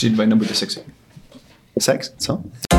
3, 2, 1, buďte sexy. Sex? Co?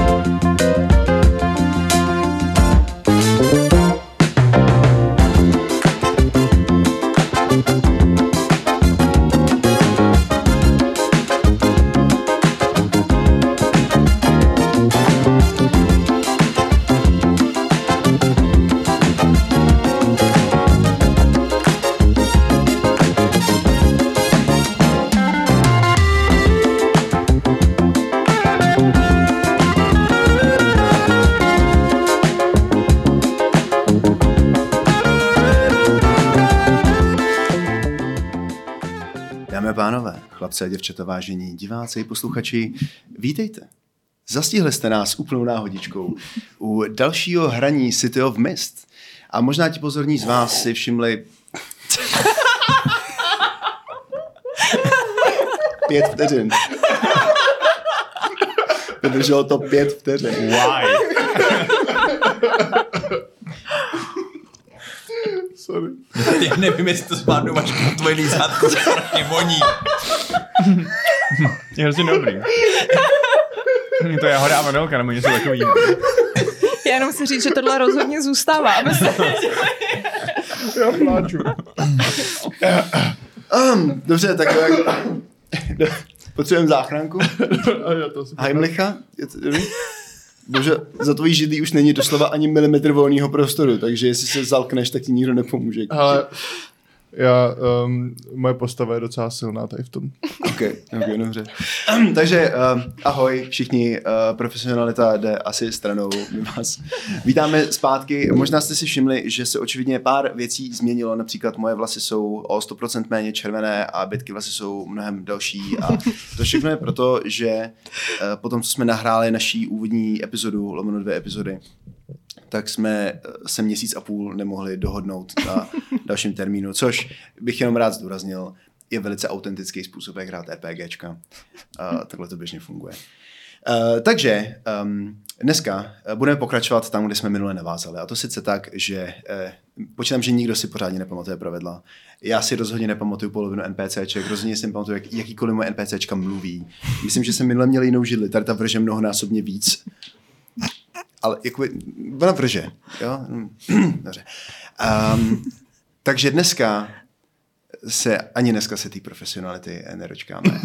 Pánové, chlapci a děvčata, vážení diváci i posluchači, vítejte. Zastihli jste nás úplnou náhodičkou u dalšího hraní City of Mist. A možná ti pozorní z vás si všimli 5 vteřin. Vydrželo to 5 vteřin. Why? Sorry. Já nevím, jestli to zvládnu, máš tvoje lízátko, se strašně voní. Je hrozně dobrý. To je jahoda a vanilka, nebo něco takového. Já jenom si říct, že tohle rozhodně zůstává. Já pláču. Dobře, tak potřebujeme záchranku. Heimlicha? Bože, za tvojí židlí už není doslova ani milimetr volného prostoru, takže jestli se zalkneš, tak ti nikdo nepomůže. Ale moje postava je docela silná tady v tom. Ok, dobře. Takže ahoj všichni, profesionalita jde asi stranou. My vás vítáme zpátky. Možná jste si všimli, že se očividně pár věcí změnilo. Například moje vlasy jsou o 100% méně červené a Bětky vlasy jsou mnohem delší. A to všechno je proto, že potom, co jsme nahráli naší úvodní epizodu, lomeno 2 epizody, tak jsme se 1,5 měsíce nemohli dohodnout na dalším termínu, což bych jenom rád zdůraznil, je velice autentický způsob, jak hrát RPGčka. Takhle to běžně funguje. Takže dneska budeme pokračovat tam, kde jsme minule navázali. A to sice tak, že počítám, že nikdo si pořádně nepamatuje pravidla. Já si rozhodně nepamatuju polovinu NPCček, rozhodně si nepamatuju, jakýkoliv moje NPCčka mluví. Myslím, že jsem minule měl jinou židli, tady ta vrže mnohonásobně víc. Ale jakoby, ona vrže, jo? Dobře. Takže dneska se té profesionality nedočkáme.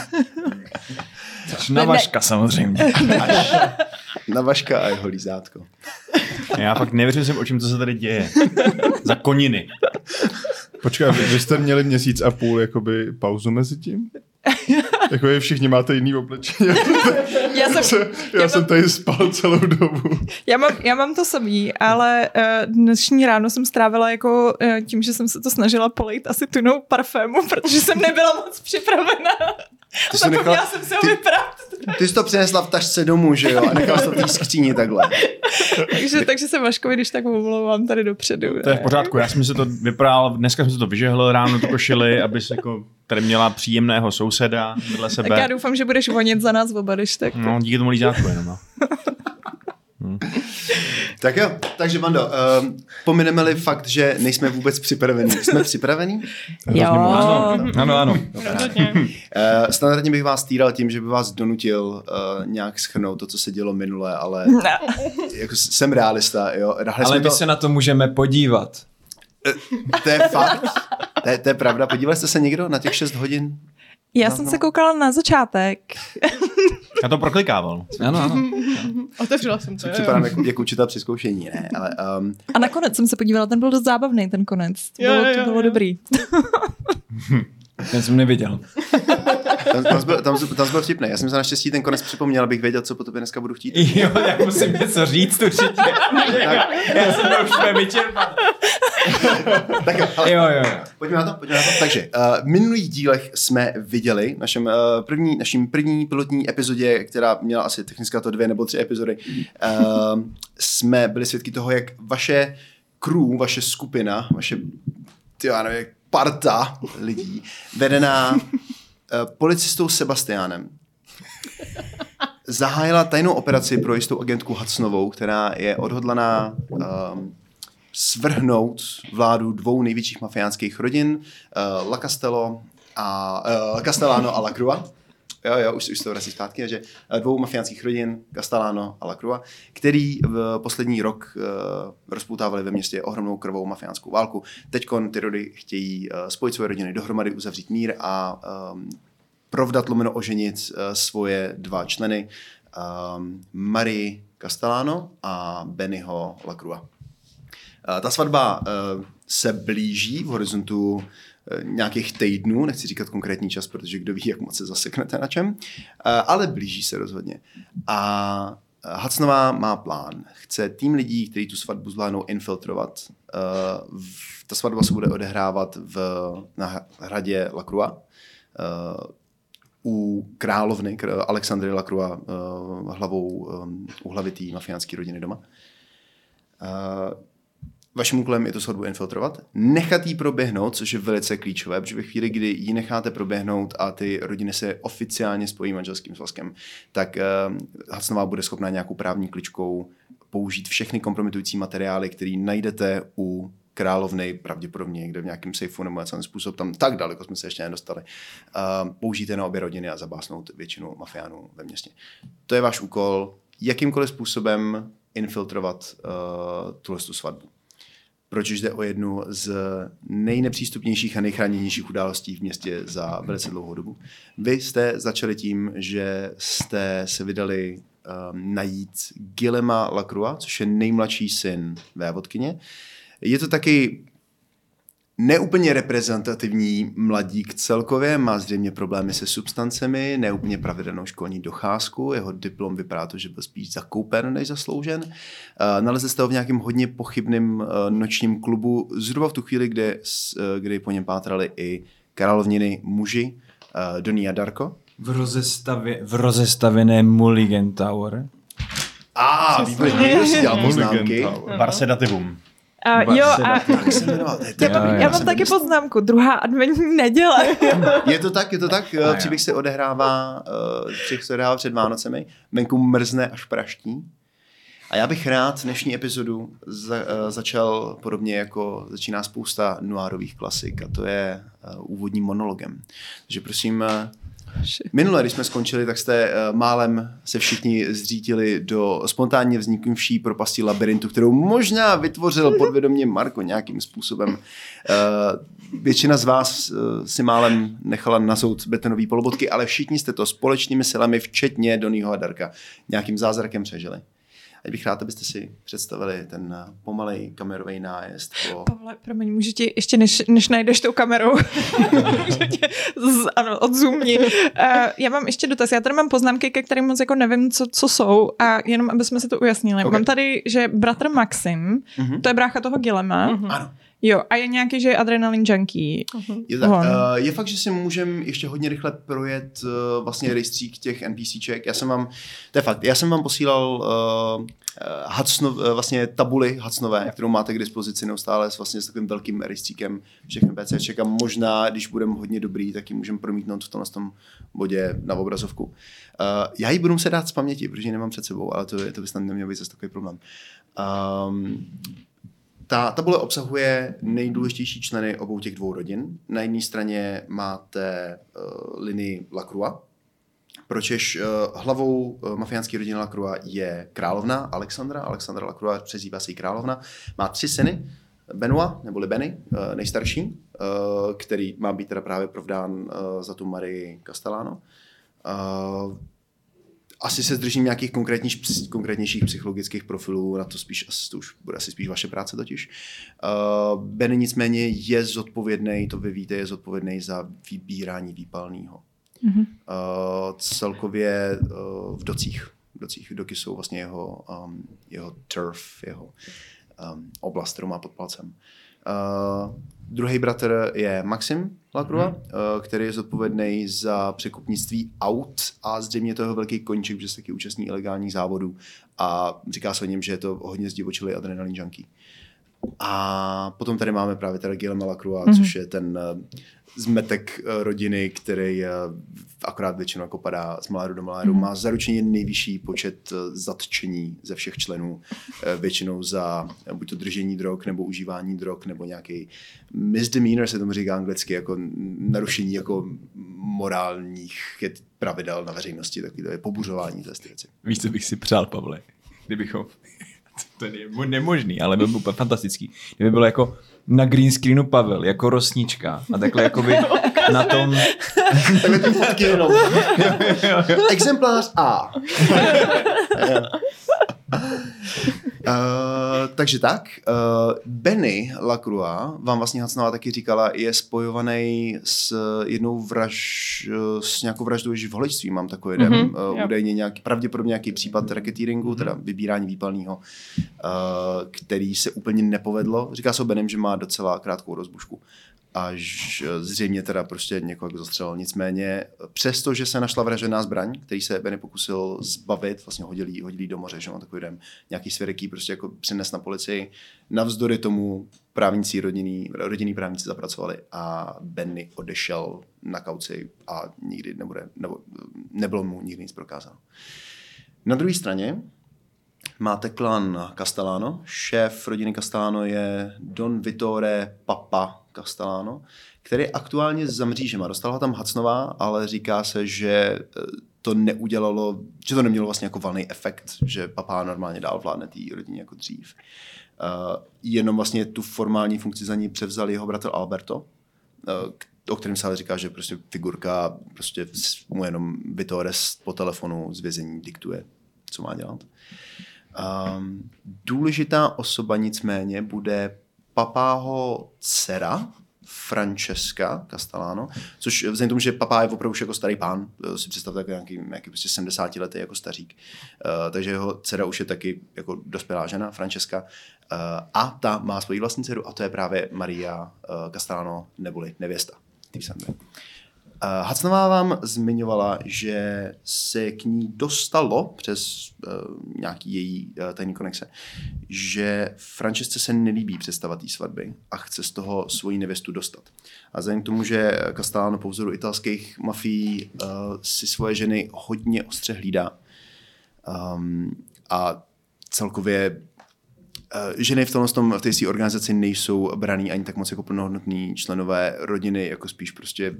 Na Vaška samozřejmě. Na Vaška a jeho lízátko. Já fakt nevěřím jsem, o čem to se tady děje. Za koniny. Počkej, vy jste měli 1,5 měsíce jakoby pauzu mezi tím? Jako všichni máte jiný oblečení. Já jsem tady spal celou dobu. Já mám to samý, ale dnešní ráno jsem strávila jako tím, že jsem se to snažila polejt asi tunou parfému, protože jsem nebyla moc připravená. Zapomněla jsem se ho vyprat. Ty jsi to přinesla v tašce domů, že jo? A nechala to v té skříni takhle. takže se Vaškovi, když tak omlouvám tady dopředu. To je v pořádku, já jsem si to vypral, dneska jsem si to vyžehl ráno tu košili, abys jako tady měla příjemného souseda vedle sebe. Tak já doufám, že budeš vonět za nás oba, když tak. No, díky tomu lízátku jenom, no. Tak jo, takže Bando, pomineme-li fakt, že nejsme vůbec připravení. Jsme připravení? Jo. Ano. Standardně bych vás týral tím, že by vás donutil nějak shrnout to, co se dělo minule, ale jako jsem realista. Jo. Ale my se na to můžeme podívat. To je fakt. To je pravda. Podívali jste se někdo na těch 6 hodin? Já jsem se koukala na začátek. Já to proklikával. Ano. Otevřela jsem to. Připadám jako učitel při zkoušení, ne? Ale, A nakonec jsem se podívala, ten byl dost zábavný, ten konec. To bylo dobrý. Ten jsem neviděl. Tam byl vtipný. Já jsem se naštěstí ten konec připomněl, abych věděl, co po tobě dneska budu chtít. Jo, já musím něco říct určitě. Já jsem to už vyčerpat. Jo. Pojďme na to. Takže v minulých dílech jsme viděli naším první pilotní epizodě, která měla asi technicky to 2 nebo 3 epizody, jsme byli svědky toho, jak vaše crew, vaše skupina, vaše parta lidí, vedená policistou Sebastiánem, zahájila tajnou operaci pro jistou agentku Hudsonovou, která je odhodlaná svrhnout vládu 2 největších mafiánských rodin, Castellano a La Crua. už to vrací zpátky, že 2 mafiánských rodin, Castellano a Lacroix, který v poslední rok rozpoutávali ve městě ohromnou krvavou mafiánskou válku. Teďkon ty rody chtějí spojit svoje rodiny dohromady, uzavřít mír a provdat lomeno oženit svoje 2 členy, Marie Castellano a Bennyho Lacroix. Ta svatba se blíží v horizontu nějakých týdnů, nechci říkat konkrétní čas, protože kdo ví, jak moc se zaseknete na čem, ale blíží se rozhodně. A Hudsonová má plán. Chce tým lidí, kteří tu svatbu zvládnou infiltrovat. Ta svatba se bude odehrávat na hradě Lacroix, u královny Alexandry Lacroix, u hlavy té mafiánské rodiny doma. Vaším úkolem je tu svatbu infiltrovat, nechat jí proběhnout, což je velice klíčové, protože ve chvíli, kdy ji necháte proběhnout a ty rodiny se oficiálně spojí manželským svazkem, tak Hudsonová bude schopná nějakou právní kličkou použít všechny kompromitující materiály, které najdete u královny, pravděpodobně někde v nějakém sejfu nebo nějakým způsob, tam tak daleko jsme se ještě nedostali. Použijte na obě rodiny a zabásnout většinu mafiánů ve městě. To je váš úkol, jakýmkoliv způsobem infiltrovat tu svatbu. Proč jde o jednu z nejnepřístupnějších a nejchráněnějších událostí v městě za velice dlouhou dobu. Vy jste začali tím, že jste se vydali najít Guillema Lacroix, což je nejmladší syn vévodkyně. Je to taky neúplně reprezentativní mladík celkově, má zřejmě problémy se substancemi, neúplně pravidelnou školní docházku, jeho diplom vypadá to, že byl spíš zakoupen než zasloužen. Nalezli jste ho v nějakém hodně pochybném nočním klubu, zhruba v tu chvíli, kdy po něm pátrali i královniny muži, Donnie a Darko. V rozestavěné Mulligan Tower. Výborně, někdo si dělal poznámky. Barsedativum. Já mám taky poznámku. Druhá adventní neděle. Je to tak. Příběh se odehrává před Vánocemi. Venku mrzne až praští. A já bych rád dnešní epizodu začal podobně jako začíná spousta noárových klasik. A to je úvodním monologem. Takže prosím... Minule, když jsme skončili, tak jste málem se všichni zřítili do spontánně vzniknuvší propasti labirintu, kterou možná vytvořil podvědomě Marko nějakým způsobem. Většina z vás si málem nechala nazout betonové polobotky, ale všichni jste to společnými silami, včetně Donnieho a Darka, nějakým zázrakem přežili. A bych rád, abyste si představili ten pomalej kamerový nájezd. Pavle, promiň, můžu ti ještě, než najdeš tou kamerou, můžu tě odzoomni. Já mám ještě dotaz. Já tady mám poznámky, ke kterým moc jako nevím, co jsou, a jenom, aby jsme si to ujasnili. Okay. Mám tady, že bratr Maxim, to je brácha toho Guillema. Ano. Jo, a je nějaký, že je adrenalin junkie. Je fakt, že si můžeme ještě hodně rychle projet vlastně rejstřík těch NPCček. Já jsem vám posílal vlastně tabuli Hudsonové, kterou máte k dispozici neustále s takovým velkým rejstříkem všech NPCček, a možná, když budeme hodně dobrý, tak ji můžeme promítnout v tom bodě na obrazovku. Já ji budu muset dát z paměti, protože ji nemám před sebou, ale to by snad neměl být zase takový problém. Ta tabule obsahuje nejdůležitější členy obou těch 2 rodin. Na jedné straně máte linii Lacroix, pročež hlavou mafiánské rodiny Lacroix je královna Alexandra Lacroix, přezdívá se jí královna. Má 3 syny, Benoit, neboli Benny, nejstarší, který má být teda právě provdán za tu Marie Castellano. Asi se zdržím nějakých konkrétnějších psychologických profilů, na to už bude asi spíš vaše práce totiž. Benny nicméně je zodpovědný, to vy víte, je zodpovědný za vybírání výpalného. Mm-hmm. Celkově v docích. Doky jsou vlastně jeho turf, jeho oblast, kterou má pod palcem. Druhý bratr je Maxim Lacroix, který je zodpovědný za překupnictví aut a zřejmě to jeho velký koníček, protože se taky účastní ilegálních závodů a říká se o něm, že je to hodně zdivočilý adrenalin junkie. A potom tady máme právě teda Guillema Lacroix, což je ten zmetek rodiny, který akorát většinou jako padá z maléru do maléru. Má zaručeně nejvyšší počet zatčení ze všech členů, většinou za buď to držení drog, nebo užívání drog, nebo nějaký misdemeanor, se tomu říká anglicky, jako narušení jako morálních pravidel na veřejnosti, takové pobuřování té věci. Víš, co bych si přál, Pavle? Kdybychom... To je nemožný, ale byl by úplně fantastický. Kdyby bylo jako na green screenu Pavel, jako rosnička a takhle jakoby na tom... Takhle tím fotky jenom. Exemplář A. Takže tak, Benny Lacroix, vám vlastně Hudsonová taky říkala, je spojovaný s jednou s nějakou vraždou živholičství, mám takový jeden, údajně pravděpodobně nějaký případ racketeeringu, teda vybírání výpalného, který se úplně nepovedlo. Říká se o Bennym, že má docela krátkou rozbušku. Až zřejmě teda prostě někoho zastřelil. Nicméně, přestože se našla vražedná zbraň, který se Benny pokusil zbavit, vlastně hodili do moře, že on takový den, nějaký svědek prostě jako přines na policii. Navzdory tomu právníci, rodinní právníci zapracovali a Benny odešel na kauci a nikdy nebylo mu nikdy nic prokázáno. Na druhé straně máte klan Castellano. Šéf rodiny Castellano je Don Vittore Papa Castellano, který je aktuálně za mřížema. Dostala ho tam Hudsonová, ale říká se, že to neudělalo, že to nemělo vlastně jako valný efekt, že Papa normálně dál vládne té rodině jako dřív. Jenom vlastně tu formální funkci za ní převzal jeho bratr Alberto, o kterém se ale říká, že prostě figurka, prostě mu jenom Vittore po telefonu z vězení diktuje, co má dělat. Důležitá osoba nicméně bude Papáho dcera Francesca Castellano, což vzhledem tomu, že Papá je opravdu už jako starý pán, si představte jako nějaký prostě 70 letý jako stařík, takže jeho dcera už je taky jako dospělá žena, Francesca, a ta má svoji vlastní dceru a to je právě Maria Castellano neboli nevěsta. Hudsonová vám zmiňovala, že se k ní dostalo přes nějaký její tajný konexe, že Francesce se nelíbí představa té svatby a chce z toho svoji nevěstu dostat. A vzhledem k tomu, že Castellano po vzoru italských mafií si svoje ženy hodně ostře hlídá a celkově ženy v té organizaci nejsou braný ani tak moc jako plnohodnotní členové rodiny, jako spíš prostě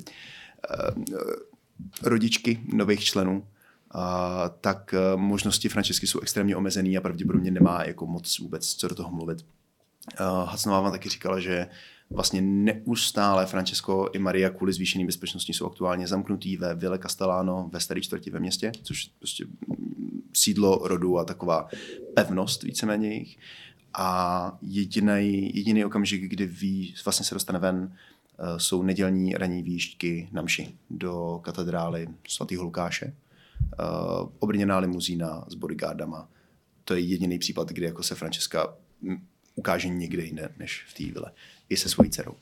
rodičky nových členů, tak možnosti Francesky jsou extrémně omezený a pravděpodobně nemá jako moc vůbec co do toho mluvit. Hudsonová vám taky říkala, že vlastně neustále Francesco i Maria kvůli zvýšené bezpečnosti jsou aktuálně zamknutý ve Ville Castellano ve staré čtvrti ve městě, což prostě sídlo rodu a taková pevnost víceméně jejich. A jediný okamžik, kdy vlastně se dostane ven, jsou nedělní ranní výjížďky na mši do katedrály svatého Lukáše. Obrněná limuzína s bodyguardama. To je jediný případ, kdy jako se Francesca ukáže někde jinde než v té vile. I se svojí dcerou.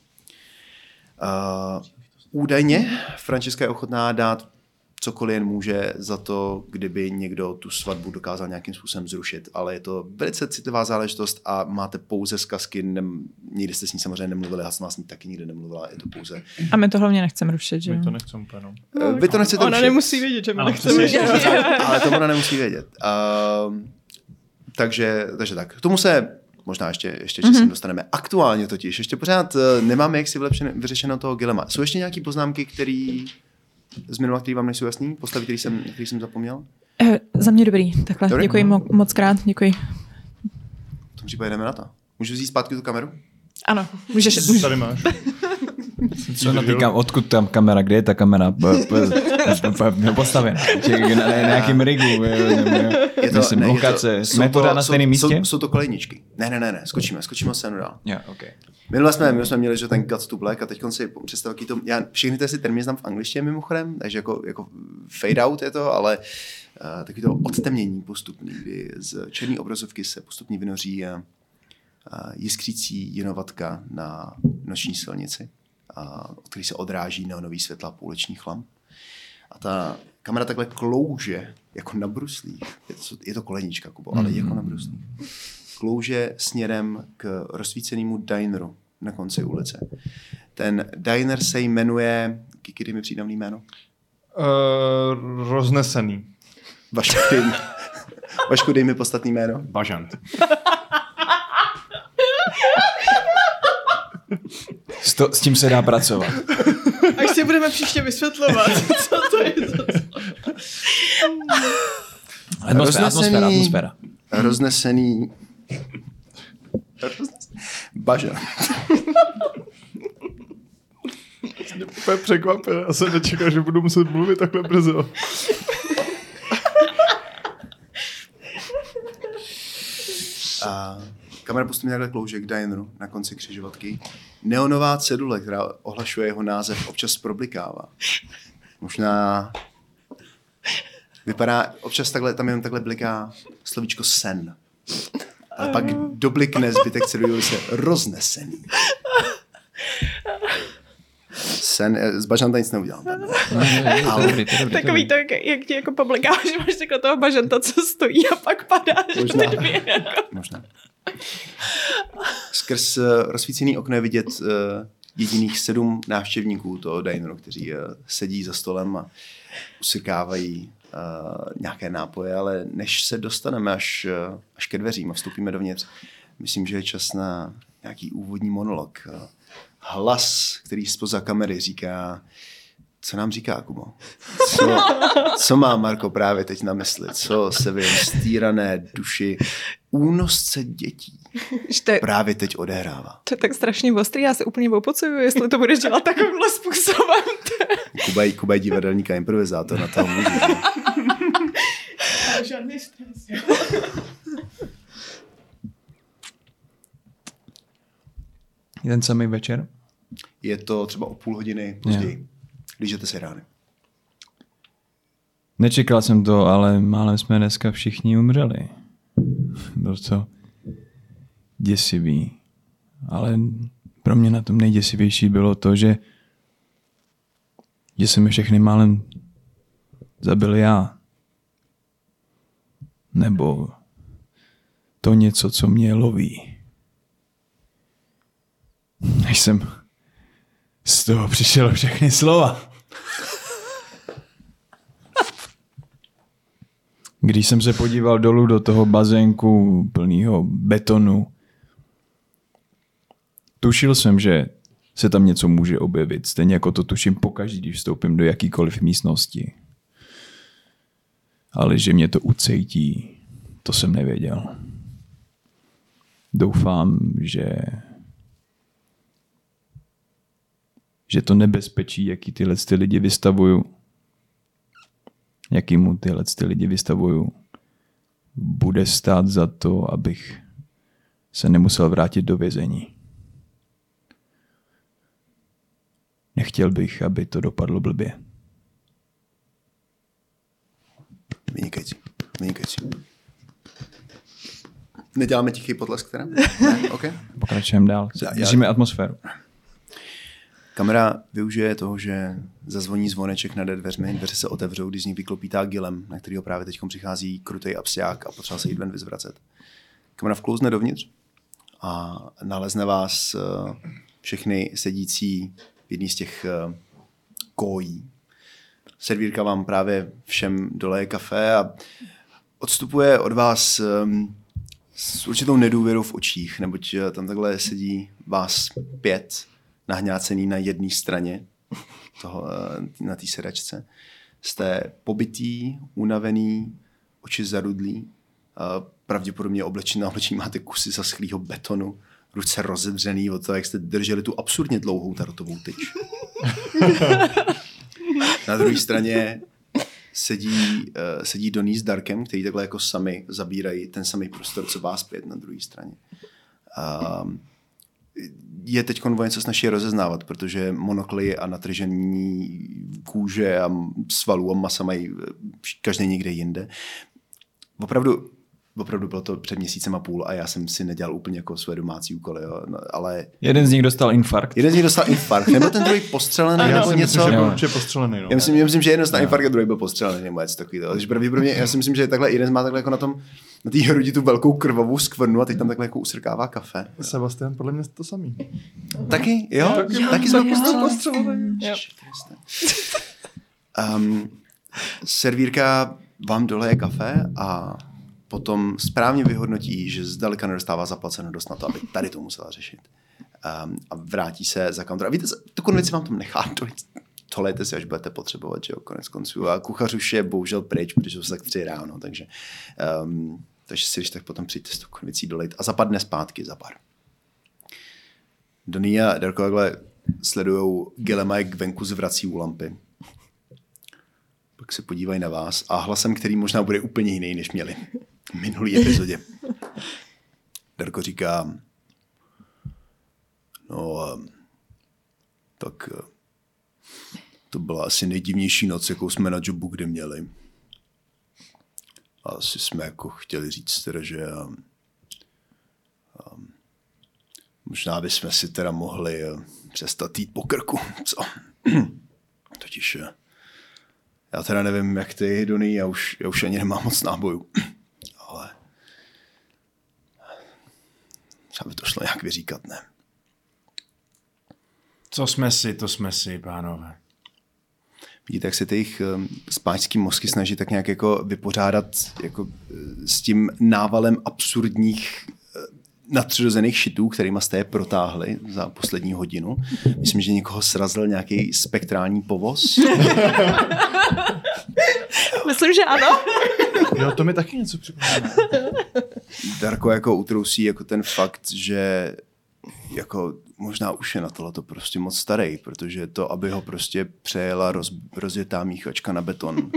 Údajně Francesca je ochotná dát cokoliv jen může za to, kdyby někdo tu svatbu dokázal nějakým způsobem zrušit. Ale je to velice citlivá záležitost a máte pouze zkazky, nikdy jste s ní samozřejmě nemluvili, já jsem s ní taky nikdy nemluvila, je to pouze... A my to hlavně nechceme rušit, že? My to nechceme úplně, no. Vy to nechcete ona rušit. Nemusí vědět, že my nechceme rušit. Ale to ona nemusí vědět. Takže tak. K tomu se možná ještě časem dostaneme. Aktuálně totiž, ještě pořád nemáme jaksi vyřešeno toho Guillema. Jsou ještě nějaké poznámky, které z minula, který vám nejsou jasný? Postavy, který jsem zapomněl? Za mě dobrý. Takhle. Dobrý? Děkuji moc krát. Děkuji. V tom případě jdeme na to. Můžu vzít zpátky tu kameru? Ano. Můžeš. Tady máš. Co natýkám, odkud tam kamera, kde je ta kamera postavená? Na nějakým rigu, myslím, lokace. Jsme pořád na stejném místě? Jsou to kolejničky. Ne, skočíme scénu dál. Yeah, okay. Minule jsme měli, že ten Cut to Black a teď si představ, jaký to... Já všechny ty termíny znám v angličtině mimochodem, takže jako fade out je to, ale taky to odtemnění postupný, kdy z černé obrazovky se postupně vynoří jiskřící jinovatka na noční silnici, od který se odráží neonový světla pouličních lamp. A ta kamera takhle klouže, jako na bruslích. Je to kolenička, Kubo, ale jako na bruslích. Klouže směrem k rozsvícenému dineru na konci ulice. Ten diner se jmenuje... Kdy mi přídavný jméno? Roznesený. Vašku, dej mi podstatný jméno. Bažant. S tím se dá pracovat. Až si budeme příště vysvětlovat, co to je. Atmosféra. Roznesený. Baža. Mě úplně překvapil. Já jsem nečekal, že budu muset mluvit takhle brzo. Kamera postupně takhle klouže k Dineru na konci křižovatky. Neonová cedule, která ohlašuje jeho název, občas problikává. Možná vypadá, občas takhle, tam jenom takhle bliká slovíčko sen. Ale pak doblikne zbytek ceduly se roznesený. Sen, s Bažanta nic neudělám. Takový to, jak ti jako poblikáš, že máš takhle toho Bažanta, co stojí a pak padáš. Možná. Skrz rozsvícený okno je vidět jediných 7 návštěvníků toho dineru, kteří sedí za stolem a usrkávají nějaké nápoje, ale než se dostaneme až ke dveřím a vstoupíme dovnitř, myslím, že je čas na nějaký úvodní monolog. Hlas, který zpoza kamery říká, co nám říká, Kubo? Co má Marko právě teď na mysli? Co se v jeho stýrané duši únosce dětí právě teď odehrává? To je tak strašně ostrý, já se úplně opocuju, jestli to budeš dělat takovýmhle způsobem. Kuba je divadelník a improvizátor, na to můžu. Žádný stres. Jeden samý večer? Je to třeba o půl hodiny později. Lížete si rány. Nečekal jsem to, ale málem jsme dneska všichni umřeli. Bylo to děsivý. Ale pro mě na tom nejděsivější bylo to, že jsem je všechny málem zabil já. Nebo to něco, co mě loví. Než jsem z toho přišel všechny slova. Když jsem se podíval dolů do toho bazénku plného betonu, tušil jsem, že se tam něco může objevit. Stejně jako to tuším pokaždý, když vstoupím do jakýkoliv místnosti. Ale že mě to ucejtí, to jsem nevěděl. Doufám, že to nebezpečí, jaký tyhle lidi vystavuju, jakýmu tyhle lidi vystavuju, bude stát za to, abych se nemusel vrátit do vězení. Nechtěl bych, aby to dopadlo blbě. Vynikající. Neděláme tichý potlesk, teda? Ne? Okay. Pokračujeme dál. Držíme atmosféru. Kamera využije toho, že zazvoní zvoneček nad dveřmi, dveře se otevřou, když z nich vyklopítá Gilem, na kterýho právě teď přichází krutej absťák a potřeba se jít ven vyzvracet. Kamera vklouzne dovnitř a nalezne vás všechny sedící v jedný z těch kojí. Servírka vám právě všem doleje kafe a odstupuje od vás s určitou nedůvěrou v očích, neboť tam takhle sedí vás 5 nahňácený na jedné straně na té sedačce. Jste pobitý, unavený, oči zarudlí, pravděpodobně na oblečení máte kusy zaschlého betonu, ruce rozedřený od toho, jak jste drželi tu absurdně dlouhou tarotovou tyč. Na druhé straně sedí Donnie s Darkem, který takhle jako sami zabírají ten samý prostor, co vás 5 na druhé straně. Je teď o něco snaží rozeznávat, protože monokly a natržení kůže a svalů a masa mají každý někde jinde. Opravdu bylo to před měsícem a půl a já jsem si nedělal úplně jako své domácí úkoly. Jo. No, ale jeden z nich dostal infarkt. Nebyl ten druhý postřelený nebo něco? Myslím, že byl určitě postřelený. No. Já myslím, že jeden dostal infarkt a druhý byl postřelený nebo něco takového. Takže pravděpodobně já si myslím, že takhle jeden má takhle jako na té hrudi tu velkou krvavou skvrnu a teď tam takhle jako usrkává kafe. Sebastian, podle mě to samý. Taky? Jo? Taky jsme postřelený. Servírka vám doleje kafe a potom správně vyhodnotí, že zdaleka nedostává zaplaceno dost na to, aby tady to musela řešit. A vrátí se za counter. A víte, tu konvici vám tam nechá tolejte si, až budete potřebovat, že jo, konec konců. A kuchař už je bohužel pryč, protože jsou tak 3 ráno, takže si když tak potom přijďte s tou konvicí dolejt a zapadne zpátky za bar. Donnie a Darko takhle sledujou Guillema, jak venku zvrací u lampy. Pak se podívají na vás a hlasem, který možná bude úplně jiný, než měli v minulý epizodě. Darko říká, tak to byla asi nejdivnější noc, jakou jsme na jobu kdy měli. A asi jsme jako chtěli říct teda, že možná bychom si teda mohli přestat jít po krku, co? Totiž já teda nevím, jak ty, Donnie, já už ani nemám moc nábojů. Ale třeba by to šlo nějak vyříkat, ne? To jsme si, pánové. Vidíte, jak se ty jejich spáčský mozky snaží tak nějak jako vypořádat jako s tím návalem absurdních nadpřirozených šitů, kterýma jste je protáhli za poslední hodinu. Myslím, že někoho srazil nějaký spektrální povoz. Myslím, že ano. Jo, to mi taky něco připomíná. Darko jako utrousí jako ten fakt, že jako možná už je na tohleto prostě moc starý, protože to, aby ho prostě přejela rozjetá míchačka na beton.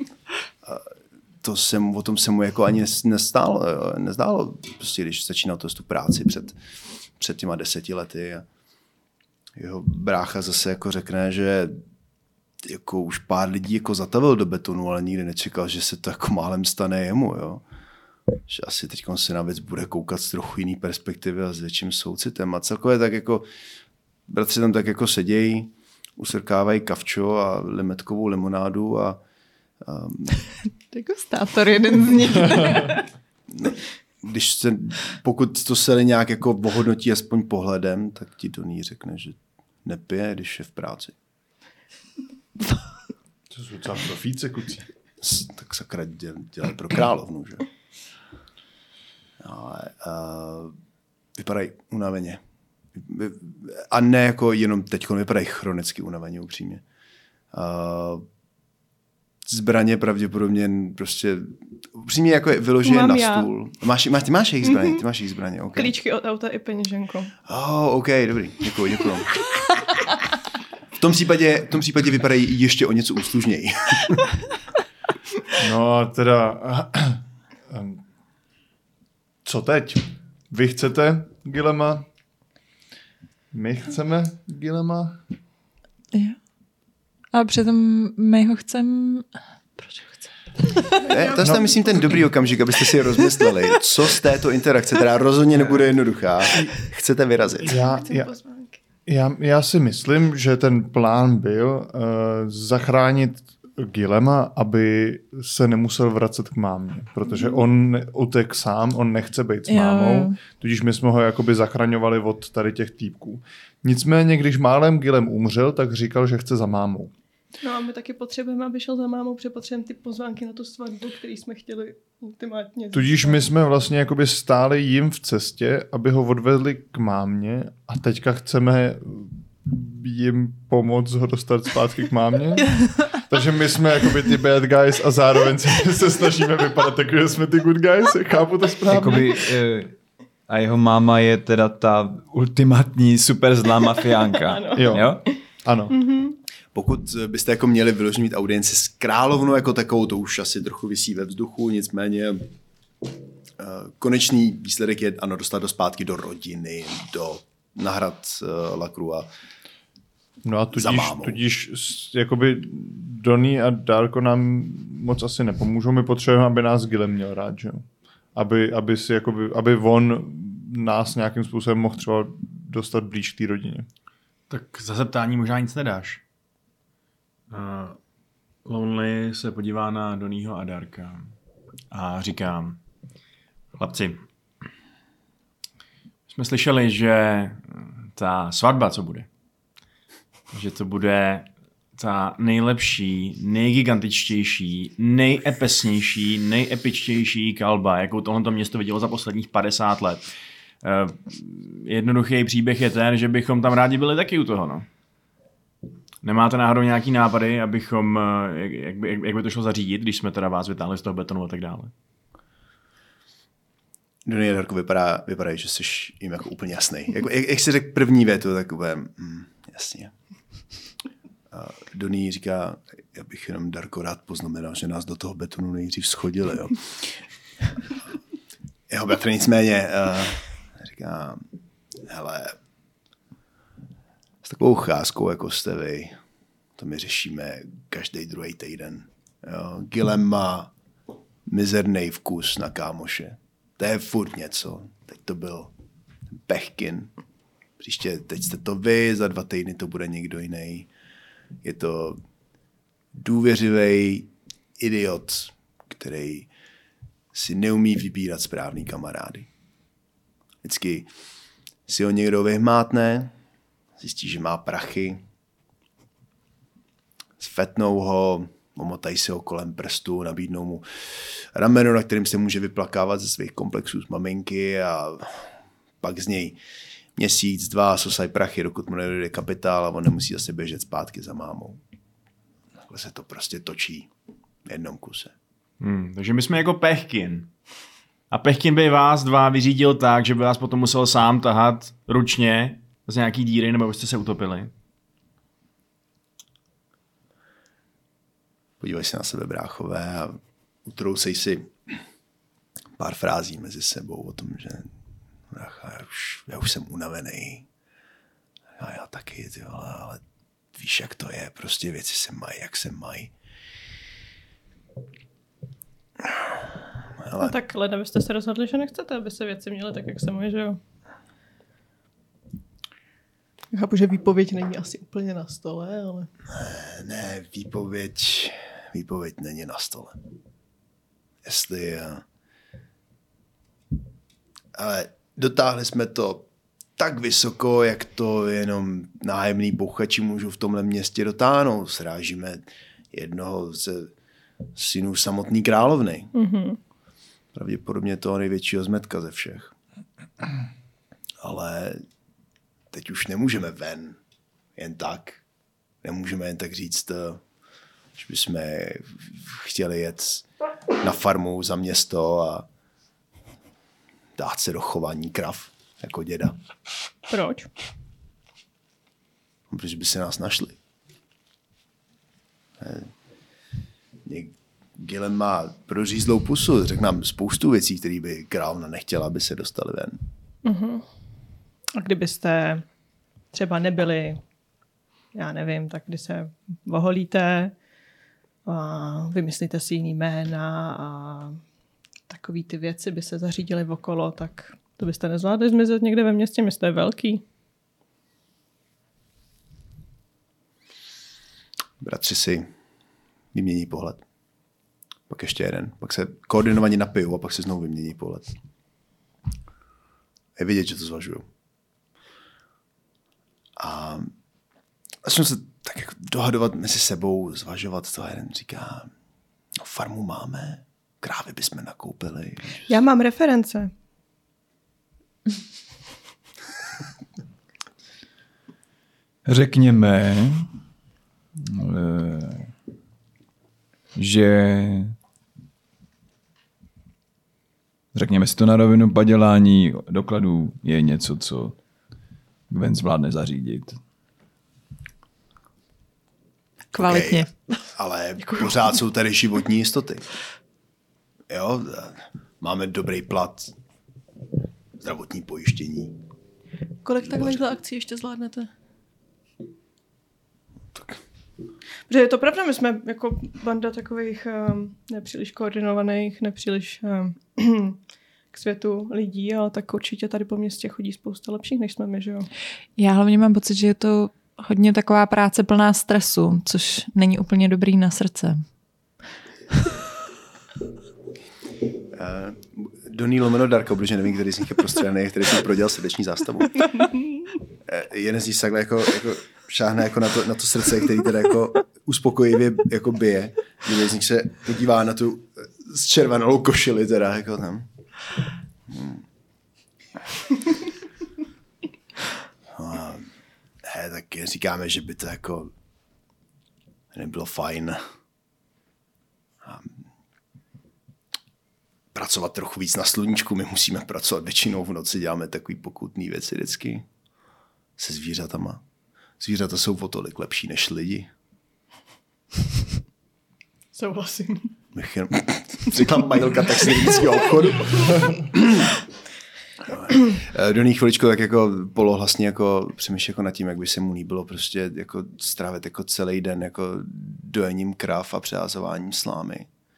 O tom se mu jako ani nezdálo, prostě když začínal tu práci před těma 10 lety. A jeho brácha zase jako řekne, že jako už pár lidí jako zatavil do betonu, ale nikdy nečekal, že se to jako málem stane jemu, jo. Že asi teď se na věc bude koukat z trochu jiný perspektivy a s větším soucitem. A celkově tak jako bratři tam tak jako sedějí, usrkávají kavčo a limetkovou limonádu a degustátor jeden z nich. Pokud to se nějak jako ohodnotí aspoň pohledem, tak ti Donnie řekne, že nepije, když je v práci. To jsou docela profíce, kucí. Tak sakra dělají pro královnu, že? Ale vypadají unaveně. A ne jako jenom teď, vypadají chronicky unaveně, upřímně. Zbraně pravděpodobně prostě upřímně jako je vyložené na stůl. Ty máš jejich zbraně, ty máš jejich zbraně, ok. Klíčky od auta i peněženku. Ok, dobrý, děkuji. V tom případě vypadají ještě o něco úslužněji. No a teda co teď? Vy chcete Guillema? My chceme Guillema? Jo. A přitom my ho chceme... Proč ho chceme? To je myslím ten dobrý okamžik, abyste si rozmysleli, co z této interakce, která rozhodně nebude jednoduchá, chcete vyrazit. Já si myslím, že ten plán byl zachránit Guillema, aby se nemusel vracet k mámě, protože on utek sám, on nechce být s mámou, tudíž my jsme ho jakoby zachraňovali od tady těch týpků. Nicméně, když málem Guillem umřel, tak říkal, že chce za mámou. No a my taky potřebujeme, aby šel za mámou, protože potřebujeme ty pozvánky na tu svatbu, který jsme chtěli ultimátně. Tudíž my jsme vlastně jakoby stáli jim v cestě, aby ho odvedli k mámě a teďka chceme jim pomoct ho dostat zpátky k mámě. Takže my jsme jakoby ty bad guys a zároveň se snažíme vypadat tak, že jsme ty good guys. Chápu to správně. Jakoby, a jeho máma je teda ta ultimátní super zlá mafiánka. Ano. Jo? Ano. Mm-hmm. Pokud byste jako měli vyloženě mít audienci s královnou jako takovou, to už asi trochu visí ve vzduchu, nicméně konečný výsledek je dostat do zpátky do rodiny, na hrad Lakru a no a tudíž jakoby Donnie a Darko nám moc asi nepomůžou, my potřebujeme, aby nás Guillem měl rád, že jo? Aby on nás nějakým způsobem mohl třeba dostat blíž k té rodině. Tak za zeptání možná nic nedáš. Lonely se podívá na Donnieho a Darka a říká: chlapci, jsme slyšeli, že ta svatba, co bude, že to bude ta nejlepší, nejgigantičtější, nejepesnější, nejepičtější kalba, jakou tohle město vidělo za posledních 50 let. Jednoduchý příběh je ten, že bychom tam rádi byli taky u toho, no. Nemáte náhodou nějaký nápady, abychom, jak by to šlo zařídit, když jsme teda vás vytáhli z toho betonu a tak dále? Donnie Darko vypadá, že jsi jim jako úplně jasný. Jak jsi řekl první větu, tak úplně, jasně. A Donnie říká, já bych jenom Darko rád poznamenal, že nás do toho betonu nejdřív schodili. Jo. Jeho bratr nicméně říká, hele, s takovou cházkou, jako jste vy, to my řešíme každý druhý týden. Jo. Gilem má mizerný vkus na kámoše. To je furt něco. Teď to byl Pechkin. Příště, teď jste to vy, za 2 týdny to bude někdo jiný. Je to důvěřivý idiot, který si neumí vybírat správný kamarády. Vždycky si ho někdo vyhmátne, zjistí, že má prachy, sfetnou ho, omotají si ho kolem prstů, nabídnou mu rameno, na kterým se může vyplakávat ze svých komplexů z maminky a pak z něj měsíc, 2 sosají prachy, dokud mu nedojde kapitál a on nemusí zase běžet zpátky za mámou. Takhle se to prostě točí v jednom kuse. Takže my jsme jako Pechkin. A Pechkin by vás 2 vyřídil tak, že by vás potom musel sám tahat ručně z nějaký díry, nebo byste se utopili. Podívej se na sebe, bráchové, a utrousej si pár frází mezi sebou o tom, že brácha, já už jsem unavený. A já taky, ty vole, ale víš, jak to je. Prostě věci se mají, jak se mají. No tak leda byste se rozhodli, že nechcete, aby se věci měly tak, jak se mají, že jo? Chápu, že výpověď není asi úplně na stole, ale... Ne, výpověď není na stole. Jestli... Ale dotáhli jsme to tak vysoko, jak to jenom nájemný bouchači můžou v tomhle městě dotáhnout. Srážíme jednoho ze synů samotné královny. Mm-hmm. Pravděpodobně toho největšího zmetka ze všech. Ale teď už nemůžeme ven jen tak. Nemůžeme jen tak říct, že bychom chtěli jet na farmu za město a dát se do chování krav jako děda. Proč? Protože by se nás našli. Gilem má prořízlou pusu, řekl nám spoustu věcí, které by královna nechtěla, aby se dostali ven. Uh-huh. A kdybyste třeba nebyli, já nevím, tak kdy se oholíte a vymyslíte si jiný jména a takový ty věci by se zařídily okolo, tak to byste nezvládli zmizet někde ve městě, město je velký. Bratři si vymění pohled. Pak ještě jeden. Pak se koordinovaně napijou a pak se znovu vymění pohled. Je vidět, že to zvažují. A začnu se tak jako dohadovat mezi sebou, zvažovat to. Jeden říká, no, farmu máme, krávy bychom nakoupili. Já mám reference. Řekněme, že řekněme si to na rovinu, padělání dokladů je něco, co Gwen zvládne zařídit. Kvalitně. Okay, ale pořád jsou tady životní jistoty. Jo, máme dobrý plat, zdravotní pojištění. Kolik takovýchhle akcí ještě zvládnete? Protože je to pravda, my jsme jako banda takových nepříliš koordinovaných, nepříliš k světu lidí, ale tak určitě tady po městě chodí spousta lepších, než jsme my, že jo? Já hlavně mám pocit, že je to hodně taková práce plná stresu, což není úplně dobrý na srdce. Donnie lomeno Darko, protože nevím, který z nich je prostřelený, který jsem prodělal srdeční zástavu. Jeden z nich takhle jako šáhne jako na to srdce, který teda jako uspokojivě jako bije. Jeden z nich se podívá na tu zčervenou košili teda jako tam. Tak říkáme, že by to jako nebylo fajn pracovat trochu víc na sluníčku. My musíme pracovat většinou v noci, děláme takový pokutný věci vždycky se zvířatama. Zvířata jsou o tolik lepší než lidi. Souhlasím. Řekla majitelka taxidermického obchodu. Do ní chviličku tak jako polohlasně jako přemýšlel jako nad tím, jak by se mu líbilo prostě jako strávit jako celý den jako dojením krav a přeházováním slámy.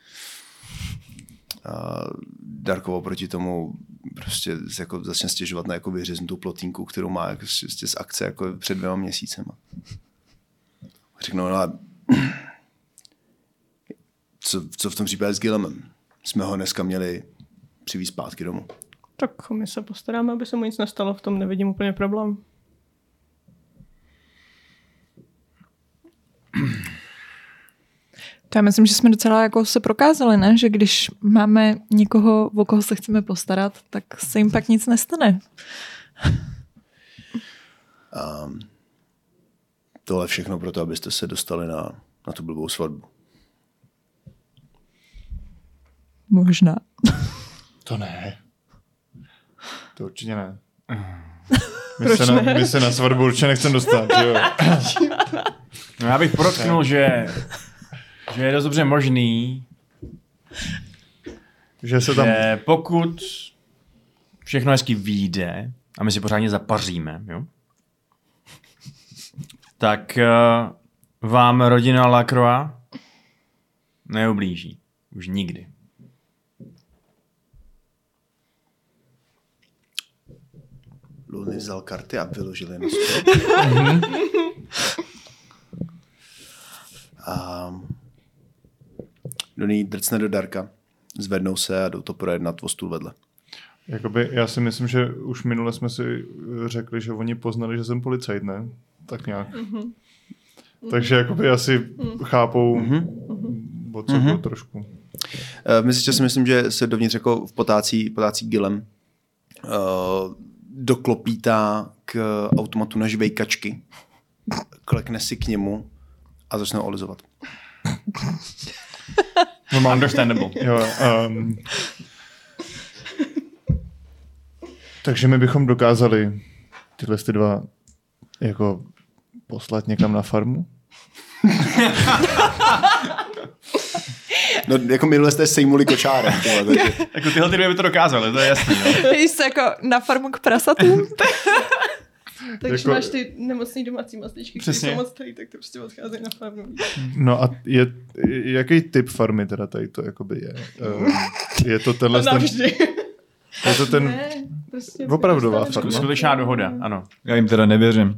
A Darkovo proti tomu prostě jako začne stěžovat na jako vyřeznutou plotínku, kterou má jako z akce jako před 2 měsícema. Řeknu, ale co v tom případě s Guillemem? Jsme ho dneska měli přivízt zpátky domů. Tak my se postaráme, aby se mu nic nestalo, v tom nevidím úplně problém. Já myslím, že jsme docela jako se prokázali, ne? Že když máme někoho, o koho se chceme postarat, tak se jim pak nic nestane. Tohle všechno proto, abyste se dostali na tu blbou svatbu. Možná. To ne. To určitě ne. My se na svatbu určitě nechceme dostat, jo? No já bych podotknul, že je dost dobře možný, že pokud všechno hezky vyjde a my si pořádně zapaříme, jo? Tak vám rodina Lacroix neublíží. Už nikdy. Luny vzal karty a vyložil je na stůl. A do ní drcne do Darka, zvednou se a jdou to projednat o stůl vedle. Jakoby, já si myslím, že už minule jsme si řekli, že oni poznali, že jsem policajt, ne? Tak nějak. Takže jakoby asi chápou o co bylo trošku. V mezičase myslím, že se dovnitř jako v potácí Guillem doklopítá k automatu na žvejkačky, klekne si k němu a začne olizovat. Understandable. Jo, takže my bychom dokázali tyhle dva jako poslat někam na farmu? No, jako minule jste sejmuli kočárem. Jako tyhle dvě by to dokázaly, to je jasný. No. Jsi jako na farmu k prasatům? Tak když máš ty nemocný domácí masličky, které jsou moc tady, tak to prostě odcházejí na farmu. No a jaký typ farmy teda tady to jakoby je? Je to tenhle... Je to ten... Ne, prostě opravdová farma? Skutečná dohoda, ano. Já jim teda nevěřím.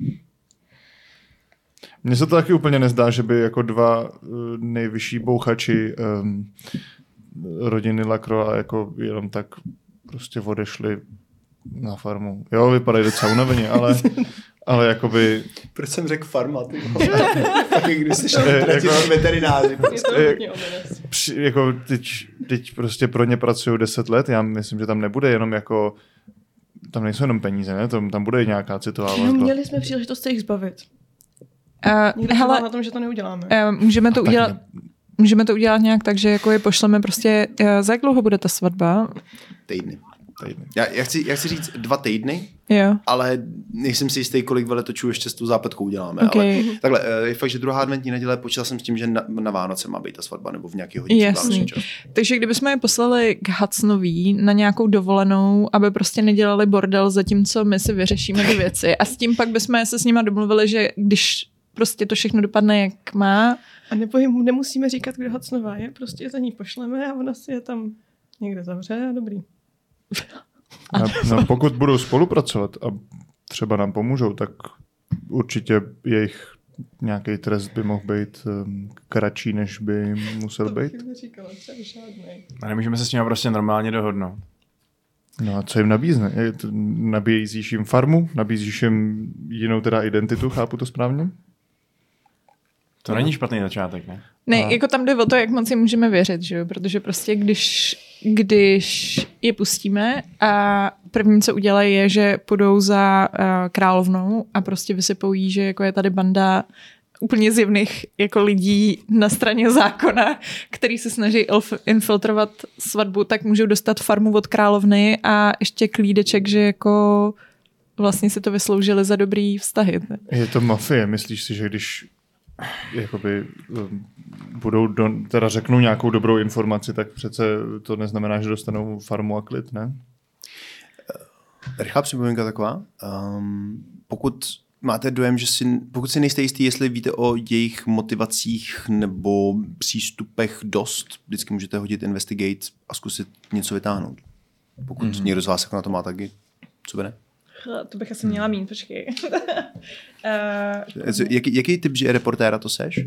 Mně se to taky úplně nezdá, že by jako dva nejvyšší bouchači rodiny Lacroix jako jenom tak prostě odešli na farmu. Jo, vypadají docela unaveně, ale jakoby... Proč jsem řekl farma? Taky když jsi šel jako, veterináři. Jako teď prostě pro ně pracují 10 let, já myslím, že tam nebude jenom jako... Tam nejsou jenom peníze, ne? Tam bude nějaká citová vazba. No, měli jsme příležitost se jich zbavit. Nikdo hele, na tom, že to neuděláme. Můžeme to udělat nějak tak, že jako je pošleme prostě, za jak dlouho bude ta svatba? Týdny. Já chci říct 2 týdny, jo. Ale nejsem si jistý, kolik veletočů ještě s tou zápletkou uděláme. Okay. Ale takhle, je fakt, že druhá adventní neděle, počítal jsem s tím, že na Vánoce má být ta svatba, nebo v nějaký hodině. Jasný. Takže kdybychom je poslali k Hudsonový na nějakou dovolenou, aby prostě nedělali bordel, zatímco my si vyřešíme ty věci. A s tím pak bychom se s nima domluvili, že když prostě to všechno dopadne, jak má. A nebo jim nemusíme říkat, kdo Hudsonová je, prostě za ní pošleme a ona si je tam někde zavře a dobrý. No, pokud budou spolupracovat a třeba nám pomůžou, tak určitě jejich nějaký trest by mohl být kratší, než by musel být. A nemůžeme se s nimi prostě normálně dohodnout. No a co jim nabízne? Nabízíš jim farmu? Nabízíš jim jinou teda identitu? Chápu to správně? To není špatný začátek, ne? Ne, jako tam jde o to, jak moc jim můžeme věřit, že jo? Protože prostě když je pustíme a první, co udělají, je, že půjdou za královnou a prostě vysypou jí, že jako je tady banda úplně zjevných jako lidí na straně zákona, který se snaží infiltrovat svatbu, tak můžou dostat farmu od královny a ještě klídeček, že jako vlastně si to vysloužili za dobrý vztahy. Je to mafie. Myslíš si, že když jakoby teda řeknou nějakou dobrou informaci, tak přece to neznamená, že dostanou farmu a klid, ne? Rychlá připomínka taková. Pokud máte dojem, že pokud si nejste jistý, jestli víte o jejich motivacích nebo přístupech dost, vždycky můžete hodit investigate a zkusit něco vytáhnout. Pokud někdo z vás jako na to má taky, co by ne? To bych asi měla mít, počkej. Jaký typ reportéra to seš?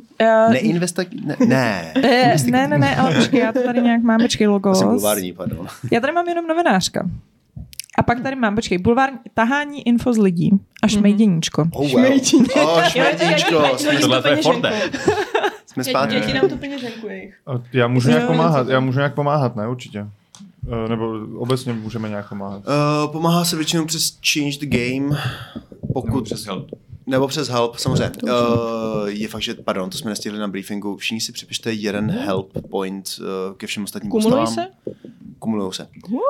Ne, ale počkej, já to tady nějak mám, počkej, logos. Jsem bulvární, pardon. Já tady mám jenom novinářka. A pak tady mám, počkej, bulvární, tahání info z lidí a šmejděníčko. Šmejděníčko. Tohle to je Forte. Jsme zpátky. Já ti dám tu peněženku jejich. Já můžu nějak pomáhat, ne? Určitě. Nebo obecně můžeme nějak pomáhat. Pomáhá se většinou přes Change the Game, pokud... Přes help. Nebo přes help, samozřejmě. Je fakt, že, pardon, to jsme nestihli na briefingu, všichni si připište jeden help point ke všem ostatním postavám. Kumulují se?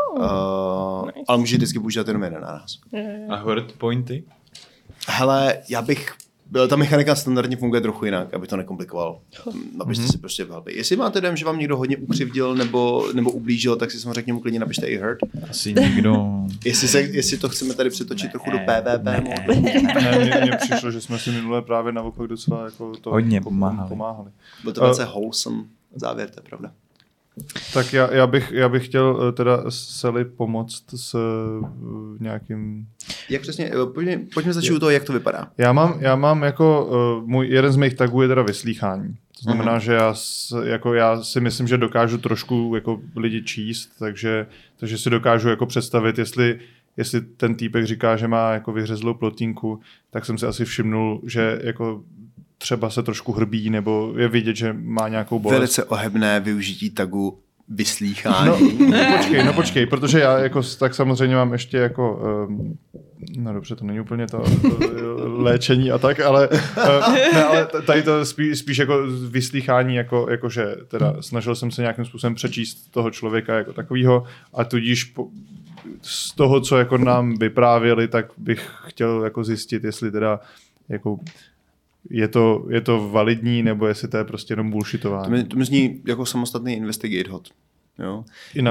Ale můžete vždycky používat jenom jeden naraz. A hurt pointy? Hele, ta mechanika standardně funguje trochu jinak, aby to nekomplikoval. Napište si prostě v helpy. Jestli máte dojem, že vám někdo hodně ukřivdil nebo ublížil, tak si samozřejmě k němu klidně napište i hurt. Asi někdo... Jestli to chceme tady přetočit trochu do PvP modu. Mně přišlo, že jsme si minule právě naopak docela jako to hodně pomáhali. Byl to velice wholesome závěr, to je pravda. Tak já bych chtěl teda Sally pomoct s nějakým... Jak přesně? Pojďme začít u toho, jak to vypadá. Já mám jako... jeden z mých tagů je teda vyslýchání. To znamená, že já si myslím, že dokážu trošku jako lidi číst, takže si dokážu jako představit, jestli ten týpek říká, že má jako vyhřezlou plotínku, tak jsem si asi všimnul, že jako třeba se trošku hrbí, nebo je vidět, že má nějakou bolest. Velice ohebné využití tagu vyslýchání. No počkej, protože já jako, tak samozřejmě mám ještě jako no dobře, to není úplně to léčení a tak, ale tady to spíš jako vyslýchání, jako že teda snažil jsem se nějakým způsobem přečíst toho člověka jako takovýho a tudíž z toho, co jako nám vyprávěli, tak bych chtěl jako zjistit, jestli teda jako je to validní, nebo jestli to je prostě jenom bullshitování. To mi zní jako samostatný investigate hod. Jo?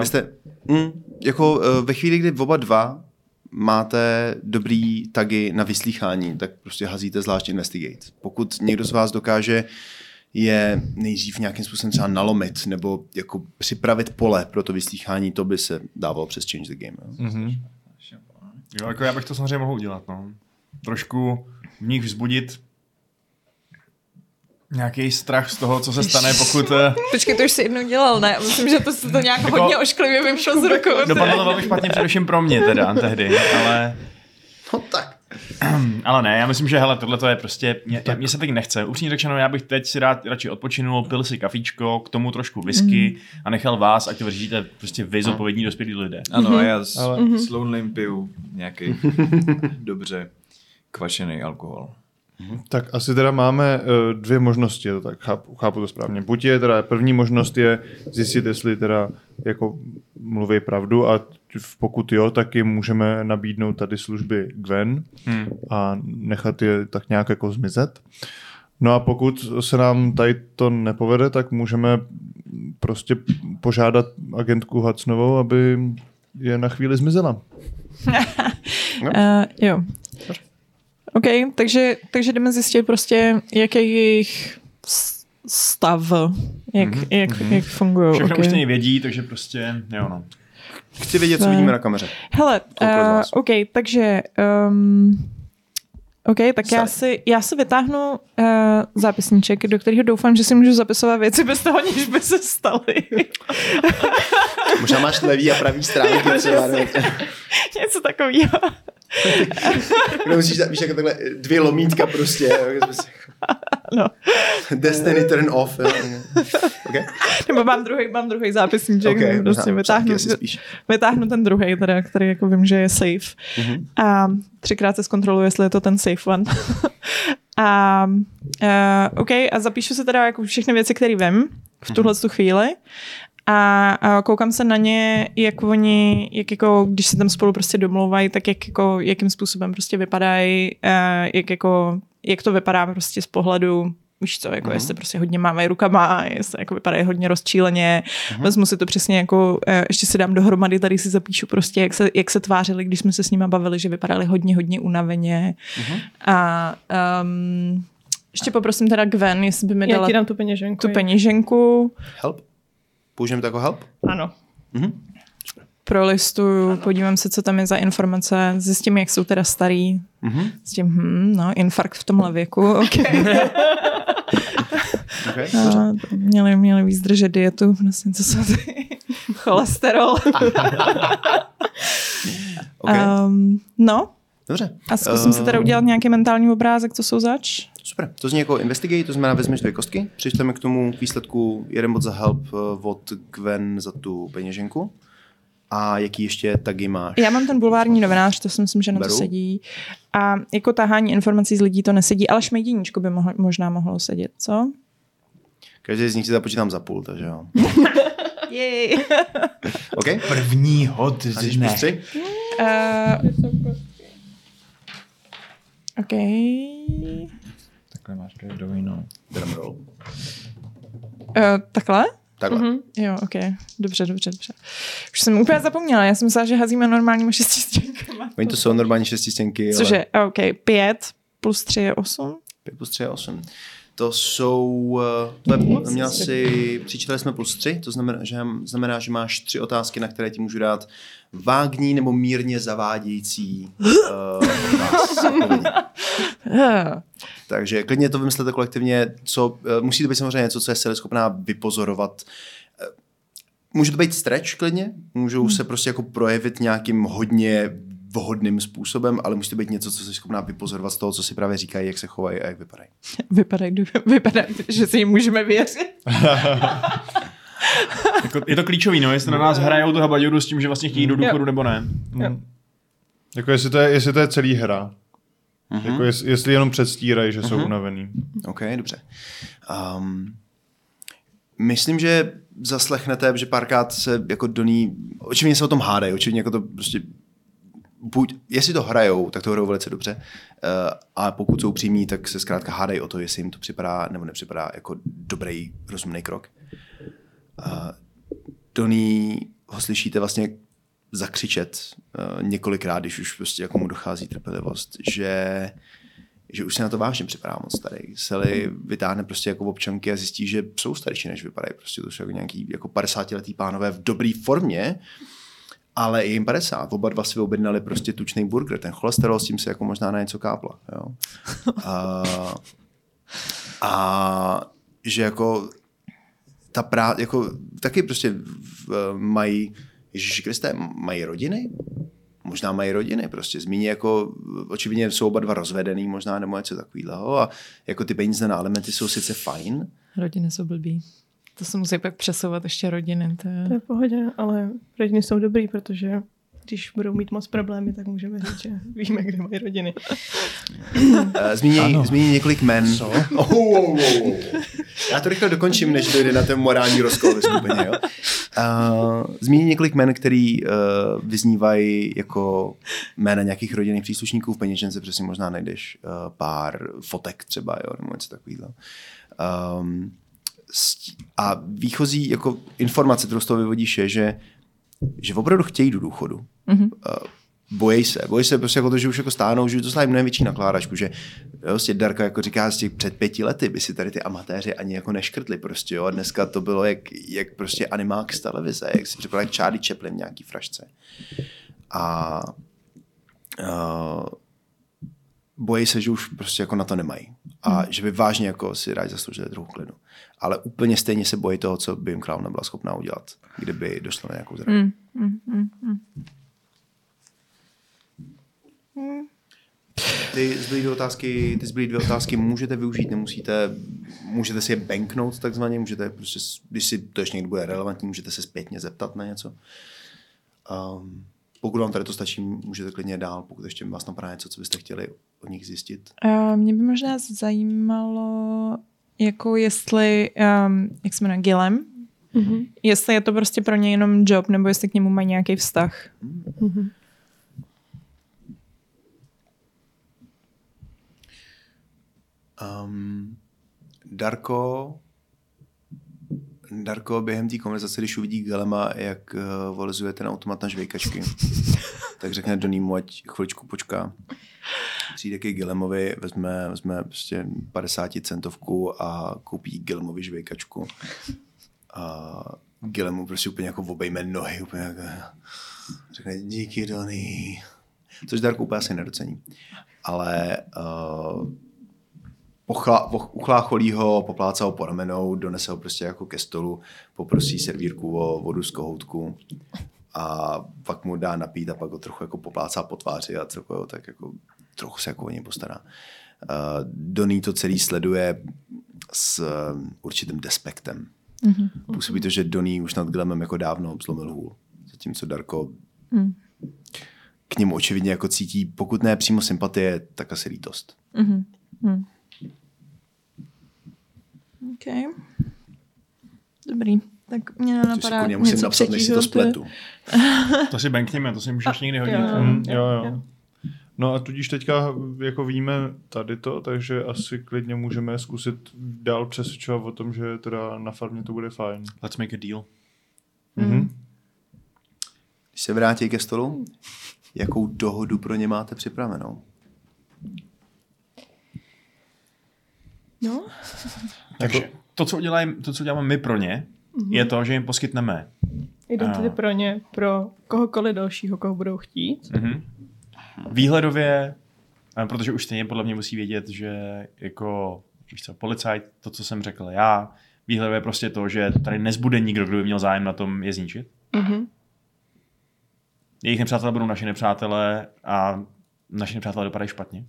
Ve chvíli, kdy oba dva máte dobrý tagy na vyslýchání, tak prostě hazíte zvlášť investigate. Pokud někdo z vás dokáže je nejdřív nějakým způsobem třeba nalomit nebo jako připravit pole pro to vyslýchání, to by se dávalo přes Change the Game. Jo? Mm-hmm. Jo, jako já bych to samozřejmě mohl udělat. No. Trošku v nich vzbudit nějaký strach z toho, co se stane, pokud... Počkej, to už jsi jednou dělal, ne? Myslím, že to nějak jako, hodně ošklivě vyšlo z rukou. Dopadlo to velmi špatně především pro mě teda tehdy, ale... No tak. Ale ne, já myslím, že hele, tohle to je prostě... Mně se teď nechce. Upřímně řečeno, já bych teď si radši odpočinul, pil si kafíčko, k tomu trošku whisky a nechal vás, ať to vyřídíte prostě vy zodpovědní dospělí lidé. Ano, a já s Lonelym piju nějaký dobře kvašený alkohol. Tak asi teda máme dvě možnosti, to tak chápu to správně. Buď je teda první možnost je zjistit, jestli teda jako mluví pravdu a pokud jo, tak jim můžeme nabídnout tady služby Gwen a nechat je tak nějak jako zmizet. No a pokud se nám tady to nepovede, tak můžeme prostě požádat agentku Hudsonovou, aby je na chvíli zmizela. Jo. OK, takže jdeme zjistit prostě, jaký je jejich stav, jak fungují. Všechno už stejně vědí, takže prostě, jo no. Chci vědět, co vidíme na kameře. Hele, OK, takže tak já si vytáhnu zápisníček, do kterého doufám, že si můžu zapisovat věci bez toho, než by se staly. Možná máš levý a pravý stránky třeba. Něco takového. Musíš víš, jako takhle 2 lomítka prostě. No. Destiny turn off. Okay. Nebo mám druhý zápisníček. Okay, prostě vytáhnu ten druhý, teda, který jako vím, že je safe. A 3krát se zkontroluji, jestli je to ten safe one. OK, a zapíšu se teda jako všechny věci, které vím v tuhle chvíli. A koukám se na ně, jak oni, jak jako, když se tam spolu prostě domlouvají, tak jakým způsobem prostě vypadají, jak to vypadá prostě z pohledu, víš co, jako jestli prostě hodně mávají rukama, jestli jako vypadají hodně rozčíleně, vezmu si to přesně jako, ještě si dám dohromady, tady si zapíšu prostě, jak se tvářili, když jsme se s nima bavili, že vypadali hodně unaveně. A ještě poprosím teda Gwen, jestli by mi dala... Já ti dám tu peněženku. Help? Použijeme to jako help? Ano. Prolistuju, podívám se, co tam je za informace, zjistím, jak jsou teda starý. S tím, infarkt v tomhle věku, okay. Měli víc držet dietu, vlastně, co jsou ty cholesterol. Dobře. A zkusím si teda udělat nějaký mentální obrázek, co jsou zač. Super. To zní jako investigate, to znamená vezmeš 2 kostky, přičteme k tomu výsledku 1 bod za help od Gwen za tu peněženku. A jaký ještě tagy máš? Já mám ten bulvární novinář, to si myslím, že na to sedí. A jako tahání informací z lidí to nesedí, ale šmejděníčko by možná mohlo sedět, co? Každý z nich si započítám za půl, takže jo. Jej. OK? První hod dne. OK. Takhle máš každou jinou. Drumroll. Takhle? Takhle. Jo, OK. Dobře. Už jsem úplně zapomněla. Já jsem myslela, že hazíme normálníma 6 stěnkama. Oni to jsou normální 6 stěnky. Cože? Ale... OK. 5 plus 3 je 8. 5 plus 3 je 8. To jsou... měl si... Přičítali jsme plus 3, to znamená, že máš 3 otázky, na které ti můžu dát vágní nebo mírně zavádějící odpovědi. Takže klidně to vymyslete kolektivně, co musí to být samozřejmě něco, co je Sally schopná vypozorovat. Může to být stretch klidně, můžou se prostě jako projevit nějakým hodně vhodným způsobem, ale musí to být něco, co jsi schopná vypozorovat z toho, co si právě říkají, jak se chovají a jak vypadají. Vypadají, že si jim můžeme věřit. Je to klíčový, no, jestli na nás hrajou tu habaďoru s tím, že vlastně chtějí do důchodu nebo ne. Jako jestli to je celý hra. Jako jestli jenom předstírají, že jsou unavený. OK, dobře. Myslím, že zaslechnete, že párkrát se jako do ní, očividně se o tom hádají, očividně jako to prostě jestli to hrajou, tak to hrajou velice dobře. A pokud jsou přímí, tak se zkrátka hádají o to, jestli jim to připadá nebo nepřipadá jako dobrý, rozumný krok. Do ní ho slyšíte vlastně zakřičet několikrát, když už prostě jako mu dochází trpělivost, že už se na to vážně připadá moc starý. Sally vytáhne prostě jako občanky a zjistí, že jsou starší, než vypadají. Prostě to jsou jako nějaký jako 50letý pánové v dobré formě, ale je jim 50. Oba dva si objednali prostě tučný burger. Ten cholesterol s tím se jako možná na něco kápla. Jo? A že jako jako taky prostě mají, Ježiši Kriste, mají rodiny? Možná mají rodiny, prostě zmíní jako, očividně jsou oba dva rozvedený, možná nebo něco takového a jako ty peníze na alimenty jsou sice fajn. Rodiny jsou blbý. To se musí pak přesouvat ještě rodiny. To je v pohodě, ale rodiny jsou dobrý, protože když budou mít moc problémy, tak můžeme říct, že víme, kde mají rodiny. Zmíní několik men. Co? Já to rychle dokončím, než dojde na ten morální rozkol ve skupině. Zmíní několik men, který vyznívají jako jména nějakých rodinných příslušníků. V peněžence přesně možná najdeš pár fotek třeba, jo, nebo něco takového. A výchozí jako informace, kterou z toho vyvodíš, je, že opravdu chtějí do důchodu. Bojí se prostě jako to, že už jako stáhnou, že to stále mnohem větší nakládačku, že prostě Darka jako říká, že před 5 lety by si tady ty amatéři ani jako neškrtli prostě, jo, a dneska to bylo jak prostě animák z televize, jak si připadal jak Charlie Chaplin v nějaký frašce. A bojí se, že už prostě jako na to nemají. A že by vážně jako si rádi zasloužili druhou klidu. Ale úplně stejně se bojí toho, co by jim královna byla schopná udělat, kdyby došlo na nějakou zradu. Ty zbylé 2 otázky můžete využít, nemusíte, můžete si je banknout takzvaně, můžete prostě, když si to ještě někdo bude relevantní, můžete se zpětně zeptat na něco. pokud vám tady to stačí, můžete klidně dál, pokud ještě vás napadá něco, co byste chtěli od nich zjistit. Mě by možná zajímalo, jako jestli, jak se jmenuje, Gilem, jestli je to prostě pro ně jenom job, nebo jestli k němu mají nějaký vztah. Darko během té konverzace, když uvidí Gilema, jak volizuje ten automat na žvejkačky, tak řekne Donnímu, ať chviličku počká. Přijde ke Gilemovi, vezme prostě 50 centovku a koupí Gilemovi žvejkačku. A Gilemu prostě úplně jako obejme nohy, úplně jako řekne díky Donny. Což Darko úplně asi nedocení. Ale uchlácholí ho, poplácá ho po ramenou, donese ho prostě jako ke stolu, poprosí servírku o vodu z kohoutku a pak mu dá napít a pak ho trochu jako poplácá po tváři a trochu, tak jako, trochu se jako o něj postará. Donny to celý sleduje s určitým despektem. Působí to, že Donny už nad Gilemem jako dávno zlomil hůl. Zatímco Darko k němu očividně jako cítí, pokud ne přímo sympatie, tak asi lítost. OK. Dobrý. Tak mě nenapadá já musím napsat, než si to spletu. To si bankněme, to si můžeš někdy hodit. Jo. No a tudíž teďka jako víme tady to, takže asi klidně můžeme zkusit dál přesvědčovat o tom, že teda na farmě to bude fajn. Let's make a deal. Když se vrátí ke stolu, jakou dohodu pro ně máte připravenou? No. Takže to, co děláme my pro ně, je to, že jim poskytneme identity pro ně, pro kohokoliv dalšího, koho budou chtít. Výhledově, protože už stejně podle mě musí vědět, že jako policajt, to, co jsem řekl já, výhledově prostě to, že tady nezbude nikdo, kdo by měl zájem na tom je zničit. Jejich nepřátelé budou naši nepřátelé a naši nepřátelé dopadají špatně.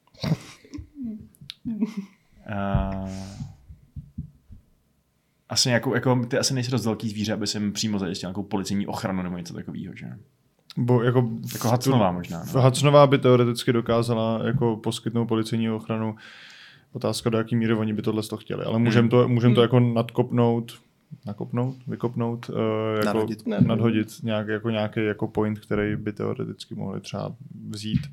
Asi jako ty asi nejsi dost velký zvíře, aby jsem přímo zajistil nějakou policejní ochranu nebo něco takového, že? Bo jako Hudsonová možná. No. Hudsonová by teoreticky dokázala jako poskytnout policejní ochranu. Otázka, do jaký míry oni by tohle chtěli. Ale můžem to jako vykopnout, jako nadhodit nějaký jako point, který by teoreticky mohli třeba vzít.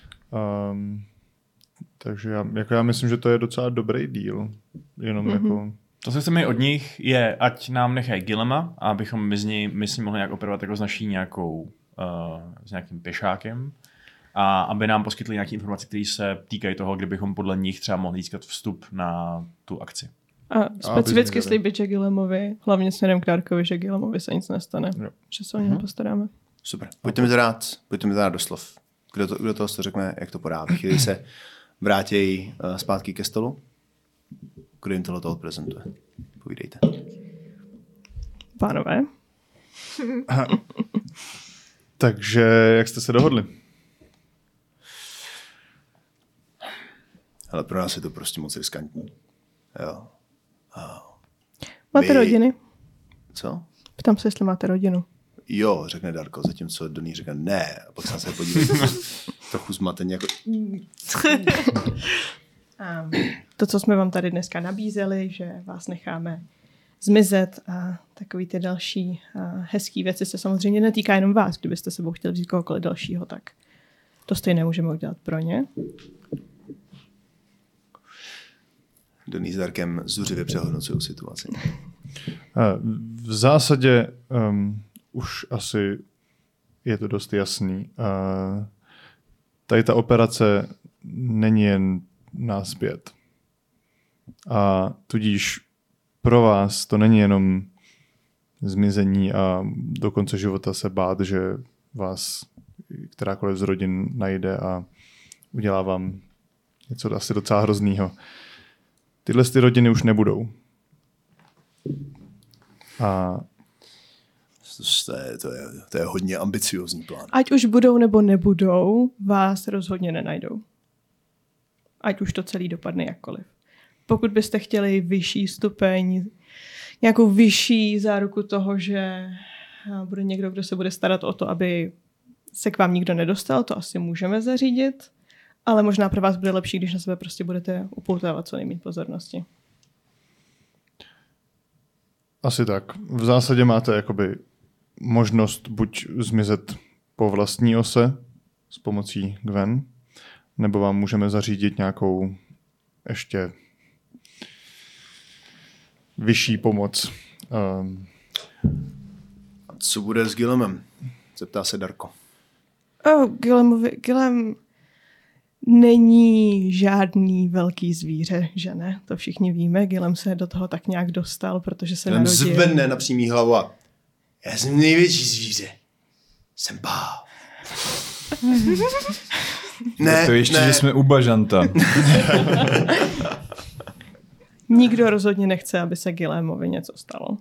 Takže já myslím, že to je docela dobrý deal. Jenom jako... To, co chceme od nich, je, ať nám nechají Gilema, abychom my s ním mohli nějak operovat jako s naší nějakou, s nějakým pěšákem a aby nám poskytli nějaké informace, které se týkají toho, kdybychom podle nich třeba mohli získat vstup na tu akci. A specificky slíbit, že Gilemovi, hlavně směrem k Darkovi, že Gilemovi se nic nestane. Jo. Že se o něho postaráme. Super. Pojďte mi to dát do slov. Kdo to řekne, jak to podá. Chvíli se vrátí zpátky ke stolu. Kdo jim tohle odprezentuje? Povídejte. Pánové. Takže jak jste se dohodli? Ale pro nás je to prostě moc riskantní. Jo. Máte rodiny? Co? Ptám se, jestli máte rodinu. Jo, řekne Darko, zatímco Donny řekne ne. A pak se podívejte trochu zmateně jako... To, co jsme vám tady dneska nabízeli, že vás necháme zmizet a takový ty další hezký věci se samozřejmě netýká jenom vás. Kdybyste sebou chtěli vzít kohokoliv dalšího, tak to stejně můžeme udělat pro ně. Donny s Darkem zuřivě přehodnocují situaci. V zásadě už asi je to dost jasný. Tady ta operace není jen nazpět. A tudíž pro vás to není jenom zmizení a do konce života se bát, že vás kterákoliv z rodin najde a udělá vám něco asi docela hroznýho. Tyhle ty rodiny už nebudou. A to je hodně ambiciozní plán. Ať už budou nebo nebudou, vás rozhodně nenajdou. Ať už to celý dopadne jakkoliv. Pokud byste chtěli vyšší stupeň, nějakou vyšší záruku toho, že bude někdo, kdo se bude starat o to, aby se k vám nikdo nedostal, to asi můžeme zařídit, ale možná pro vás bude lepší, když na sebe prostě budete upoutávat co nejméně pozornosti. Asi tak. V zásadě máte jakoby možnost buď zmizet po vlastní ose s pomocí Gwen, nebo vám můžeme zařídit nějakou ještě vyšší pomoc. Co bude s Guillemem? Zeptá se Darko. Guillem není žádný velký zvíře, že ne? To všichni víme. Guillem se do toho tak nějak dostal, protože se narodil. Zvedne na přímý hlavu a já jsem největší zvíře. Jsem bál. To ještě, že jsme u bažanta. Nikdo rozhodně nechce, aby se Guillemovi něco stalo.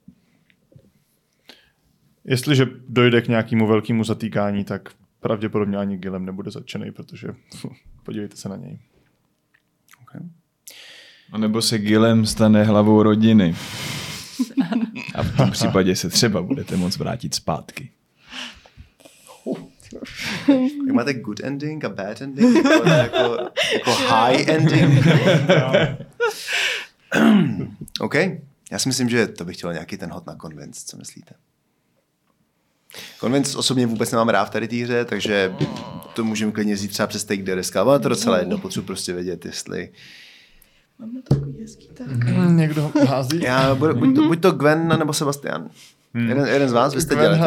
Jestliže dojde k nějakému velkému zatýkání, tak pravděpodobně ani Guillem nebude zatčený, protože podívejte se na něj. Okay. A nebo se Guillem stane hlavou rodiny. A v tom případě se třeba budete moct vrátit zpátky. Jak máte good ending a bad ending? Jako high ending? OK. Já si myslím, že to bych chtěl nějaký ten hod na Convince. Co myslíte? Convince osobně vůbec nemám rád v tady té hře, takže to můžeme klidně vzít třeba přes Take the Risk, ale to docela jedno, potřebuji prostě vědět, jestli... Máme takový hezký tak. Někdo hází? Já, buď to Gwen, nebo Sebastian. Jeden z vás, vy jste dělali.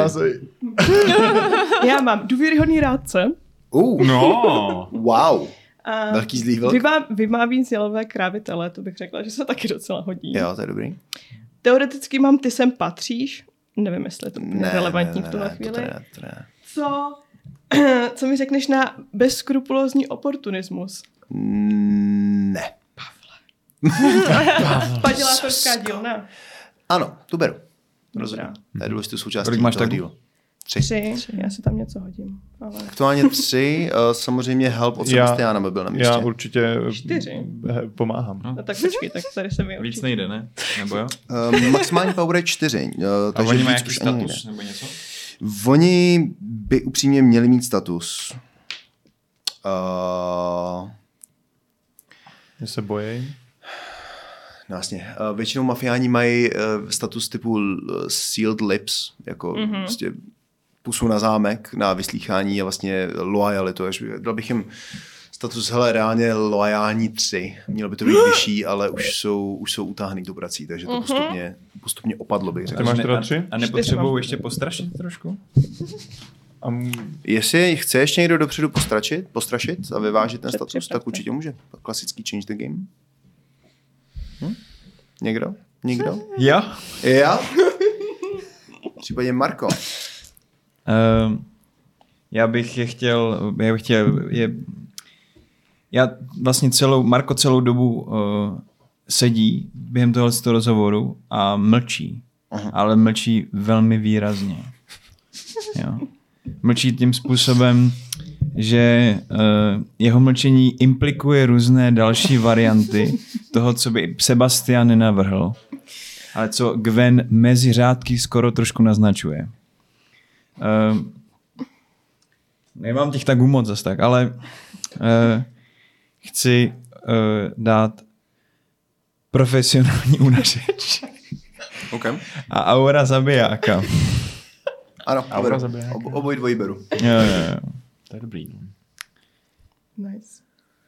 Já mám důvěryhodný rádce. No. Wow. Velký zlý vlk. Vymáví zjelové krávitele, to bych řekla, že se taky docela hodí. Jo, to je dobrý. Teoreticky mám ty sem patříš. Nevím, jestli je to relevantní v tuhle chvíli. To ne. Co mi řekneš na bezskrupulózní oportunismus? Ne. Padělátorská dílna. Ano, tu beru. Dobrá. To je důležitou součástí Kolik máš toho tagu? dílu. 3. Já si tam něco hodím. Ale... Aktuálně 3. Samozřejmě help od Sebastiana by byl na místě. Já určitě 4. Pomáhám. No tak počkej, tak tady se mi určitě. Víc nejde, ne? Nebo jo? Maximální power je 4. A oni mají víc nějaký už ani status nebo něco? Oni by upřímně měli mít status. Mě se bojí. No vlastně. Většinou mafiáni mají status typu sealed lips, jako prostě pusu na zámek, na vyslýchání a vlastně loyalitu. Dal bych jim status, hele, reálně loajální 3. Mělo by to být vyšší, ale už jsou utáhný tou prací, takže to postupně opadlo, bych řekl. Ty máš teda 3? A nepotřebují ještě postrašit trošku? Jestli chce ještě někdo dopředu postrašit a vyvážit ten status, tak určitě může. Klasický change the game. Někdo? Nikdo? Já? Já? V případě Marko. Já bych vlastně Marko celou dobu sedí během tohoto rozhovoru a mlčí. Ale mlčí velmi výrazně. Jo. Mlčí tím způsobem, že jeho mlčení implikuje různé další varianty toho, co by Sebastian nenavrhl, ale co Gwen mezi řádky skoro trošku naznačuje. Nemám těch tak moc zas tak, ale chci dát profesionální unařeč. Okay. A aura zabijáka. Ano, obojí dvojí beru. Jo. To je dobrý. Nice.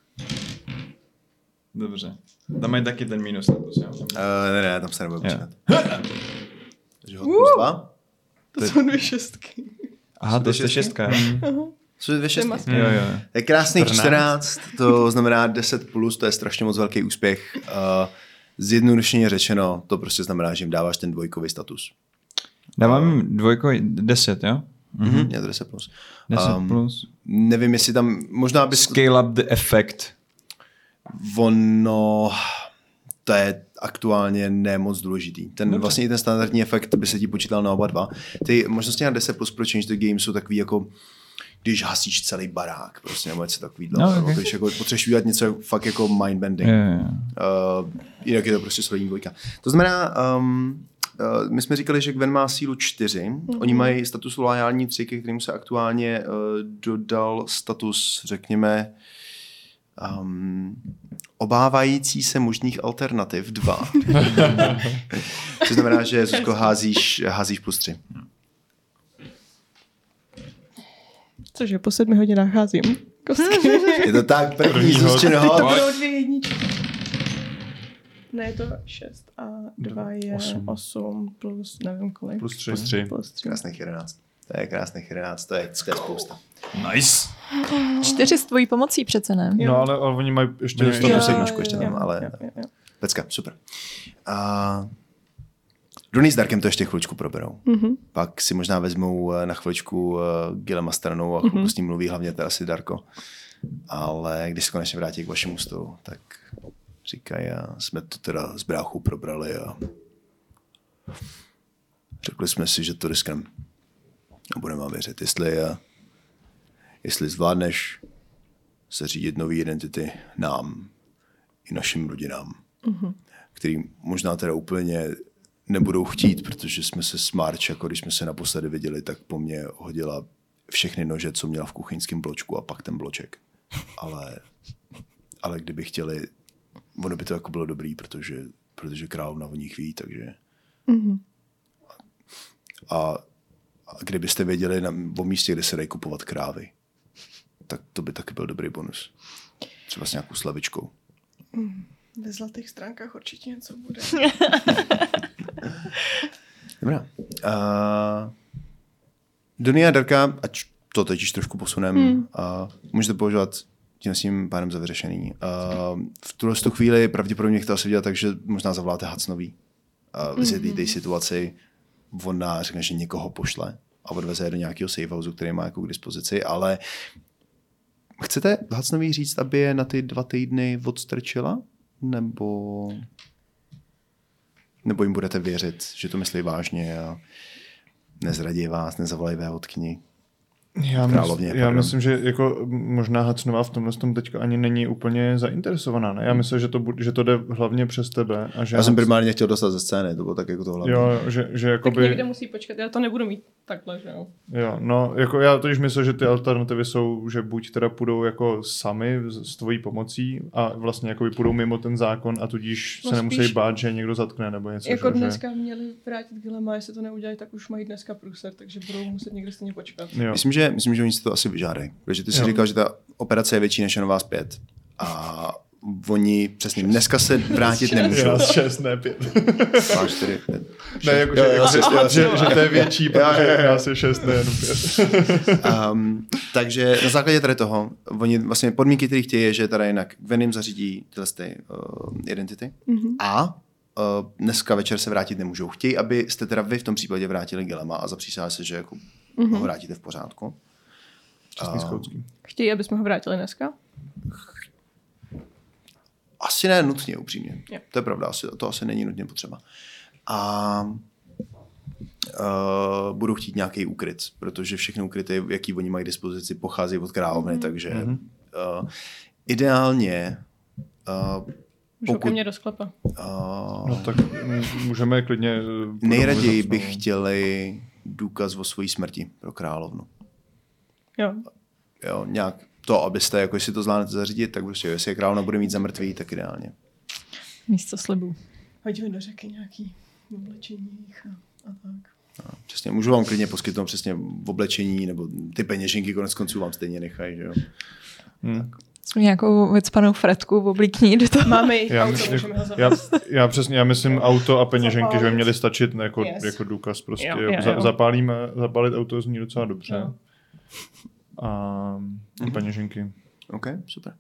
Dobře. Tam mají taky ten minus status, jo? Ne, tam se nebude počítat. Takže hod plus 2. To jsou 2 šestky. Aha, to je 6. Jsou 2 šestky. Jo. Je krásných 14, to znamená 10 plus, to je strašně moc velký úspěch. Zjednodušeně řečeno, to prostě znamená, že jim dáváš ten dvojkový status. Dávám jim 10, jo? Je to 10 plus. 10 plus. Nevím, jestli tam možná bys... Scale up the effect. Ono... To je aktuálně nemoc důležitý. Vlastně ten standardní efekt by se ti počítal na oba dva. Ty možnosti na 10 plus pro Change the Game jsou takový jako když hasíš celý barák, prostě, nebo něco takovýhle. Okay. Když jako potřebuješ udělat něco fakt jako mindbending. Jinak je to prostě solidní dvojka. To znamená, my jsme říkali, že Gwen má sílu 4. Oni mají status loajální 3, ke kterému se aktuálně dodal status, řekněme, obávající se možných alternativ 2. To znamená, že Zuzko házíš +3. Cože, po 7 hodinách házím kostky. Je to tak, první Zuzčin hod. To bylo 2 jedničky. Ne, je to 6 a 2 je 8 plus nevím kolik. Plus 3. Krásných 11. To je krásných 11, to je spousta. Nice. 4 s tvojí pomocí přece, ne? No, ale oni mají ještě status jedničku ještě tam, ale pecka, super. Duny s Darkem to ještě chviličku proberou. Pak si možná vezmou na chviličku Gilema stranou a chvilku s ním mluví, hlavně teda asi Darko. Ale když se konečně vrátí k vašemu stolu, tak říkají, jsme to teda s bráchou probrali a řekli jsme si, že to riskneme. A budeme vám věřit, jestli zvládneš se řídit nový identity nám i našim rodinám, který možná teda úplně nebudou chtít, protože jsme se s Marč, jako když jsme se naposledy viděli, tak po mně hodila všechny nože, co měla v kuchyňském bločku a pak ten bloček. Ale kdyby chtěli, ono by to jako bylo dobrý, protože královna o nich ví, takže... A kdybyste věděli o místě, kde se dají kupovat krávy, tak to by taky byl dobrý bonus. Třeba s nějakou slavičkou. Ve zlatých stránkách určitě něco bude. Dobrá. Duny a Darka, ať to teď již trošku posunem, můžete považovat tím pádem za vyřešený. V tuhle chvíli pravděpodobně chtěl se dělat tak, že možná zavoláte Hudsonovi. Vysvětlí té situaci, ona řekne, že někoho pošle a odveze je do nějakého safehouse, který má jako k dispozici, ale chcete Hudsonovi říct, aby je na ty 2 týdny odstrčila? Nebo jim budete věřit, že to myslí vážně a nezradí vás, nezavolají vévodkyni? Já myslím, že jako možná Hudsonová v tomhle tom teďka ani není úplně zainteresovaná. Ne? Já myslím, že to jde hlavně přes tebe. A že já jsem primárně chtěl dostat ze scény, to bylo tak jako to hlavně. Jo, že jakoby... Tak někde musí počkat, já to nebudu mít takhle, že jo? Jo, no, jako já totiž myslím, že ty alternativy jsou, že buď teda půjdou jako sami s tvojí pomocí a vlastně jako půjdou mimo ten zákon a tudíž se nemusí bát, že někdo zatkne nebo něco. Jako dneska měli vrátit Gilema, jestli to neudělají, tak už mají dneska průser, takže budou muset někde stejně počkat. Myslím, že oni si to asi vyžádají, protože ty jsi říkal, že ta operace je větší než jen vás 5 a oni přesně dneska se vrátit nemůžou. Já 6, ne 5. Máš 4, 5. Ne, jako, že to je větší, protože já si 6, ne jenom 5. Takže na základě tady toho, oni vlastně podmínky, které chtějí, je, že teda jinak Gwen jim zařídí tyhle identity a dneska večer se vrátit nemůžou. Chtějí, abyste teda vy v tom případě vrátili Gilema a zapřísahali se, že jako ho vrátíte v pořádku. Chtějí, aby jsme ho vrátili dneska? Asi ne nutně, upřímně. Jo. To je pravda, to asi není nutně potřeba. A budou chtít nějaký úkryt, protože všechny úkryty, jaký oni mají k dispozici, pocházejí od královny, takže ideálně Můžou ke mně do sklepa. No tak můžeme klidně... Nejraději bych chtěli důkaz o své smrti pro královnu. Jo, nějak to, abyste, jako jestli to zvládnete zařídit, tak prostě, jestli je královna bude mít za mrtvý, tak ideálně. Místo slibu. Hodíme do řeky nějaký oblečení a tak. No, přesně, můžu vám klidně poskytnout přesně oblečení, nebo ty peněženky konec konců vám stejně nechají, že jo. Jsme nějakou vycpanou fretku v oblíkní do toho. Máme jich auto, můžeme ho zavést. Já myslím auto a peněženky, že by měly stačit jako důkaz prostě. Jo. Zapálit auto zní docela dobře. Jo. A peněženky. OK, super.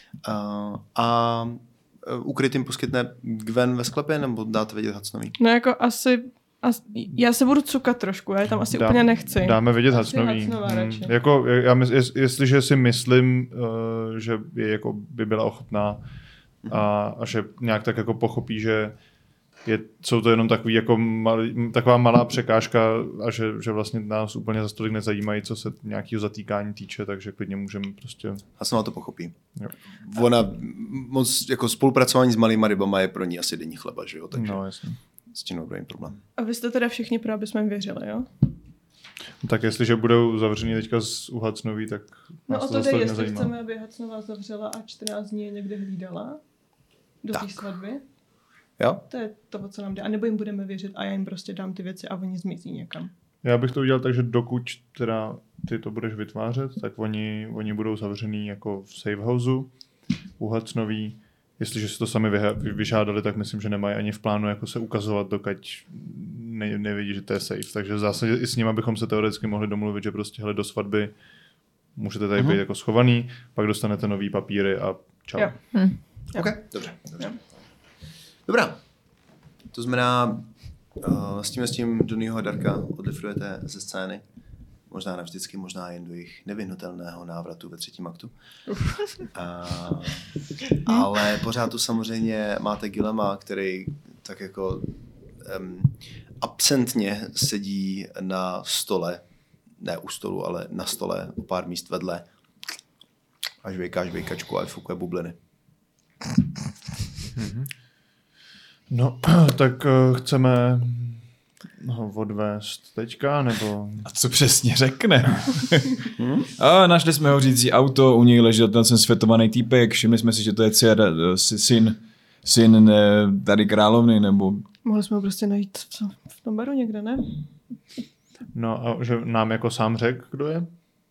A ukrytým poskytne Gwen ve sklepě, nebo dáte vědět Hudsonovi? No jako asi já se budu cukat trošku, já je tam asi úplně nechci. Dáme vědět Hudsonovi. Jako, jestliže si myslím, že je, jako, by byla ochotná a že nějak tak jako pochopí, že jsou to jenom takový jako taková malá překážka a že vlastně nás úplně za stolik nezajímají, co se nějakého zatýkání týče, takže klidně můžeme prostě... Hudsonová to pochopí. Jo. Ona moc jako spolupracování s malýma rybama je pro ní asi denní chleba, že jo? Takže no, jasně. s tím nebude problém. A vy jste teda všichni pro, aby jsme jim věřili, jo? Tak jestliže budou zavřený teďka z u Hudsonový, tak No nás o to zase jde, tak jestli nezajímá. chceme, aby Hudsonová zavřela a 14 dní je někde hlídala do té Tak. svatby. Jo? To je to, co nám jde. A nebo jim budeme věřit a já jim prostě dám ty věci a oni zmizí někam. Já bych to udělal tak, že dokud teda ty to budeš vytvářet, tak oni budou zavřený jako v safe houseu u Hudsonový. Jestliže si to sami vyžádali, tak myslím, že nemají ani v plánu jako se ukazovat, dokud nevidí, že to je safe. Takže v zásadě i s nimi bychom se teoreticky mohli domluvit, že prostě hele, do svatby můžete tady být jako schovaný, pak dostanete nový papíry a čau. Jo. OK, dobře. Dobrá. To znamená, s tím do Nýho Darka odlifrujete ze scény. Možná navždycky, možná jen do jejich nevyhnutelného návratu ve 3. aktu. Ale pořád tu samozřejmě máte Gilema, který tak jako absentně sedí na stole, ne u stolu, ale na stole o pár míst vedle. Až vejkačku a fukuje bubliny. No, tak chceme ho odvést teďka, nebo... A co přesně řekne? A našli jsme ho řící auto, u něj ležel ten světovaný týpek, všimli jsme si, že to je syn tady královny, nebo... Mohli jsme ho prostě najít v tom baru někde, ne? No a že nám jako sám řekl, kdo je?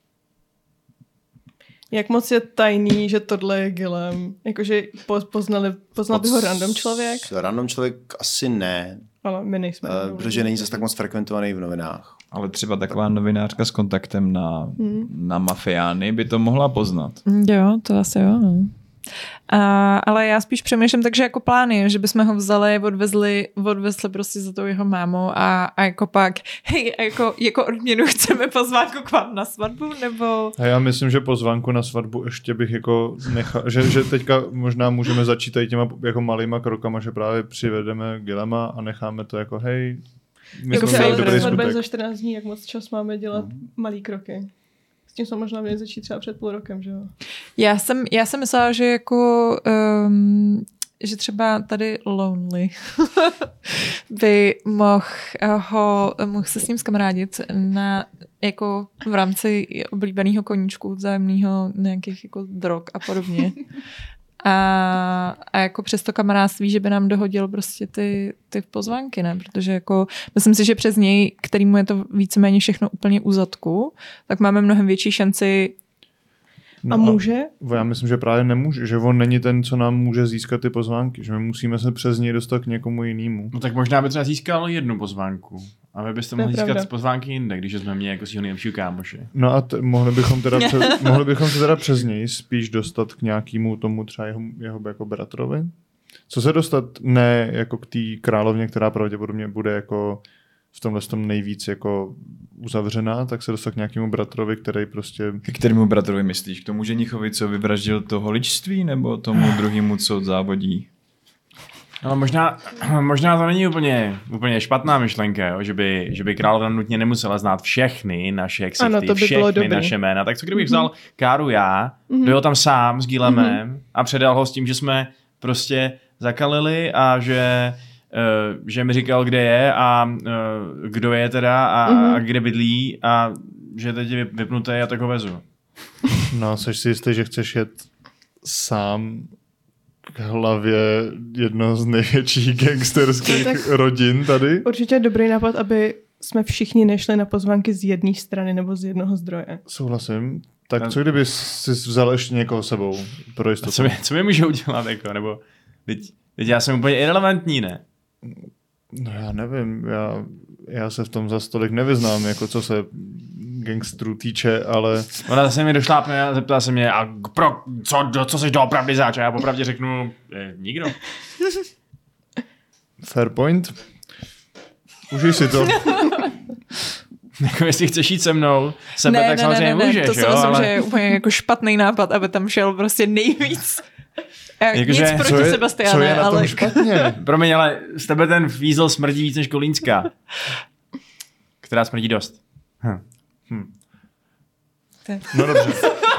Jak moc je tajný, že tohle je Gilem? Jakože poznal by ho random člověk? Random člověk asi ne, Ale my nejsme. protože není zase tak moc frekventovaný v novinách. Ale třeba taková novinářka s kontaktem na mafiány by to mohla poznat. Jo, to asi jo. No. Ale já spíš přemýšlím takže jako plány, že bychom ho vzali, odvezli prostě za tou jeho mámou a jako pak, hej, jako odměnu chceme pozvánku k vám na svatbu, nebo... A já myslím, že pozvánku na svatbu ještě bych jako nechal, že teďka možná můžeme začít tady těma jako malýma krokama, že právě přivedeme Gilema a necháme to jako hej, my Jako jsme měli dobrý svatba skutek. za 14 dní, jak moc čas máme dělat malý kroky. S tím jsme možná měli začít třeba před půl rokem, že jo? Já jsem myslela, že jako že třeba tady Lonely by mohl se s ním zkamarádit jako v rámci oblíbeného koníčku, vzájemného nějakých jako drog a podobně. A jako přes to kamarádství, že by nám dohodil prostě ty pozvánky, ne? Protože jako myslím si, že přes něj, kterýmu je to víceméně všechno úplně u zadku, tak máme mnohem větší šanci. No a může? Já myslím, že právě nemůže, že on není ten, co nám může získat ty pozvánky, že my musíme se přes něj dostat k někomu jinému. No tak možná by třeba získal jednu pozvánku. A vy byste mohli získat pozvánky jinde, když jsme měli jako svýho nejlepšího kámoše. No a mohli bychom se teda přes něj spíš dostat k nějakému tomu třeba jeho jako bratrovi. Co se dostat ne jako k té královně, která pravděpodobně bude jako v tomhle tom nejvíc jako uzavřená, tak se dostat k nějakému bratrovi, který prostě... K kterému bratrovi myslíš? K tomu ženichovi, co vyvraždil to holičství, nebo tomu druhému, co závodí? Ale možná to není úplně špatná myšlenka, jo? Že by královna nutně nemusela znát všechny naše ksichty, všechny naše jména. Tak co kdybych vzal Káru já, dojel tam sám s Gilemem a předal ho s tím, že jsme prostě zakalili a že mi říkal, kde je a kdo je teda a kde bydlí a že teď je vypnutý a tak ho vezu. No, seš si jistý, že chceš jet sám k hlavě jednoho z největších gangsterských rodin tady? Určitě dobrý nápad, aby jsme všichni nešli na pozvánky z jedné strany nebo z jednoho zdroje. Souhlasím. Tak co kdyby jsi vzal ještě někoho sebou pro jistotu? Co mi může udělat? Jako? Nebo teď já jsem úplně irrelevantní, ne? No já nevím, já se v tom za stolik nevyznám, jako co se gangsterů týče, ale... Ona zase mi došlápne a zeptá se mě, a co jsi doopravdy zač? A já popravdě řeknu, nikdo. Fair point. Užij si to. Jako jestli chceš jít se mnou, tak samozřejmě můžeš, to si myslím, že je úplně jako špatný nápad, aby tam šel prostě nejvíc. Nic proti Sebastiáne, co je na tom špatně? Promiň, ale z tebe ten fízl smrdí víc než Kolínská. Která smrdí dost. No dobře.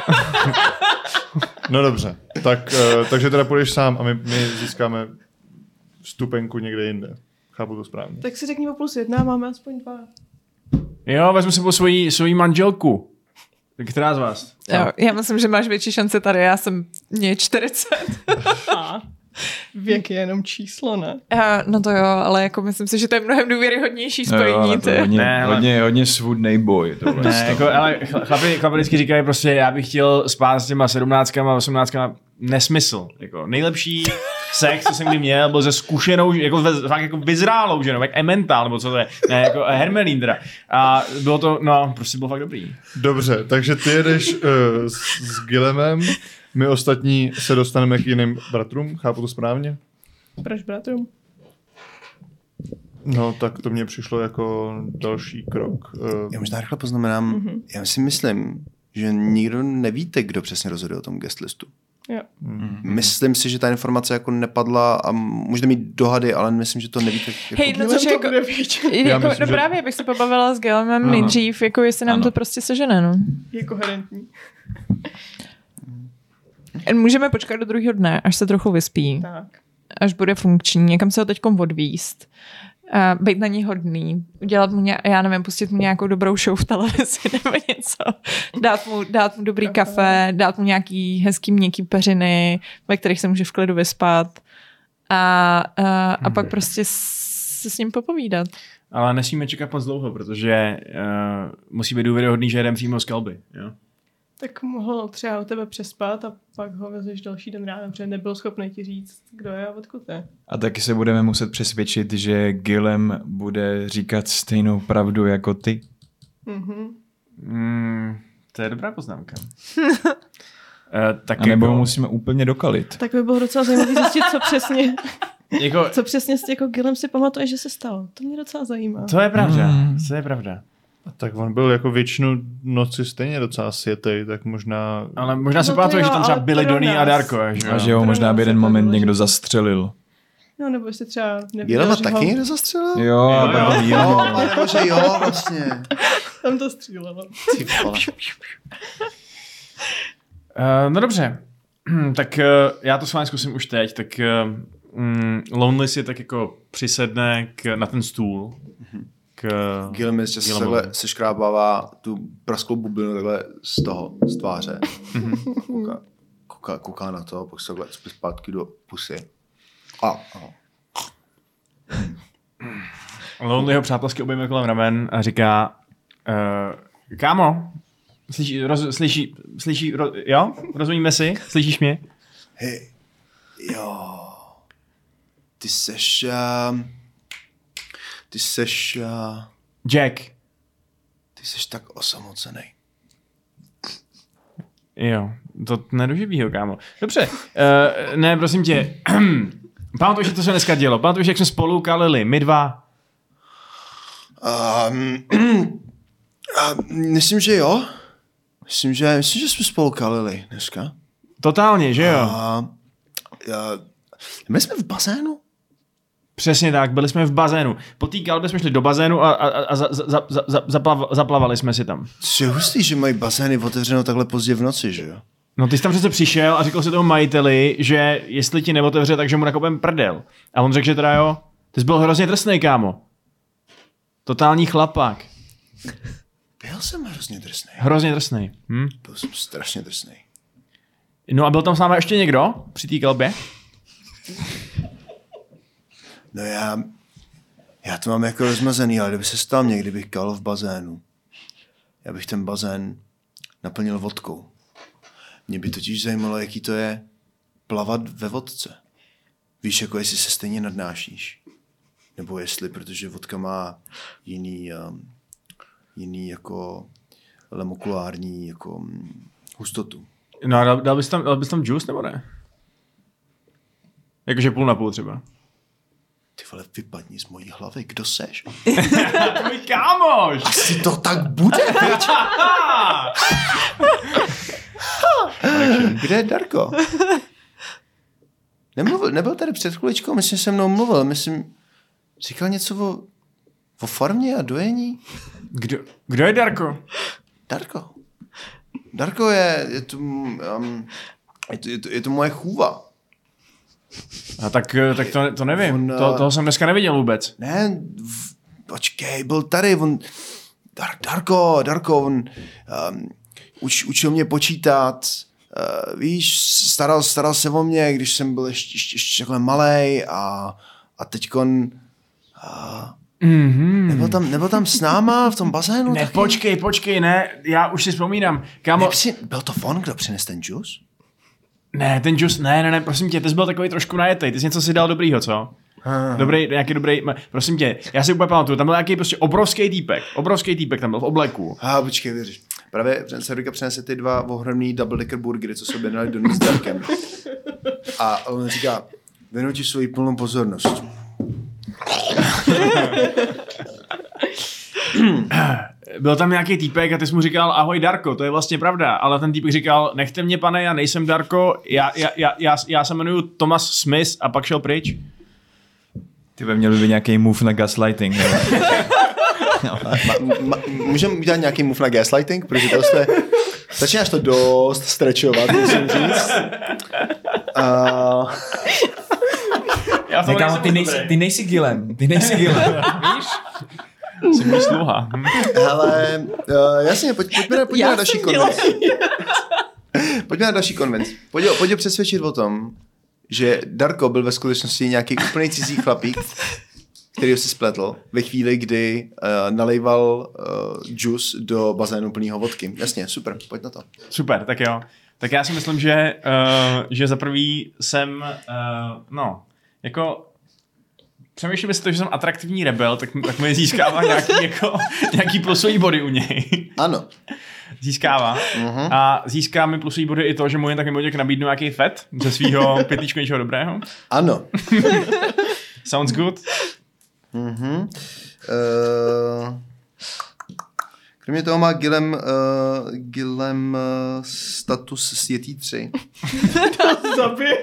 No dobře. Takže teda půjdeš sám a my získáme vstupenku někde jinde. Chápu to správně. Tak si řekni o +1, máme aspoň 2. Jo, vezmu si svoji manželku. Která z vás? Jo, já myslím, že máš větší šance tady, mě je 40. Věk je jenom číslo, ne? No to jo, ale jako myslím si, že to je mnohem důvěryhodnější spojení. No jo, hodně svůdnej boj. Ne, jako, ale chlapi vždycky říkají prostě, já bych chtěl spát s těma 17, 18, nesmysl. Jako, nejlepší sex, co jsem kdy měl, byl se zkušenou, fakt jako vyzrálou ženou, jak Emmental, nebo co to je, ne, jako Hermelín teda. A bylo to, prostě bylo fakt dobrý. Dobře, takže ty jedeš s Guillemem, my ostatní se dostaneme k jiným bratrům, chápu to správně? Proč bratrům? No, tak to mně přišlo jako další krok. Já možná rychle poznamenám, já si myslím, že nikdo nevíte, kdo přesně rozhoduje o tom guest listu. Jo. Myslím si, že ta informace jako nepadla a můžete mít dohady, ale myslím, že to nevíte. Jako... Hej, no což jako právě bych se pobavila s Guillemem nejdřív, jako jestli nám to prostě sežene, no. Je koherentní. Můžeme počkat do druhého dne, až se trochu vyspí. Tak. Až bude funkční, někam se ho teďkom odvízt. Být na ní hodný, udělat mu já nevím, pustit mu nějakou dobrou show v televizi nebo něco. Dát mu dobrý kafe, dát mu nějaký hezký měkký peřiny, ve kterých se může v klidu vyspat a pak prostě se s ním popovídat. Ale nesmíme čekat moc dlouho, protože musí být důvěryhodný, že jedem přímo z kalby. Jo? Tak mohl třeba u tebe přespat a pak ho vezeš další den ráno, protože nebyl schopný ti říct, kdo je a odkud je. A taky se budeme muset přesvědčit, že Guillem bude říkat stejnou pravdu jako ty. To je dobrá poznámka. A nebo musíme úplně dokalit. Tak by bylo docela zajímavé zjistit, co přesně jako Guillem si pamatuje, že se stalo. To mě docela zajímá. To je pravda, to je pravda. Tak on byl jako většinu noci stejně docela světej, tak možná... Ale možná si pamatuje, že tam třeba byli Donnie a Darko. A že ho možná by jeden moment někdo zastřelil. No, nebo jestli třeba neviděl, Guillema taky někdo zastřelil? Jo, nebo že jo, vlastně. Tam to střílelo. No dobře, tak já to s vámi zkusím už teď, tak Lonely si tak jako přisedne na ten stůl. Guillem ještě se takhle seškrábává tu prasklou bublinu takhle z tváře. Kouká na to, pak se takhle zpátky do pusy. Lonely ho přátelsky obejme kolem ramen a říká kámo, slyší, jo? Rozumíme si? Slyšíš mě? Hej, jo. Ty seš... Jack. Ty seš tak osamocený. Jo, to nedoživýho, kámo. Dobře, ne, prosím tě. Pamatuješ, co se dneska dělo? Pamatuješ, jak jsme spolu kalili, my dva? Myslím, že jo. Myslím, že jsme spolu kalili dneska. Totálně, že jo? My jsme v bazénu? Přesně tak, byli jsme v bazénu. Po té kalbě jsme šli do bazénu a zaplavali jsme si tam. Co je hustý, že mají bazény otevřenou takhle pozdě v noci, že jo? No ty jsi tam přece přišel a řekl si tomu majiteli, že jestli ti neotevře, takže mu nakopem prdel. A on řekl, že teda jo, ty jsi byl hrozně drsnej, kámo. Totální chlapák. Byl jsem hrozně drsnej. Hrozně drsnej. Byl jsem strašně drsnej. No a byl tam s námi ještě někdo při té kalbě? No já to mám jako rozmazený, ale kdyby se stal mě, kdybych kal v bazénu, já bych ten bazén naplnil vodkou. Mě by totiž zajímalo, jaký to je plavat ve vodce. Víš, jako jestli se stejně nadnášíš. Nebo jestli, protože vodka má jiný jako lemokulární jako hustotu. No a dal bys tam juice, nebo ne? Jakože půl na půl třeba. Ty vole, vypadni z mojí hlavy, kdo seš? Můj kámoš! Asi to tak bude, viď? Kde je Darko? Nebyl tady před chviličkou, myslím, že se mnou mluvil. Říkal něco o farmě a dojení. Kdo je Darko? Darko je to moje chůva. A tak to nevím. Toho jsem dneska neviděl vůbec. Ne, počkej, byl tady, on... Darko, on učil mě počítat, víš, staral se o mě, když jsem byl ještě takhle malej a teďkon... Nebyl tam s náma v tom bazénu? Ne, taky? Počkej, ne, já už si vzpomínám. Kámo... Byl to on, kdo přines ten džus? Ne, ten džus, ne, prosím tě, ty jsi byl takový trošku najetej, ty jsi něco si dal dobrýho, co? Nějaký dobrý, prosím tě, já si úplně pamatuju, tam byl nějaký prostě obrovský týpek tam byl v obleku. Počkej, věříš. Právě Cedrika přinese ty 2 ohromný double decker burgery, co se objednali do s Darkem. A on říká, věnuj ti svoji plnou pozornost. Byl tam nějaký týpek a ty jsi mu říkal, ahoj Darko, to je vlastně pravda, ale ten týpek říkal, nechte mě pane, já nejsem Darko, já se jmenuju Thomas Smith a pak šel pryč. Ty by měl být nějaký move na gaslighting. Můžeme udělat nějaký move na gaslighting, protože to jste... Začínáš to dost stretchovat, musím říct. Ty nejsi Gilem. Víš? Jsi můj sluha. Ale jasně, pojďme na další konvenc. Pojďme na další konvenc. Pojď přesvědčit o tom, že Darko byl ve skutečnosti nějaký úplný cizí chlapík, který si spletl ve chvíli, kdy nalejval džus do bazénu plného vodky. Jasně, super, pojď na to. Super, tak jo. Tak já si myslím, že za prvý jsem, přemýšlím si to, že jsem atraktivní rebel, tak mi získává nějaký plusový body u něj. Ano. Získává. Uh-huh. A získá mi plusový body i to, že mu jen tak mimo nabídnu nějaký fet ze svýho pytlíčku něčeho dobrého. Ano. Sounds good. Mhm. Kromě toho má Gilem status světý 3. Zabije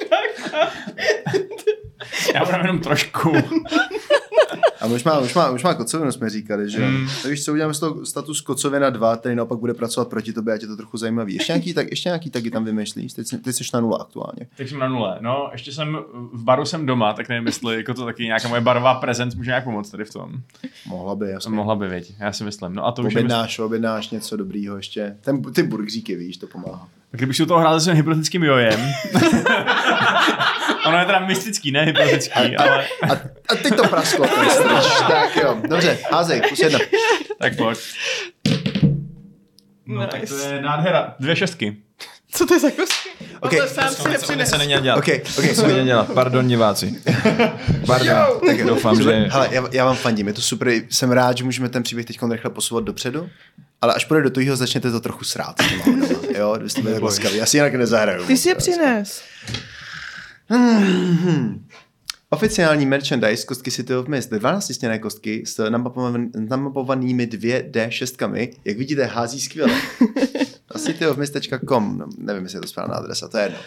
Já právě jenom trošku. A už má kocovinu, jsme říkali, že? Tak víš co, uděláme z toho status kocovina 2, který naopak bude pracovat proti tobě, ať je to trochu zajímavý. Ještě nějaký taky tam vymýšlíš? Teď jsi na 0 aktuálně. Teď jsem na 0. No, ještě v baru jsem doma, tak nevím, jestli jako to taky nějaká moje barová prezent může nějak pomoct tady v tom. Mohla by, jasně. Mohla by, věď. Já si myslím. No a to objednáš něco dobrýho ještě. Ty burgeríky, víš, to pomáhá. Tak kdybych si u toho hrál se svým hypnotickým jojem. Ono je teda mystický, ne hypnotický, ale... A teď to prasklo. Tak jo, dobře, házej, plus 1. Tak pojď. No nice. Tak to je nádhera. 2 šestky. Co to je za kostky? Okay. To sám si nepřines. Se neměl dělat. Okay. Co měl dělat? Pardon, diváci. Pardon. Tak doufám, že... Hele, já vám fandím, je to super. Jsem rád, že můžeme ten příběh teď rychle posouvat dopředu. Ale až půjde do toho, začnete to trochu srát. Jo, vy jste byli tak laskaví. Já si jinak nezahraju. Ty si je přines. Oficiální merchandise kostky City of Mist. 12stěnné kostky s namapovanými 2D6kami. Jak vidíte, hází skvěle. Na cityofmist.com. No, nevím, jestli je to správná adresa, to je jedno.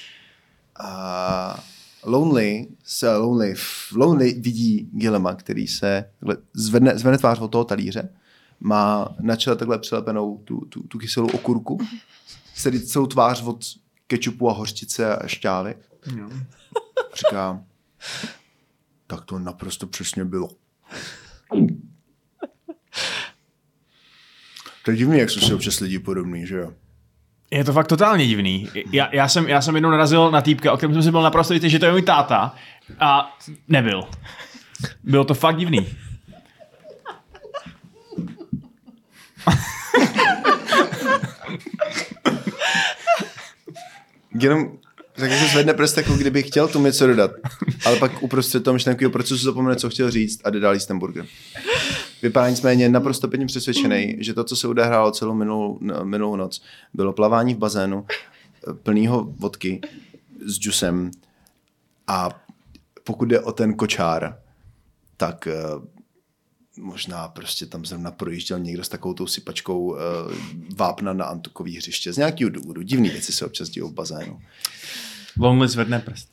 Lonely vidí Gilema, který se zvedne tvář od toho talíře. Má na čele takhle přilepenou tu kyselou okurku. Celou tvář od kečupu a hořčice a šťávy. No. Říká, tak to naprosto přesně bylo. To je divný, jak jsou si občas lidi podobný, že jo? Je to fakt totálně divný. Já jsem jednou narazil na týpka, o kterém jsem si byl naprosto jistý, že to je můj táta. A nebyl. Bylo to fakt divný. Jenom takže se zvedne prst, jako kdyby chtěl tomu něco dodat. Ale pak uprostřed toho myšlenkového procesu zapomene, co chtěl říct a jde dál jíst ten burger. Vypadá nicméně naprosto pevně přesvědčený, že to, co se odehrálo celou minulou noc, bylo plavání v bazénu plnýho vodky s džusem a pokud jde o ten kočár, tak možná prostě tam zrovna projížděl někdo s takovou tou sypačkou vápna na antukový hřiště. Z nějakého důvodu. Divný věci se občas dějou v bazénu. Lonely zvedne prst.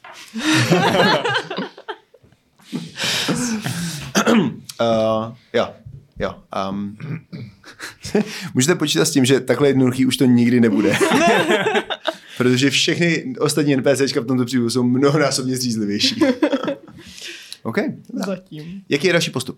Jo. Můžete počítat s tím, že takhle jednoduchý už to nikdy nebude. Protože všechny ostatní NPCčka v tomto příběhu jsou mnohonásobně střízlivější. OK. Zatím. Jaký je další postup?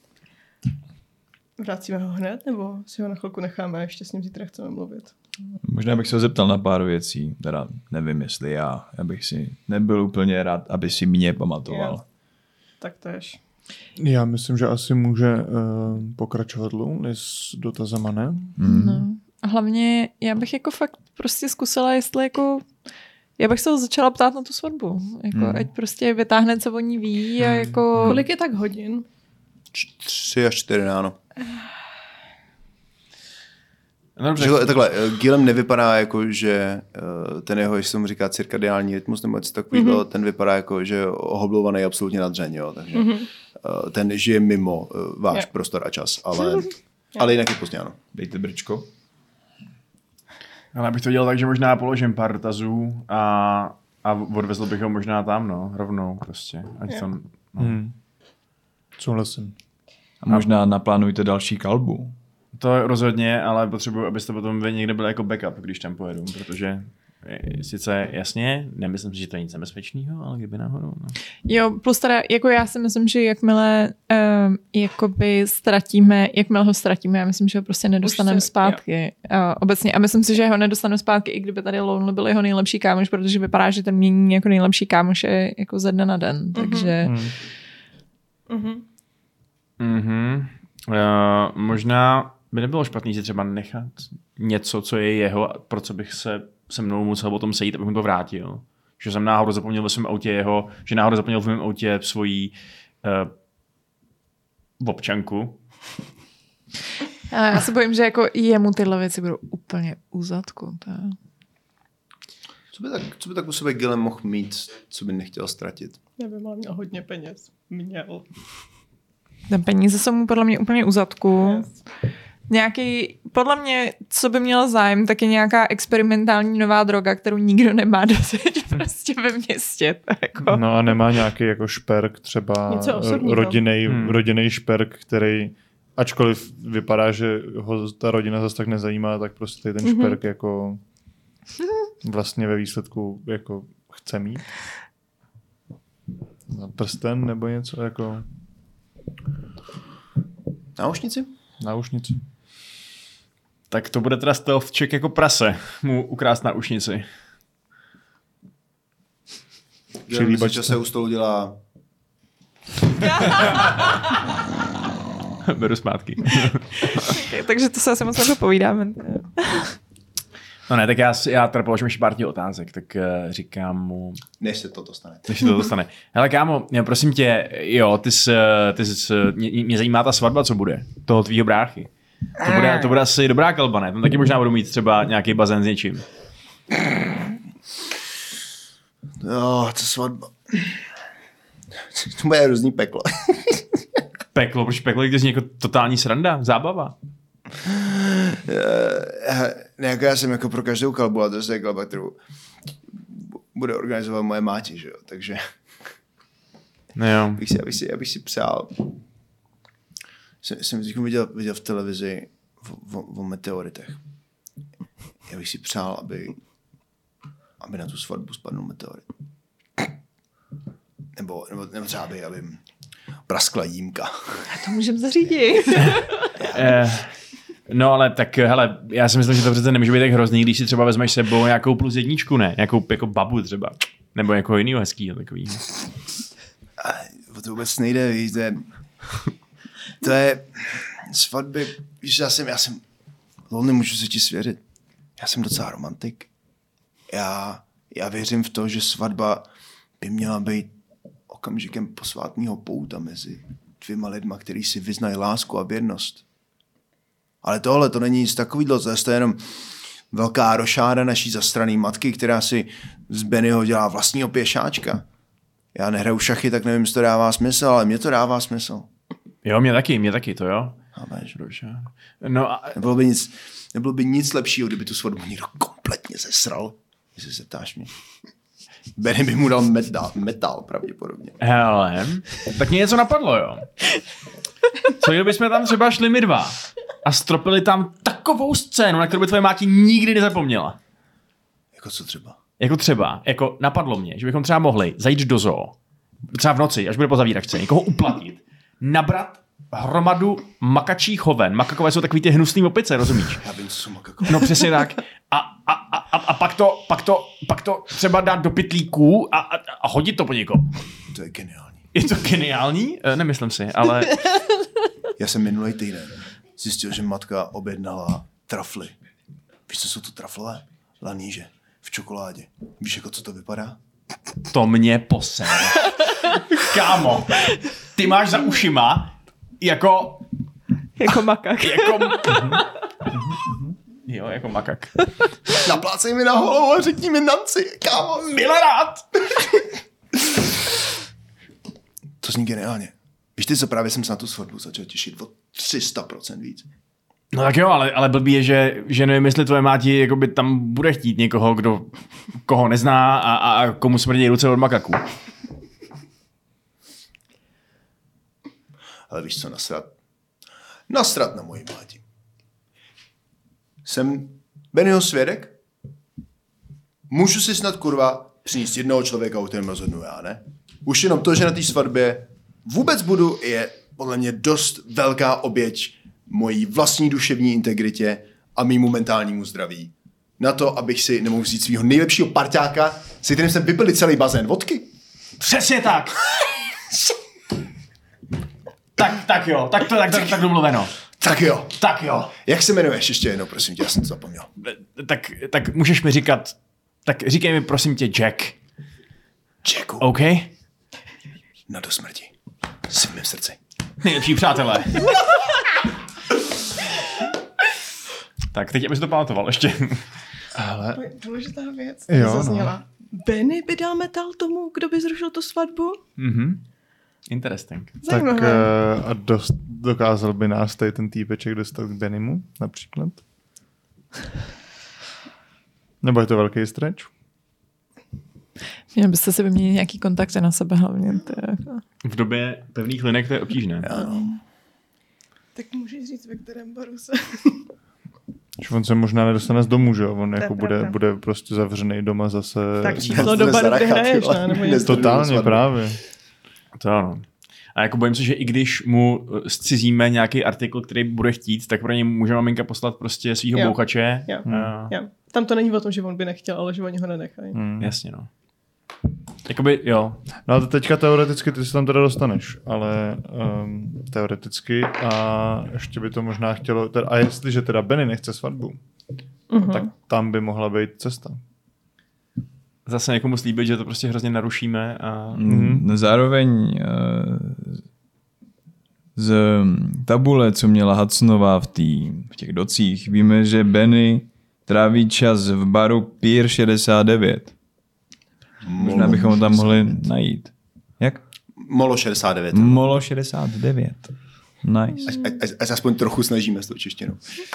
Vracíme ho hned, nebo si ho na chvilku necháme a ještě s ním zítra chceme mluvit? Možná bych se ho zeptal na pár věcí, teda nevím, jestli já bych si nebyl úplně rád, aby si mě pamatoval. Jo. Tak tež. Já myslím, že asi může pokračovat Lou s dotazama, ne? No. A hlavně já bych jako fakt prostě zkusila, jestli jako já bych se ho začala ptát na tu svatbu. Jako, ať prostě vytáhne, co o ní ví a jako... Kolik je tak hodin? 3 až 4 ráno. Dobře. Takhle, Gilem nevypadá jako, že ten jeho, jestli mu říká cirkadiální rytmus nebo něco takového, ten vypadá jako, že je ohoblovaný absolutně na dřeň, jo, takže ten žije mimo váš prostor a čas, ale jinak je pozdě, ano. Dejte brčko. Ale abych to dělal tak, že možná položím pár dotazů a odvezl bych ho možná tam, no, rovnou prostě. Ať to, no. Souhlasím. A možná naplánujte další kalbu. To rozhodně, ale potřebuji, abyste potom vy někde byli jako backup, když tam pojedu, protože sice jasně, nemyslím si, že to je nic nebezpečného, ale kdyby náhodou. No. Jo, plus teda, jako já si myslím, že jakmile jakoby jakmile ho ztratíme, já myslím, že ho prostě nedostaneme zpátky. Obecně. A myslím si, že ho nedostaneme zpátky, i kdyby tady Lonely byl jeho nejlepší kámoš, protože vypadá, že ten mění jako nejlepší kámoš je jako ze dne na den. Takže... Možná by nebylo špatný si třeba nechat něco, co je jeho, pro co bych se mnou musel o tom sejít, abych mu to vrátil. Že jsem náhodou zapomněl ve svém autě že náhodou zapomněl v mém autě svoji občanku. Já se bojím, že jako jemu tyhle věci budou úplně u zadku. Co by tak u sebe Gilem mohl mít, co by nechtěl ztratit? Nevím, ale měl hodně peněz. Měl. Ten peníze jsou mu podle mě úplně u zadku. Yes. Nějaký, podle mě, co by mělo zájem, tak je nějaká experimentální nová droga, kterou nikdo nemá doseď prostě ve městě. Jako. No a nemá nějaký jako šperk, třeba rodinný šperk, který, ačkoliv vypadá, že ho ta rodina zase tak nezajímá, tak prostě ten šperk jako vlastně ve výsledku jako chce mít. Prsten nebo něco jako... Náušnici. Tak to bude teda stealth check jako prase. Mu ukrást náušnici. Že se u stolu dělá... Beru zpátky. Okay, takže to se asi moc nepovídáme. No ne, tak já teda položím ještě pár otázek, tak říkám mu... Než se to dostane. Hele kámo, prosím tě, jo, mě zajímá ta svatba, co bude, toho tvýho bráchy. To bude asi dobrá kalba, ne? Tam taky možná budu mít třeba nějaký bazén s něčím. Jo, to svatba. To bude hrozný peklo. Peklo? Proč peklo? Když je jako totální sranda, zábava. Já jsem jako pro každou kalbu, a to je kalba, kterou bude organizovat moje máti, že jo, takže no jo. Já bych si přál. Jsem viděl v televizi o meteoritech. Já bych si přál, aby na tu svatbu spadnul meteorit. Nebo třeba, aby praskla jímka. A to můžeme zařídit. No ale tak, hele, já si myslím, že to přece nemůže být tak hrozný, když si třeba vezmeš sebou nějakou +1, ne? Nějakou jako babu třeba. Nebo jako jinýho hezkýho takovýho. O to vůbec nejde, víš, to je svatby, víš, já jsem Lonely, můžu se ti svěřit. Já jsem docela romantik. Já věřím v to, že svatba by měla být okamžikem posvátného pouta mezi dvěma lidma, který si vyznají lásku a věrnost. Ale tohle to není nic takovýhle, to je jenom velká rošáda naší zastraný matky, která si z Bennyho dělá vlastního pěšáčka. Já nehraju šachy, tak nevím, jestli to dává smysl, ale mně to dává smysl. Jo, mě taky to, jo. No a... Nebylo by nic lepšího, kdyby tu svatbu někdo kompletně zesral, jestli se ptáš mě. Benny by mu dal metal pravděpodobně. Hele, tak mě něco napadlo, jo. Co kdybychom tam třeba šli my dva a stropili tam takovou scénu, na kterou by tvoje máti nikdy nezapomněla? Jako co třeba? Jako napadlo mě, že bychom třeba mohli zajít do zoo, třeba v noci, až bude po zavíračce, někoho uplatit, nabrat hromadu makačích hoven. Makakové jsou takový ty hnusný opice, rozumíš? Já vím, co jsou makakové. No přesně tak. A pak to třeba dát do pytlíků a hodit to po někom. To je geniální. Je to geniální? Nemyslím si, ale... Já jsem minulý týden zjistil, že matka objednala trafly. Víš, co jsou to trafle? Laníže. V čokoládě. Víš, jako co to vypadá? To mě poser. Kámo, ty máš za ušima jako makak. Jo, jako makak. Naplácej mi na holovu a řekni mi Nancy. Kámo, Mile rád. to zní geniálně. Víš ty, co právě jsem se na tu svatbu začal těšit o 300% víc. No tak jo, ale blbý je, že nevím, jestli tvoje máti jakoby tam bude chtít někoho, koho nezná a komu smrdí ruce od makaků. Ale víš co, nasrat na moji máti. Jsem Bennyho svědek? Můžu si snad kurva přinést jednoho člověka, o kterém rozhodnu já, ne? Už jenom to, že na té svatbě vůbec budu, je podle mě dost velká oběť mojí vlastní duševní integritě a mýmu mentálnímu zdraví. Na to, abych si nemohl vzít svého nejlepšího parťáka, se kterým jsem vypili celý bazén vodky. Přesně tak. tak jo, tak domluveno. Tak jo. Jak se jmenuješ ještě jednou, prosím tě, já jsem to zapomněl. Tak můžeš mi říkat, tak říkej mi prosím tě Jack. Jacku. OK? Na do smrti. Jsi v mém srdci. Nejlepší přátelé. Tak, teď aby si to pamatoval ještě. Ale... Důležitá věc. Jo, Zazněla. Benny by dal metal tomu, kdo by zrušil tu svatbu? Interesting. Tak a dokázal by nás tady ten týpeček dostat k Bennymu, například? Nebo je to velký stretch? Měl byste si vyměnit nějaký kontakty na sebe hlavně. V době pevných linek to je obtížné. Ano. Tak můžeš říct, ve kterém baru se... Že on se možná nedostane z domu, že jo? On jako pravda. bude prostě zavřený doma zase. Tak číslo do baru, kde hraješ, ne? Nebo něco. Totálně právě. To ano. A jako bojím se, že i když mu zcizíme nějaký artikl, který bude chtít, tak pro něj může maminka poslat prostě svýho bouchače. Jo. Tam to není o tom, že on by nechtěl, ale že oni ho nenechají. Jasně, no. Jakoby, jo. No a teďka teoreticky ty se tam teda dostaneš, ale teoreticky a ještě by to možná chtělo, a jestliže teda Benny nechce svatbu, tak tam by mohla být cesta. Zase někomu slíbit, že to prostě hrozně narušíme a... Zároveň z tabule, co měla Hudsonová v těch docích, víme, že Benny tráví čas v baru Pier 69. Možná bychom ho tam mohli najít. Jak? Molo 69. Molo 69. Nice. Ať aspoň trochu snažíme s tou češtinou.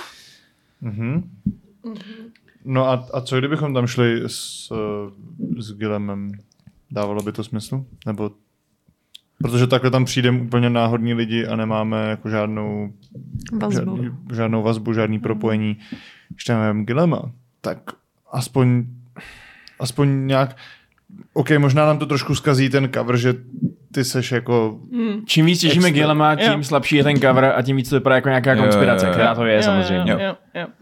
No a co kdybychom tam šli s Guillemem? Dávalo by to smysl? Nebo... Protože takhle tam přijdeme úplně náhodní lidi a nemáme jako žádnou vazbu, žádný propojení. Když tam máme Guillema, tak aspoň nějak... OK, možná nám to trošku zkazí ten cover, že ty seš jako... Čím víc těžíme Guillema, tím slabší je ten cover a tím víc to vypadá jako nějaká konspirace, která to je samozřejmě. Jo.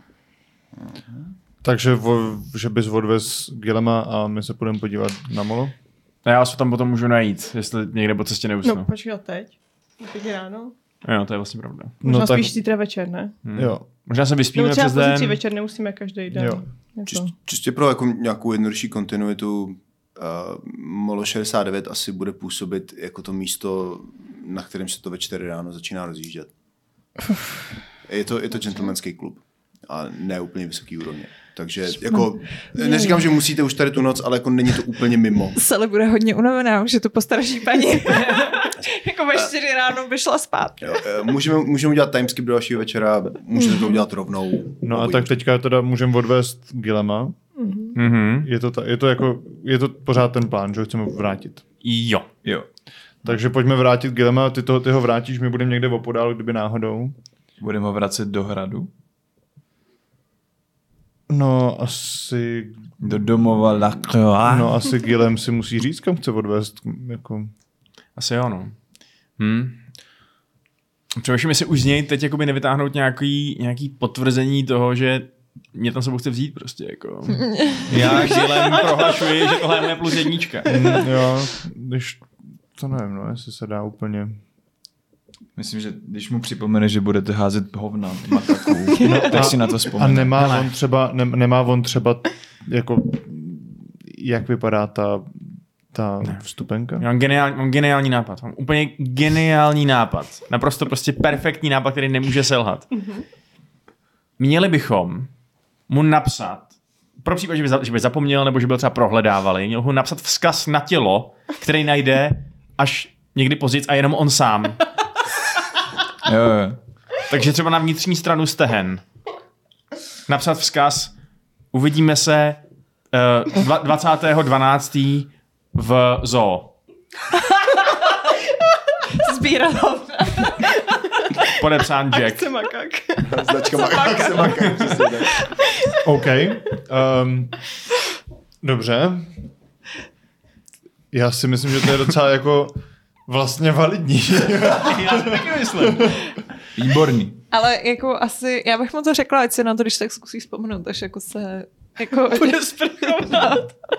Takže že bys odvez Guillema a my se půjdeme podívat na Molo? A já se tam potom můžu najít, jestli někde po cestě neusnu. No počkej, teď? Teď ráno? Jo, to je vlastně pravda. Možná spíš zítra večer, ne? Jo. Možná se vyspíme přes den. Třeba večer nemusíme každý den. Jo. Čistě pro jako nějakou jednodušší kontinuitu Molo 69 asi bude působit jako to místo, na kterém se to ve 4 ráno začíná rozjíždět. Je to gentlemanský klub a ne úplně vysoký úrovně. Takže jako, neříkám, že musíte už tady tu noc, ale jako není to úplně mimo. Sally bude hodně unavená, už je to postarší paní. Jako ve 4 ráno by šla spát. Jo, můžeme udělat timeskip do dalšího večera, můžete to udělat rovnou. No a tak teďka teda můžeme odvést Guillema. Je to pořád ten plán, že ho chceme vrátit. Jo. Takže pojďme vrátit Guillema, ty ho vrátíš, my budeme někde opodál, kdyby náhodou. Budeme ho vracet do hradu? No, asi... Do domova Lacroix. No, asi Guillem si musí říct, kam chce odvést. Jako... Asi jo, no. Přemýšlím, jestli už z něj teď jakoby nevytáhnout nějaký potvrzení toho, že mě tam sebou chce vzít prostě, jako. Já Guillem prohlašuji, že tohle je moje plus jednička. Jo, když... To nevím, no, jestli se dá úplně... Myslím, že když mu připomene, že budete házet hovna makaků, tak si na to vzpomene. A nemá on třeba jako jak vypadá ta vstupenka? Mám geniální nápad. Mám úplně geniální nápad. Naprosto prostě perfektní nápad, který nemůže selhat. Měli bychom mu napsat, pro případ, že by zapomněl, nebo že byl třeba prohledávali, měl ho napsat vzkaz na tělo, který najde až někdy později a jenom on sám. Jo. Takže třeba na vnitřní stranu stehen. Napsat vzkaz, uvidíme se 20.12. v zoo. Sbírat ho. Podepsán Jack. Akce makak. Značka Akce makak, přesně tak. OK. Dobře. Já si myslím, že to je docela jako vlastně validní. Já si taky myslím. Výborný. Ale jako asi, já bych mu to řekla, ať se na to, když tak zkusí vzpomenout, až jako se jako bude sprchovat.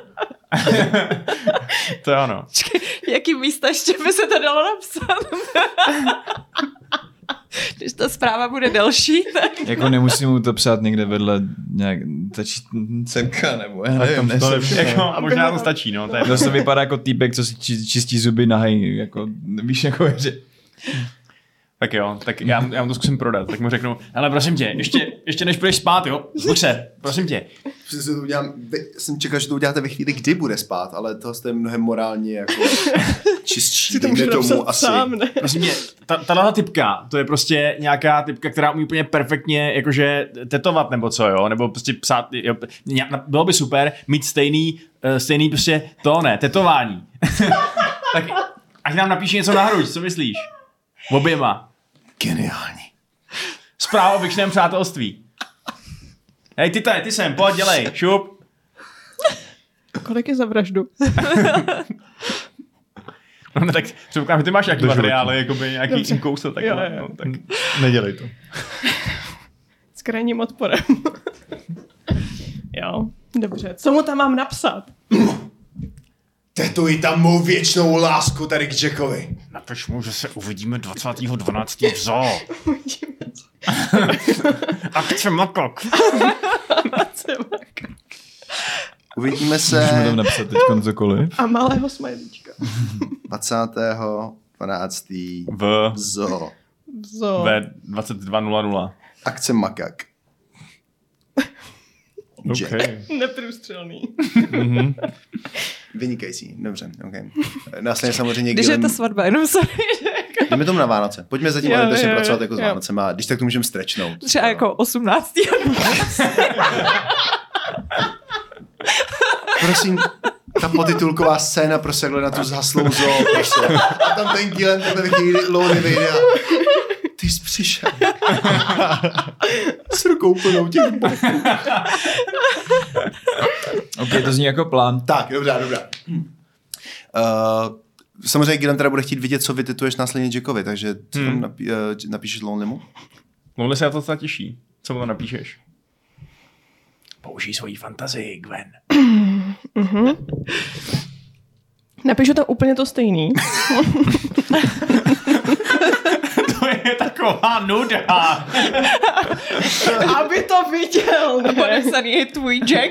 To je ono. Jaký místa ještě by se to dalo napsat? Když ta zpráva bude delší, tak... Jako nemusím mu to psát někde vedle nějak semka, nebo já nevím. Jako, možná to stačí, no. To vypadá jako týpek, co si čistí zuby nahej, jako, víš, jako že... Tak jo, tak já mu to zkusím prodat. Tak mu řeknu, ale prosím tě, ještě než půjdeš spát, jo? Zbuď se, prosím tě. Jsem čekal, že to uděláte ve chvíli, kdy bude spát, ale to je mnohem morálně jako čistší. Dejme tomu asi. Sám, ne? Prosím tě, tato typka, to je prostě nějaká typka, která umí úplně perfektně jakože tetovat nebo co, jo? Nebo prostě psát, jo? Bylo by super mít stejný prostě tetování. Tak ať nám napíše něco na hruď, co myslíš? Oběma. Geniální. Zpráva o obyčejném přátelství. Hej, ty sem, pojď, dělej, šup. Kolik je za vraždu? No tak předpokládám, že ty máš nějaký materiály, jakoby nějaký kousel, tak, jo. No, tak. Nedělej to. S krajním odporem. Jo, dobře. Co mu tam mám napsat? Tetuji tam mou věčnou lásku tady k Jackovi. Napiš mu, že se uvidíme 20.12. v zoo. Akce makak. Uvidíme se... Můžeme tam napsat teď cokoliv. A malého smajlíčka. 20.12. v zoo. Ve 22.00. Akce makak. Okay. Neprůstřelný. Vynikající, dobře, okay. Následně samozřejmě... Když je ta svatba, jenom se... Jdeme tomu na Vánoce. Pojďme zatím orientačně pracovat jako s Vánocem a když tak to můžeme stretchnout. Třeba jako 18. Prosím, ta podtitulková scéna prostě na tu zhaslou zoo. Prostě. A tam ten Guillem takhle chvíli louny vyjde a ty jsi přišel. S rukou plnou těch boků. Ok, to zní jako plán. Tak, dobrá. Samozřejmě Guillem teda bude chtít vidět, co vytituješ následně Jackovi, takže co tam napíšeš Lonelymu? Lonely se na to těší. Co mu to napíšeš? Použij svoji fantazii, Gwen. Napíšu tam úplně to stejný. To je taková nuda. Aby to viděl. Podepsaný je tvůj Jack.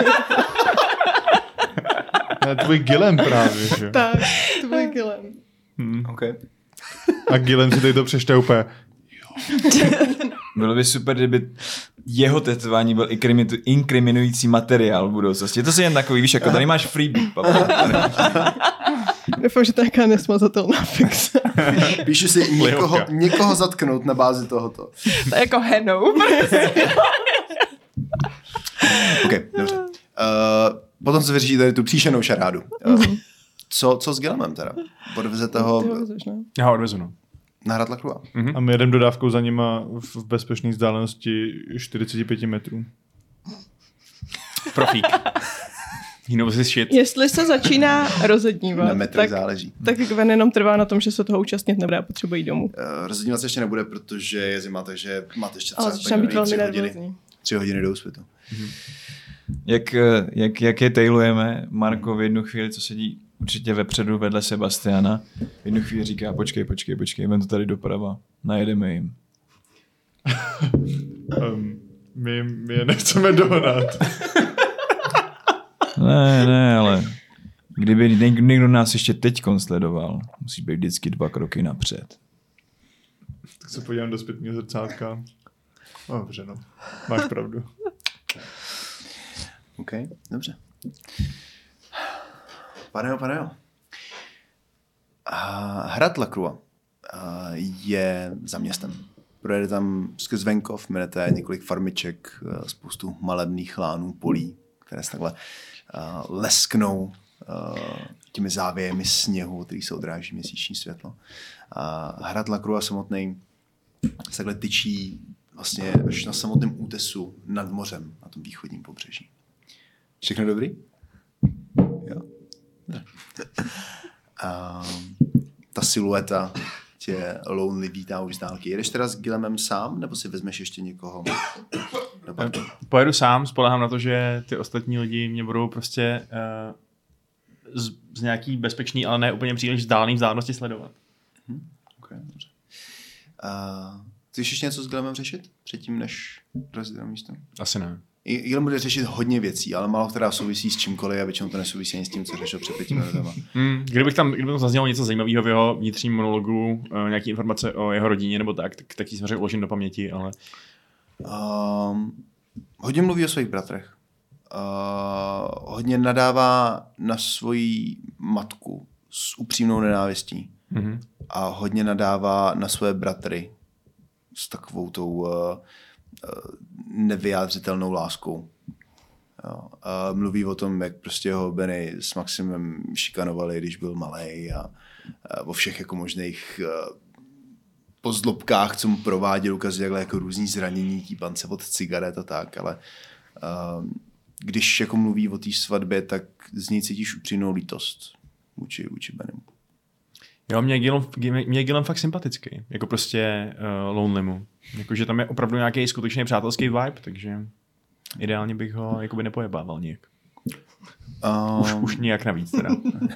Tvůj Guillem právě, že? Tak, tvůj Guillem. Okay. A Guillem si tady to přečte úplně. Bylo by super, kdyby jeho tetování byl inkriminující materiál v budoucnosti. To si jen takový, víš, jako tady máš freebie. Doufám, že to je nějaká nesmazatelná fixe. Píšu si někoho zatknout na bázi tohoto. To je jako henou. Ok, dobře. Potom se vyřeší tady tu příšenou šarádu. Co s Guillemem teda? Podvezete ho Já ho odvezu, no. na Hrad Lacroix. A my jedeme dodávkou za nima v bezpečné vzdálenosti 45 metrů. Profík. He knows his shit. Jestli se začíná rozednívat, Na metrech záleží. tak Gwen jenom trvá na tom, že se toho účastnit nebude a potřebuje jít domů. Rozednívat se ještě nebude, protože je zima, takže máte ještě Ale začíná být velmi 3 nervózní. 3 hodiny do úsvitu. Jak je tailujeme, Marko v jednu chvíli, co sedí určitě vepředu vedle Sebastiana, v jednu chvíli říká, počkej, jdeme to tady doprava, najedeme jim. My je nechceme dohnat. Ne, ale kdyby někdo nás ještě teďkon sledoval, musí být vždycky 2 kroky napřed. Tak se podívám do zpětného zrcátka. Dobře, no. Máš pravdu. OK, dobře. Pane. Hrad Lacroix je za městem. Projede tam skrz venkov, minete několik farmiček, spoustu malebných lánů, polí, které se takhle lesknou těmi závějemi sněhu, který se odráží měsíční světlo. Hrad Lacroix samotný se takhle tyčí vlastně až na samotném útesu nad mořem, na tom východním pobřeží. Všechno dobrý? Jo. Ta silueta tě lonely vítá už z dálky. Jedeš teda s Guillemem sám, nebo si vezmeš ještě někoho? Pojedu sám, spolehám na to, že ty ostatní lidi mě budou prostě z nějaký bezpečný, ale ne úplně příliš vzdálený vzdálenosti sledovat. Okay, dobře. Chceš ještě něco s Guillemem řešit předtím, než dorazíte na místo? Asi ne. Guillem bude řešit hodně věcí, ale málo která souvisí s čímkoliv a většinou to nesouvisí ani s tím, co řešil před 5 minutama. Kdyby tam zaznělo něco zajímavého v jeho vnitřním monologu, nějaké informace o jeho rodině nebo tak ji samozřejmě uložím do paměti, ale... Hodně mluví o svých bratrech. Hodně nadává na svoji matku s upřímnou nenávistí. Mm-hmm. A hodně nadává na své bratry s takovou tou nevyjádřitelnou láskou. Jo. Mluví o tom, jak prostě ho Benny s Maximem šikanovali, když byl malej a o všech jako možných pozlobkách, co mu prováděl, ukazuje jako různý zranění, típance od cigaret a tak, ale když jako mluví o té svatbě, tak z něj cítíš upřímnou lítost vůči Bennymu. Jo, mě je Guillem fakt sympatický, jako prostě Lonelymu. Jakože tam je opravdu nějaký skutečný přátelský vibe, takže ideálně bych ho jakoby nepojebával nějak. Už nějak navíc teda.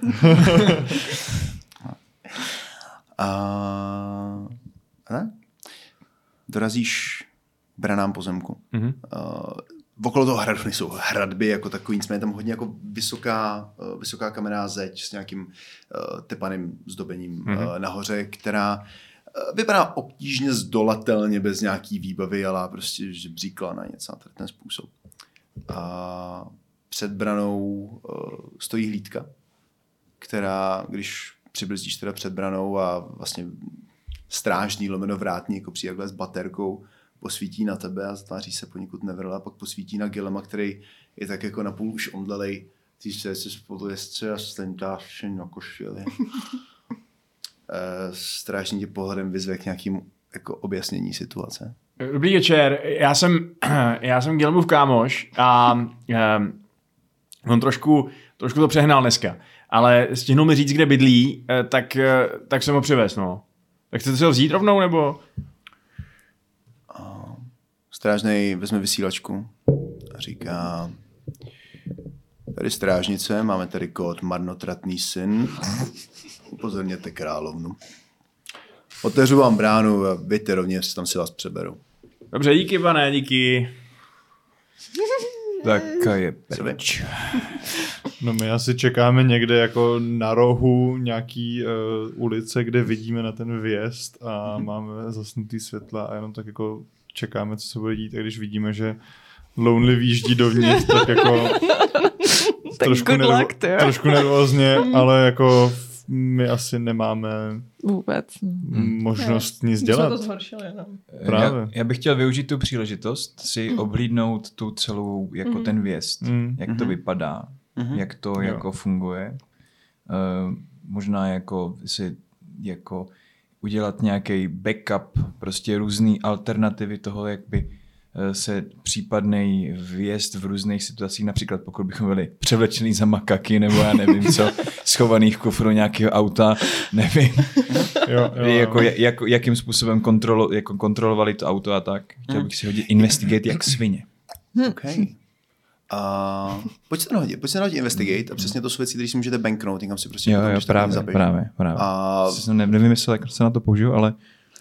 Ne? Dorazíš k branám pozemku. Mm-hmm. Okolo toho hradu nejsou hradby jako takový, nicméně tam hodně jako vysoká kamenná zeď s nějakým tepaným zdobením nahoře, která vypadá obtížně zdolatelně bez nějaký výbavy, ale prostě že bříkla na něco na ten způsob. A před branou stojí hlídka, která, když přibrzdíš teda před branou a vlastně strážný lomeno vrátní, jako přijde takhle s baterkou, posvítí na tebe a zatváří se poněkud nevrle a pak posvítí na Guillema, který je tak jako napůl už omdlelej. Ty se spolu jestře a stentáš na košili. Strážně tě pohledem vyzve k nějakým jako objasnění situace. Dobrý večer, já jsem Guillemův kámoš a on trošku to přehnal dneska, ale stihnul mi říct, kde bydlí, tak jsem ho přivez, no. Tak chcete si ho vzít rovnou, nebo? Strážnej vezme vysílačku a říká: tady strážnice, máme tady kód marnotratný syn. Upozorněte královnu. Otevřu vám bránu a vyjďte rovněž, tam si vás přeberu. Dobře, díky, pane, díky. Tak je pryč. No my asi čekáme někde jako na rohu nějaký ulice, kde vidíme na ten vjezd a máme zasnutý světla a jenom tak jako čekáme, co se bude dít. A když vidíme, že Lonely výjíždí dovnitř, tak jako trošku nervózně, ale jako my asi nemáme vůbec možnost nic dělat. My jsme to zhoršili, no. Právě. Já bych chtěl využít tu příležitost si oblídnout tu celou, jako ten vjezd, jak to vypadá, jak to jako funguje. Možná jako si jako udělat nějaký backup, prostě různý alternativy toho, jak by se případný vjezd v různých situacích, například pokud bychom byli převlečený za makaky, nebo já nevím co, schovaných v kufru nějakého auta, nevím. Jakým způsobem kontrolovali to auto a tak. Chtěl bych si hodit investigate jak svině. Okay. Pojď se nahodit investigate a přesně to jsou věci, které si můžete banknout, někam si prostě právě. Jsem nevymyslel, jak se na to použiju, ale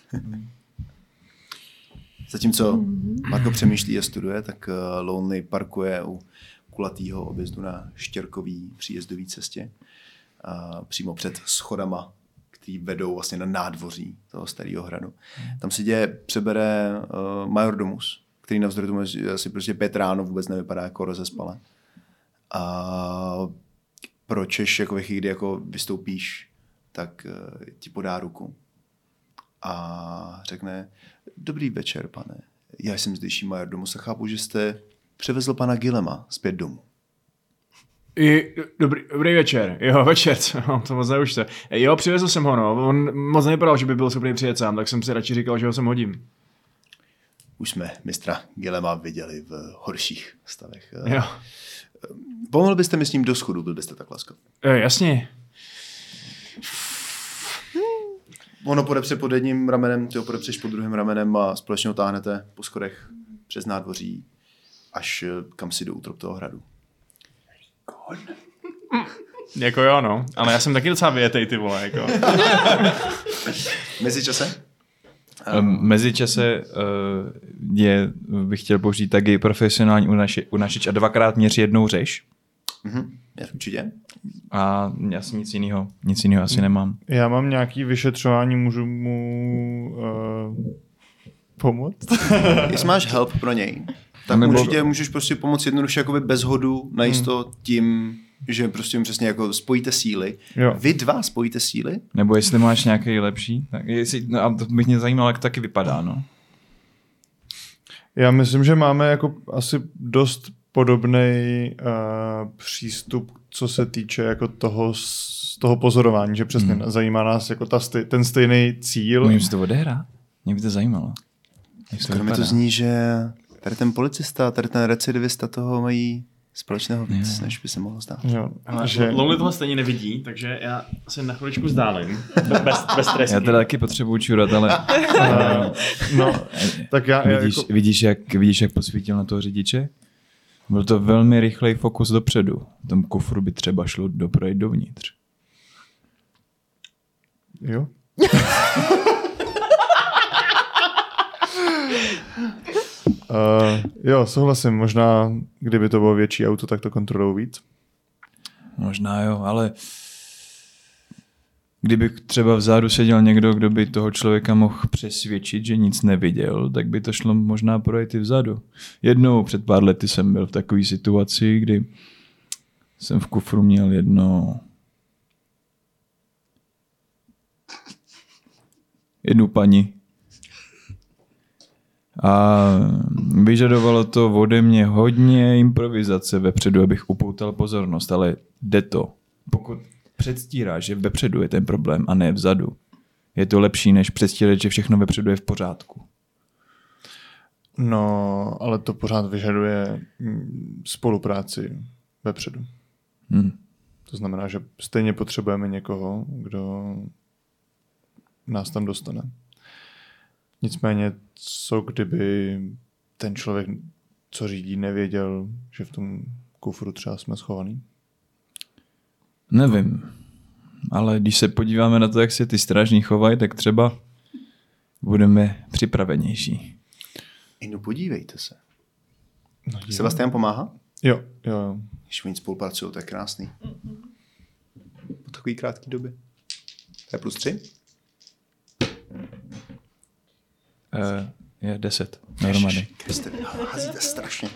zatímco Marko přemýšlí a studuje, tak Lonely parkuje u kulatýho objezdu na štěrkový příjezdový cestě přímo před schodama, který vedou vlastně na nádvoří toho starého hradu. Tam se přebere majordomus, který navzdory tomu asi prostě 5 ráno vůbec nevypadá jako rozespale. A pročeš jako ve chvíli, kdy jako vystoupíš, tak ti podá ruku a řekne: Dobrý večer, pane. Já jsem zdejší majordomus a chápu, že jste převezl pana Gillema zpět domů. Dobrý večer. Jo, večer, to moc neučte. Jo, přivezl jsem ho, no. On moc nevypadal, že by byl schopný přijet sám, tak jsem si radši říkal, že ho sem hodím. Už jsme mistra Gillema viděli v horších stavech. Jo. Pomohl byste mi s ním do schodu, byl byste tak laskav? Jasně. Ono podepře pod jedním ramenem, ty ho podepřeš pod druhým ramenem a společně ho táhnete po schodech přes nádvoří až kam si do útrop toho hradu. Jako jo, no. Ale já jsem taky docela vyjetej, ty vole, jako. Mezičase? Mezičase bych chtěl použít taky profesionální unašič a 2x měří jednou řeš. Určitě. A já si nic jiného asi nemám. Já mám nějaký vyšetřování, můžu mu pomoct? Jestli máš help pro něj, tak určitě můžeš prostě pomoct jednoduše jakoby bez hodu, najisto tím, že prostě přesně jako spojíte síly. Jo. Vy dva spojíte síly? Nebo jestli máš nějaký lepší, tak a to bych mě zajímalo, jak to taky vypadá, no. Já myslím, že máme jako asi dost podobný přístup, co se týče jako toho pozorování, že přesně zajímá nás jako ten stejný cíl. Můžeme si to odehrát? Mě by to zajímalo. Kromě to zní, že tady ten policista, tady ten recidivista toho mají společného víc, než by se mohlo zdát. Jo, Lonely toho stejně nevidí, takže já se na chviličku vzdálím. Bez stresu. Já teda taky potřebuju čurat, ale... tak vidíš, jak posvítil na toho řidiče? Byl to velmi rychlej fokus dopředu. V tom kufru by třeba šlo doprojít dovnitř. Jo. Jo, souhlasím. Možná, kdyby to bylo větší auto, tak to kontrolují víc. Možná jo, ale kdyby třeba vzadu seděl někdo, kdo by toho člověka mohl přesvědčit, že nic neviděl, tak by to šlo možná projít i vzadu. Jednou před pár lety jsem byl v takové situaci, kdy jsem v kufru měl jednu paní. A vyžadovalo to ode mě hodně improvizace vepředu, abych upoutal pozornost, ale jde to. Pokud předstíráš, že vepředu je ten problém a ne vzadu, je to lepší, než předstírat, že všechno vepředu je v pořádku. No, ale to pořád vyžaduje spolupráci vepředu. To znamená, že stejně potřebujeme někoho, kdo nás tam dostane. Nicméně, co kdyby ten člověk, co řídí, nevěděl, že v tom kufru třeba jsme schovaný? Nevím, ale když se podíváme na to, jak se ty strážní chovají, tak třeba budeme připravenější. No podívejte se. Sebastian pomáhá? Jo. Když oni spolupracují, to je krásný. Po takový krátký době. To je +3? Je 10. Dohromady. Hazíte strašně.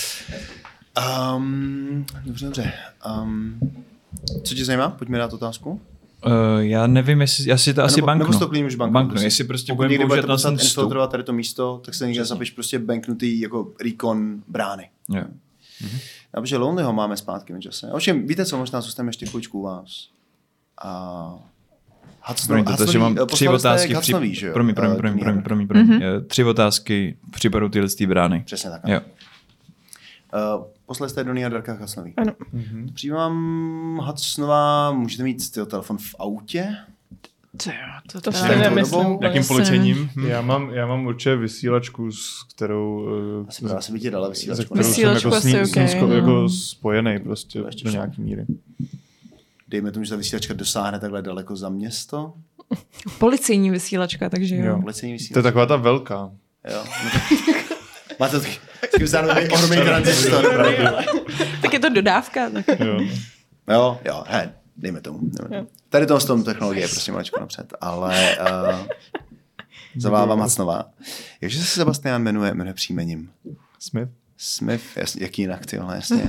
Dobře. Co tě zajímá? Pojďme dát otázku. Já nevím, jestli asi to asi banknu. Nebo to klidně můžeš banknout. Jestli prostě pokud někdy budete ten infiltrovat tady to místo, tak se někde zapiš prostě banknutý jako recon brány. Jo. Takže Lonelyho máme zpátky v čase. Ovšem, víte co, možná zůstaneme ještě chvíličku u vás. Takže mám 3 otázky. Promiň. Tři otázky v případu tyhle brány. Přesně tak. Jo. Poslali jste Donnie a Darka Hudsonový. Ano. Přijímám Hudsonová, můžete mít telefon v autě? To si nemyslím. Jakým policejním? Já mám určitě vysílačku, s kterou... Asi by tě dala vysílačku. Vysílačku asi jako spojený prostě do nějaký míry. Dejme tomu, že ta vysílačka dosáhne takhle daleko za město. Policejní vysílačka, takže jo. Policejní vysílačka. To je taková ta velká. Jo. Máte taky ohromný transistor. Tak je to dodávka. Tak. Jo, dejme tomu. Tady to s tom technologie je prostě maličko napřed, ale zavávám Hudsonová. Jakže se Sebastian jmenuje příjmením? Smith, jasně, jaký jinak, ty vole, jasně.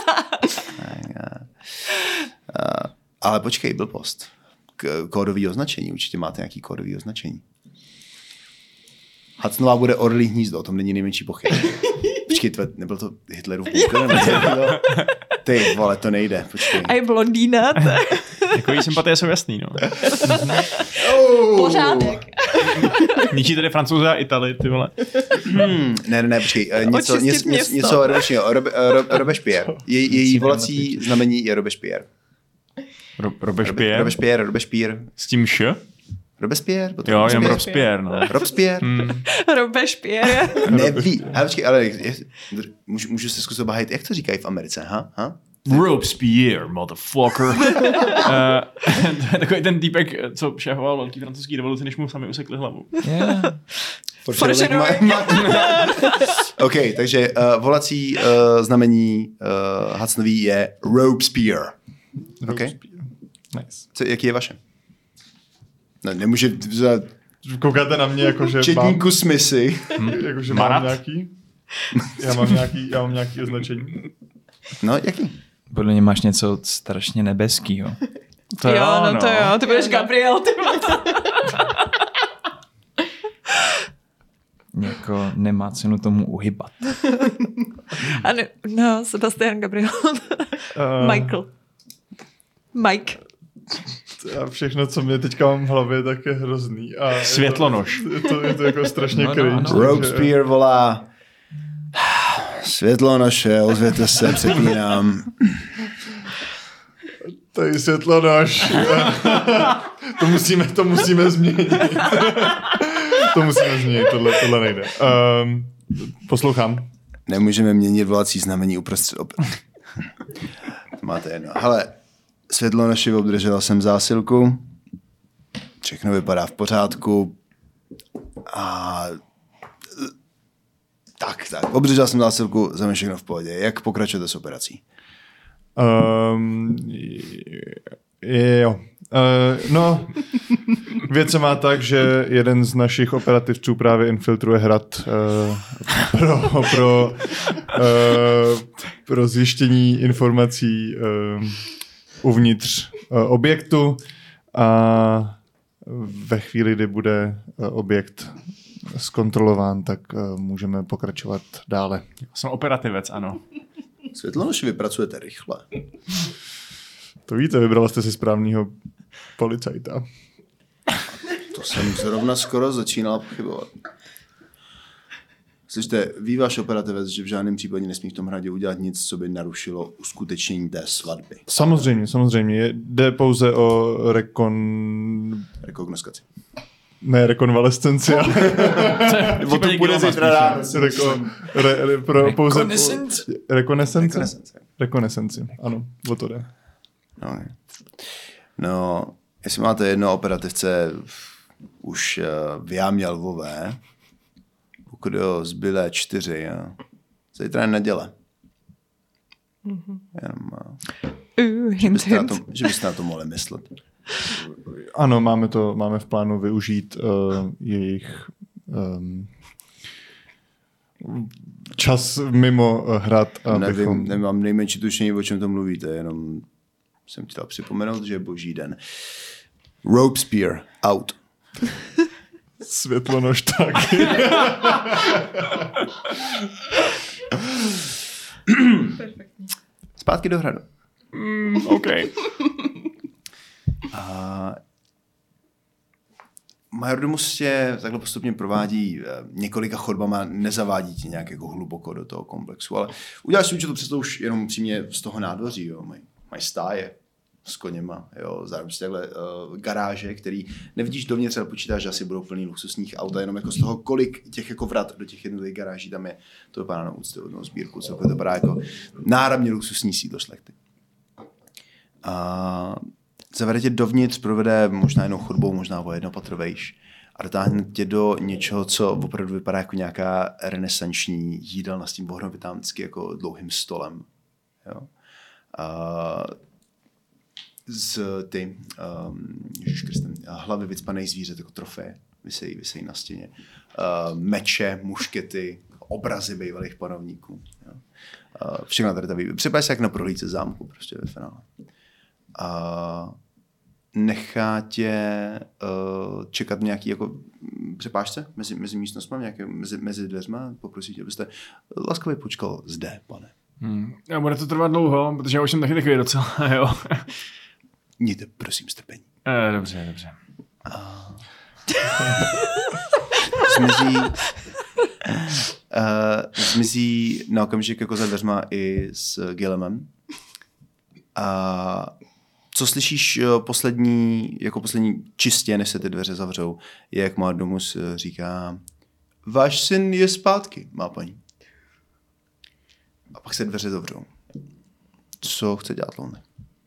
Ale počkej, blbost. Kódový označení, určitě máte nějaký kódový označení. Hudsonová bude orlí hnízdo, o tom není nejmenší pochyb. Počkej, nebyl to Hitlerův bunkr? Ty vole, to nejde, počkej. A je blondýna. Takový sympatie jsou jasný, no. Pořádek. Ničí tady Francouze a Itali, ty vole. Ne, počkej, něco ročního. Robespierre. Její volací znamení je Robespierre. Robespierre? S tím š? Robespierre? Jo, jenom Robespierre, no. Robespierre? Robespierre. Neví. Počkej, ale můžu se zkusit obhájit, jak to říkají v Americe, ha? Robespierre, motherfucker. To je takový ten týpek, co šéfoval velký francouzský revoluci, než mu sami usekli hlavu. Yeah. OK, takže volací znamení Hudsonový je Robespierre. OK? Nice. Jaký je vaše? No, nemůže... Koukáte na mě jako, že Četníku Smithy. Jakože mám nějaký? Já mám nějaký označení. No, jaký? Podle mě máš něco strašně nebeskýho. To jo, ty budeš Gabriel, ty Jako nemá cenu tomu uhybat. No, Sebastian Gabriel. Michael. Mike. A všechno, co mě teďka mám v hlavě, tak je hrozný. A Světlonož. Je to jako strašně cringe. Robespierre volá Světlonož, ozvěte se, přepínám. Tady světlonož. To musíme změnit. Tohle nejde. Poslouchám. Nemůžeme měnit volací znamení uprostřed Máte jedno. Hele, Světlonoši, obdržela jsem zásilku. Všechno vypadá v pořádku. A tak. Obdržel jsem zásilku, za mě všechno v pohodě. Jak pokračujete s operací? Jo. No, věc se má tak, že jeden z našich operativců právě infiltruje hrad pro zjištění informací uvnitř objektu a ve chvíli, kdy bude objekt zkontrolován, tak můžeme pokračovat dále. Jsem operativec, ano. Světlonoši, vy pracujete rychle. To víte, vybrala jste si správného policajta. To jsem zrovna skoro začínal pochybovat. Slyšte, ví váš operativec, že v žádném případě nesmí v tom hradě udělat nic, co by narušilo uskutečnění té svatby. Samozřejmě. Jde pouze o rekognoskaci. Ne, rekonvalescenci, ale... O to bude zítra ráno. Rekonesenci, ano, o to jde. No, jestli máte jedno operativce už v Jámě Lvové, pokud jo, zbylé 4, zítra je neděle. Že byste na to mohli myslet. Ano, máme v plánu využít jejich čas mimo hrad. Nemám nejmenší tušení, o čem to mluvíte, jenom jsem chtěl připomenout, že je boží den. Robespierre, out. Světlonož taky. Zpátky do hradu. OK. Majordomus tě takhle postupně provádí několika chodbama, nezavádí tě nějak jako hluboko do toho komplexu, ale uděláš si určitou představu už jenom přímě z toho nádvoří, jo, mají stáje s koněma, jo, zároveň si takhle garáže, který nevidíš dovnitř, ale počítáš, že asi budou plný luxusních aut, jenom jako z toho, kolik těch jako vrat do těch jednotlivých garáží tam je, to vypadá na úctyhodnou sbírku, celkově to vypadá jako náramně luxusní sídlo šlechty. Zavede tě dovnitř, provede možná jednou chodbou, možná o jednopatro vejš a dotáhne tě do něčeho, co opravdu vypadá jako nějaká renesanční jídelna s tím ohrovitám vždycky jako dlouhým stolem. Jo? Z ty hlavy vycpaných zvířat jako trofeje vysejí na stěně. Meče, muškety, obrazy bývalých panovníků. Jo? Všechno tady ta připadá se jak na prohlídce zámku prostě ve finále. Nechá tě čekat nějaký jako přepážce mezi místnostmi, nějaké mezi dveřma, poprosím tě, abyste laskavě počkal zde, pane. A bude to trvat dlouho, protože já už jsem taky takový docela, jo. Mějte, prosím, strpení. Dobře. Zmizí na okamžik jako za dveřma i s Gilemem. Co slyšíš poslední čistě, než se ty dveře zavřou, je, jak Majordomus říká: váš syn je zpátky, má paní. A pak se dveře zavřou. Co chce dělat Lonely?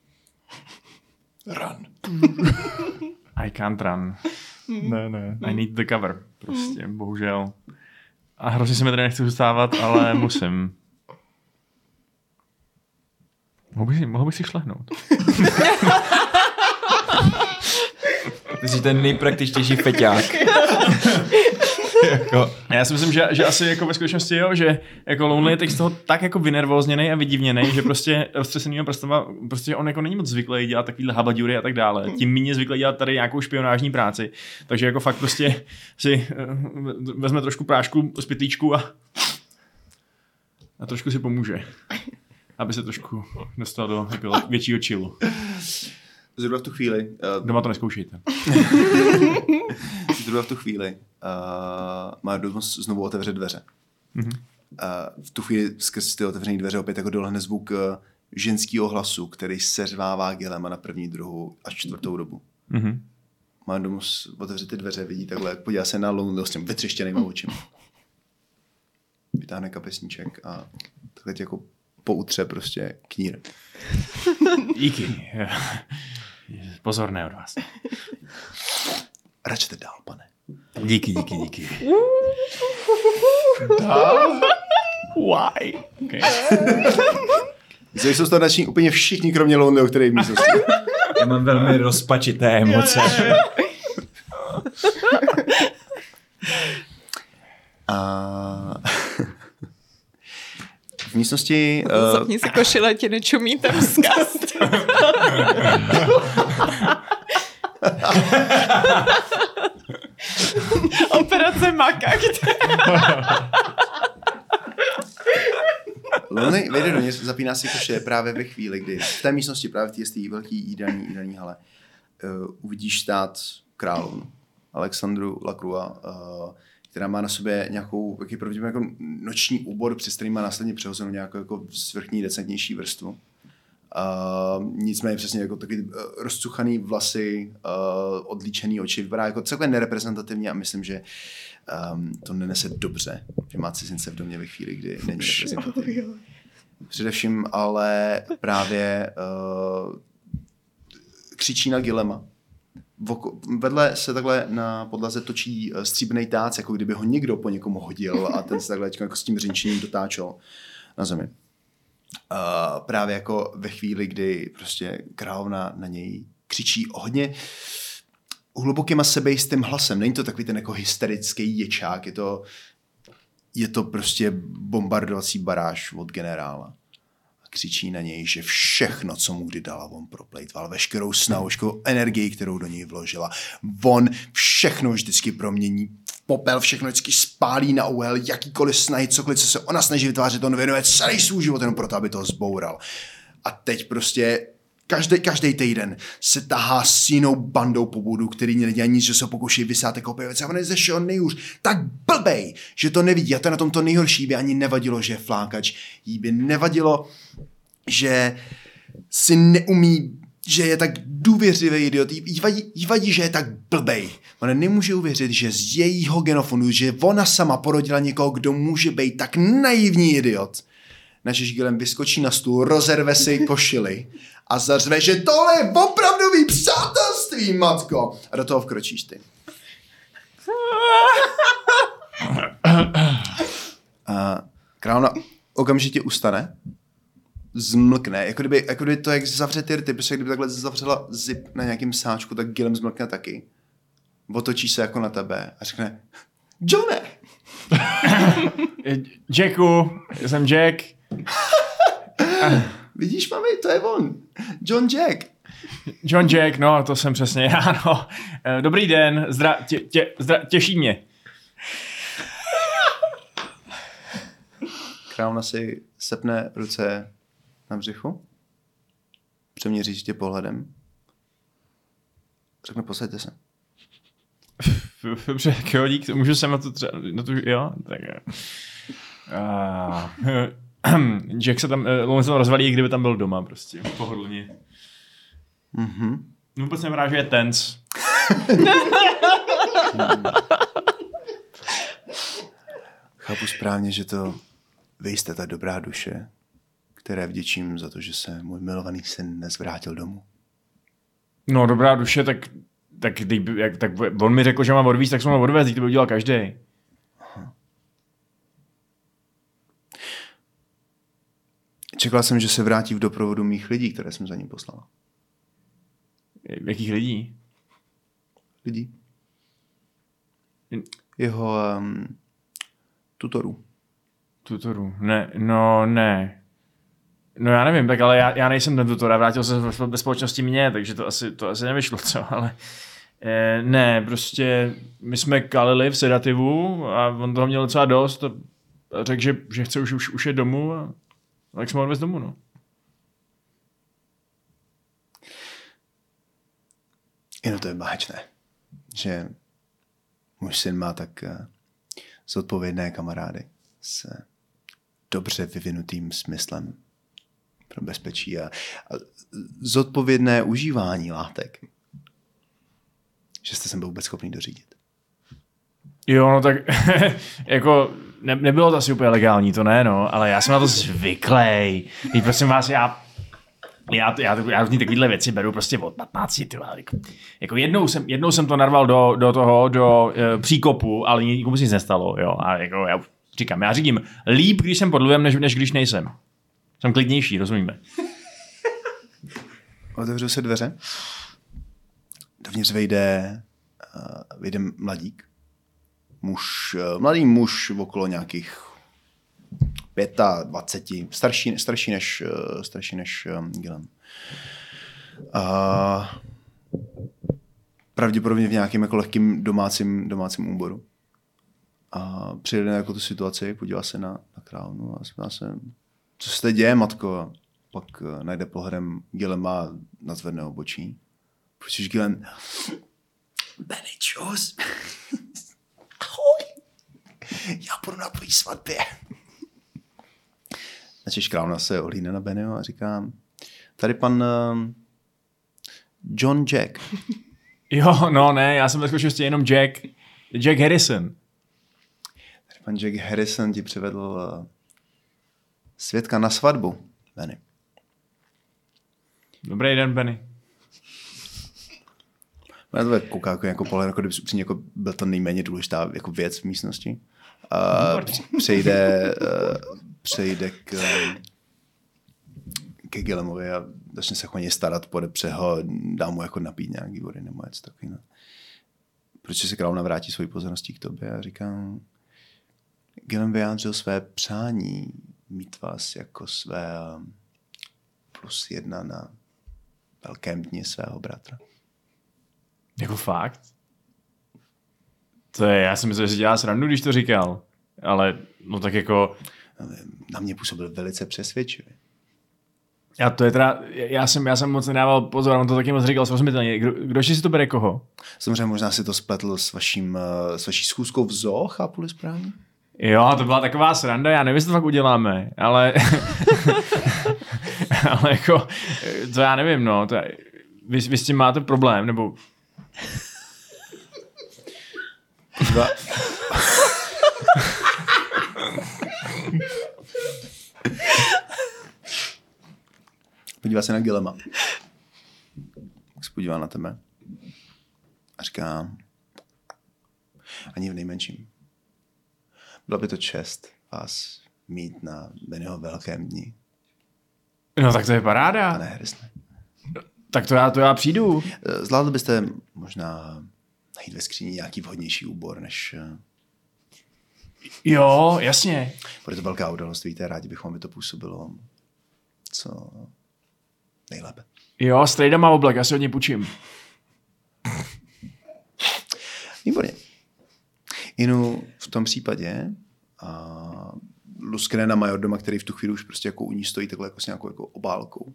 Run. I can't run. Ne. I need the cover. Prostě, bohužel. A hrozně se mi tady nechci zůstávat, ale musím. Mohl bych si šlehnout. Ty jsi ten nejpraktičtější feťák. Jako, já si myslím, že asi jako ve skutečnosti jo, že jako Lonely je teď z toho tak jako vynervózněnej a vydivněnej, že prostě roztřesenýho prstama, prostě on jako není moc zvyklý dělat takovýhle habaďury a tak dále. Tím méně zvyklý dělat tady nějakou špionážní práci. Takže jako fakt prostě si vezme trošku prášku z pytlíčku a trošku si pomůže. Aby se trošku dostal do jako většího chillu. Zhruba v tu chvíli... Doma to neskoušejte. Zhruba v tu chvíli Majordomus znovu otevře dveře. Mm-hmm. V tu chvíli skrz ty otevřené dveře opět jako dolehne zvuk ženského hlasu, který seřvává Gilema na první, druhou a čtvrtou dobu. Mm-hmm. Majordomus otevře ty dveře, vidí takhle, podívá se na Lonely s těm vytřeštěnýma očima. Vytáhne kapesníček a takhle tě jako poutře prostě knír. Díky. Pozorné od vás. Račte dál, pane. Díky. Dál? Why? Okay. Jsou z toho nadšení úplně všichni, kromě Lonelyho, který je v místnosti. Já mám velmi rozpačité emoce. V místnosti... Zapni si košile, ti nečumí ten vzkaz. Operace Makak. Lonely vejde do něj, zapíná si košile právě ve chvíli, kdy v té místnosti, právě v té velké jídelní hale, uvidíš stát královnu Alexandru Lacroix, která má na sobě nějakou jako noční úbor, přes který má následně přehozenou nějakou jako svrchní, decentnější vrstvu. Nicméně přesně jako takový rozcuchaný vlasy, odlíčený oči, vypadá jako celkově nereprezentativně a myslím, že to nenese dobře, že má cizince v domě ve chvíli, kdy není reprezentativní. Především ale právě křičí na Gilema. Vedle se takhle na podlaze točí stříbrnej tác, jako kdyby ho někdo po někomu hodil a ten se takhle jako s tím řinčením dotáčel na zemi. Právě jako ve chvíli, kdy prostě královna na něj křičí hodně hlubokým a sebejistým hlasem. Není to takový ten jako hysterický ječák, je to prostě bombardovací baráž od generála. Křičí na něj, že všechno, co mu kdy dala, on proplejtval, veškerou snahu, veškerou energii, kterou do něj vložila. On všechno vždycky promění v popel, všechno vždycky spálí na úhel, jakýkoliv snahy, cokoliv, co se ona snaží vytvářet, on věnuje celý svůj život jenom proto, aby to zboural. A teď prostě každý týden se tahá s jinou bandou po budu, který nedělají nic, že se pokouší vysát jako pěvec. A on je ze všeho nejhůř tak blbej, že to nevidí. A to je na tom to nejhorší. By ani nevadilo, že je flákač. Jí by nevadilo, že si neumí, že je tak důvěřivý idiot. Jí vadí, že je tak blbej. Ona nemůže uvěřit, že z jejího genofondu, že ona sama porodila někoho, kdo může být tak naivní idiot. Načež Gilem vyskočí na stůl, rozerve si košili a zařve, že tohle je opravdový přátelství, matko. A do toho vkročíš ty. A královna okamžitě ustane, zmlkne, jako kdyby to, jak zavře ty rty, protože kdyby takhle zavřela zip na nějakým sáčku, tak Gilem zmlkne taky. Otočí se jako na tebe a řekne, Johne! Jacku, jsem Jack. Vidíš, mami, to je on. John Jack. John Jack, no, to jsem přesně já, no. Dobrý den, těší mě. Královna si sepne ruce na břichu, přeměří tě pohledem, řekne, posaďte se. Dobře, jo, dík, můžu se na tu, jo? Tak Jack se tam rozvalí, kdyby tam byl doma, prostě, pohodlně. Mhm. Vůbec nevrá, že je tense. Chápu správně, že to vy jste ta dobrá duše, které vděčím za to, že se můj milovaný syn dnes vrátil domů. No, dobrá duše, tak on mi řekl, že mám odvízt, tak jsem ho odvést, to by udělal každý. Čekal jsem, že se vrátí v doprovodu mých lidí, které jsem za ním poslala. Jakých lidí? Lidí? Jeho tutorů. Tutorů? Ne. No já nevím, tak ale já nejsem ten tutor, já vrátil se ve společnosti mě, takže to asi nevyšlo, co, ale ne, prostě my jsme kalili v sedativu a on toho měl docela dost a řekl, že chce už je domů a tak jsme ho odvez domů, no. Jenom to je báječné, že můj syn má tak zodpovědné kamarády s dobře vyvinutým smyslem pro bezpečí a zodpovědné užívání látek. Že jste sem byl vůbec schopný dořídit. Jo, no tak jako nebylo to asi úplně legální, to ne, no, ale já jsem na to zvyklej. Teď prosím vás, já různý takovýhle věci beru prostě od 15, jako jednou jsem to narval do příkopu, ale nikomu si nic nestalo, jo, a jako já říkám líp, když jsem pod vlivem, než když nejsem. Jsem klidnější, rozumíme. Otevřou se dveře. Dovnitř vejde mladý muž okolo nějakých 25, starší než Gilem. Pravděpodobně v nějakém jako lehkým domácím úboru. A přijde na jako tu situaci, podívá se na královnu a zeptá se, co se děje, matko? A pak najde pohledem Gilema a nadzvedne obočí. Protože Gilem, Benny, čus. Ahoj. Já budu na tvojí svatbě. Načež královna se ohlídne na Bennyho a říká, tady pan John Jack. Jo, no ne, já jsem řekl, že jenom Jack Harrison. Tady pan Jack Harrison ti přivedl svědka na svatbu, Benny. Dobrý den, Benny. Já to kouká jako pohled, jako kdyby upřímně jako byl to nejméně důležitá jako věc v místnosti. Přejde ke Gilemovi a začne se o něj starat, podepře ho, dá mu jako napít nějaký vody nebo něco takový. Proč se královna vrátí svojí pozorností k tobě a říká, Gilem vyjádřil své přání mít vás jako své +1 na velkém dni svého bratra. Jako fakt? To je, já si myslím, že si dělá srandu, když to říkal. Ale, no tak jako... Na mě působil velice přesvědčivě. Já jsem moc nedával pozor, on to taky moc říkal srozumitelně. Kdo si to bere koho? Samozřejmě možná si to spletl s vaší schůzkou v zoo, chápu-li správně? Jo, to byla taková sranda, já nevím, jestli to fakt uděláme, ale ale jako, to já nevím, no, vy s tím máte problém, nebo... Podívá se na Gilema. Tak se podívá na tebe. A říká, ani v nejmenším. Byla by to čest vás mít na Bennyho velkém dni. No tak to je paráda. Pane Harrisone. Tak to já přijdu. Zvládli byste možná najít ve skříni nějaký vhodnější úbor, než... Jo, jasně. Bude to velká událost, víte, rádi bychom, aby to působilo co nejlépe. Jo, Strejda má oblek, já si od něj půjčím. Výborně. Inu v tom případě luskne na majordoma, který v tu chvíli už prostě jako u ní stojí takhle jako s nějakou jako obálkou.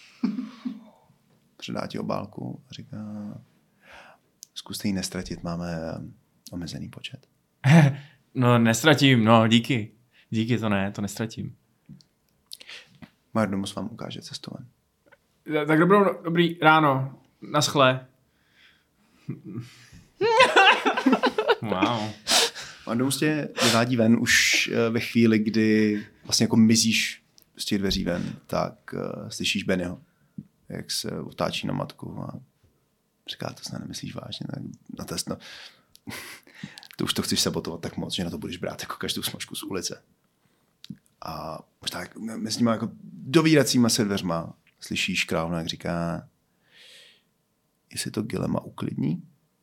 Předá ti obálku a říká, zkuste ji nestratit, máme omezený počet. No nestratím, no díky. Díky, to nestratím. Majordomus vám ukáže cestu ven. Tak dobrý ráno. Naschle. Wow. Majordomus tě vyvádí ven už ve chvíli, kdy vlastně jako mizíš z těch dveří ven, tak slyšíš Bennyho, jak se otáčí na matku a říká, to snad nemyslíš vážně, tak na test, no. To už to chceš sabotovat tak moc, že na to budeš brát jako každou smažku z ulice. A možná mezi nimi jako dovíracíma se dveřma slyšíš královnu, jak říká, jestli to Gilema uklidní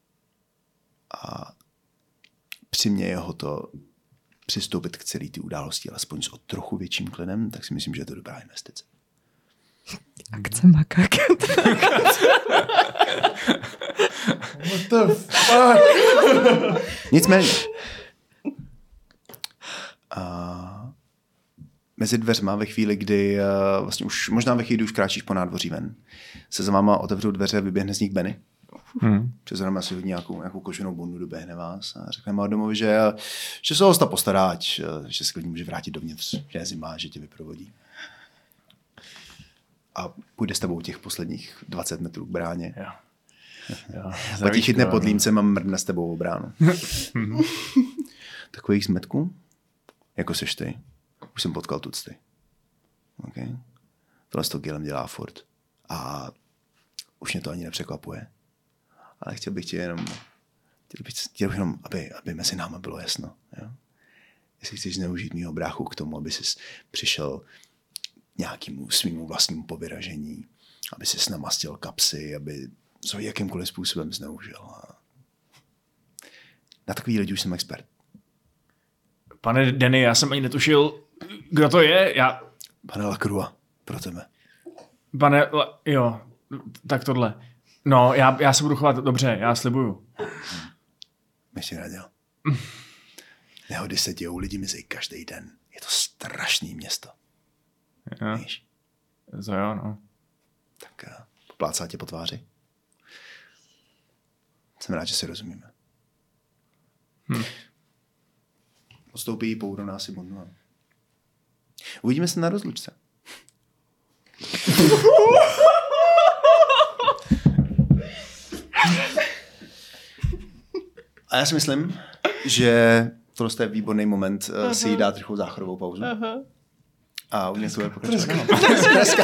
a přiměje ho to přistoupit k celé té události, alespoň s o trochu větším klidem, tak si myslím, že je to dobrá investice. Akce makak. What the fuck? Nicméně. Mezi dveřma ve chvíli, kdy vlastně už, možná ve chvíli, kdy už kráčíš po nádvoří ven, se za váma otevřou dveře, vyběhne z nich Benny. Přes rama si hodí nějakou koženou bundu, doběhne vás a řekne Majordomovi, že se o hosta postará, že se klidně může vrátit dovnitř, že je zima, že tě vyprovodí. A půjde s tebou těch posledních 20 metrů k bráně. Jo. Pak ti chytne pod límcem a mrdne s tebou o bránu. Takových zmetků, jako seš ty, už jsem potkal tucty. Okay? Tohle s to Gilem dělá furt. A už mě to ani nepřekvapuje. Ale chtěl bych jenom, aby mezi náma bylo jasno. Jo? Jestli chceš zneužít mýho bráchu k tomu, aby jsi přišel nějakému svýmu vlastnímu povyražení, aby si namastil kapsy, aby co jakýmkoliv způsobem zneužil. Na takový lidi už jsem expert. Pane Denny, já jsem ani netušil, kdo to je. Pane Lacroix, pro tebe. Jo, tak tohle. No, já se budu chovat dobře, já slibuju. Bych ti radil. Nehody se dějou, lidi mizí každý den. Je to strašný město. Jo. Víš? To jo, no. Tak poplácá tě po tváři. Jsem rád, že si rozumíme. Odstoupí poudou nás i bondu. Uvidíme se na rozlučce. A já si myslím, že tohle je výborný moment si jí dát rychlou záchodovou pauzu. A u mě se bude pokračovat. Dneska.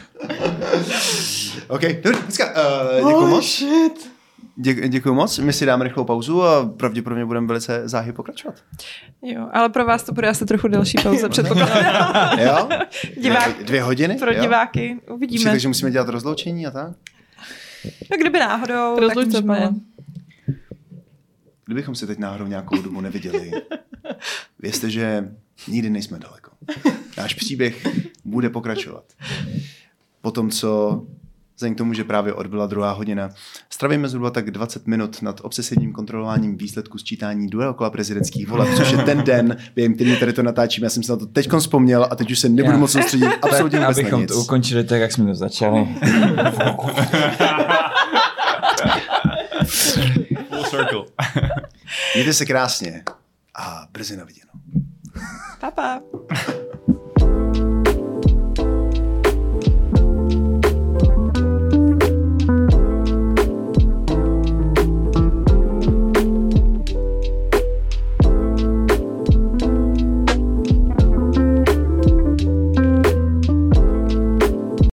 OK, dobrý, dneska. Děkuji moc. Děkuji moc. My si dáme rychlou pauzu a pravděpodobně budeme velice záhy pokračovat. Jo, ale pro vás to bude asi trochu delší pauza, předpokládám. Jo? 2 hodiny? Pro diváky. Uvidíme. Takže musíme dělat rozloučení a tak? No kdyby náhodou, tak můžeme. Kdybychom se teď náhodou nějakou dobu neviděli, vězte, že nikdy nejsme daleko. Náš příběh bude pokračovat. Po tom, co vzhledem k tomu, že právě odbyla 2. hodina. Stravíme zhruba tak 20 minut nad obsesivním kontrolováním výsledku sčítání druhého kola prezidentských voleb, což je ten den, během který tady to natáčíme. Já jsem si na to teďkom vzpomněl a teď už se nebudu moc soustředit absolutně vůbec na nic. Abychom to ukončili tak, jak jsme to začali. Full circle. Mějte se krásně a brzy na viděnou. Pa.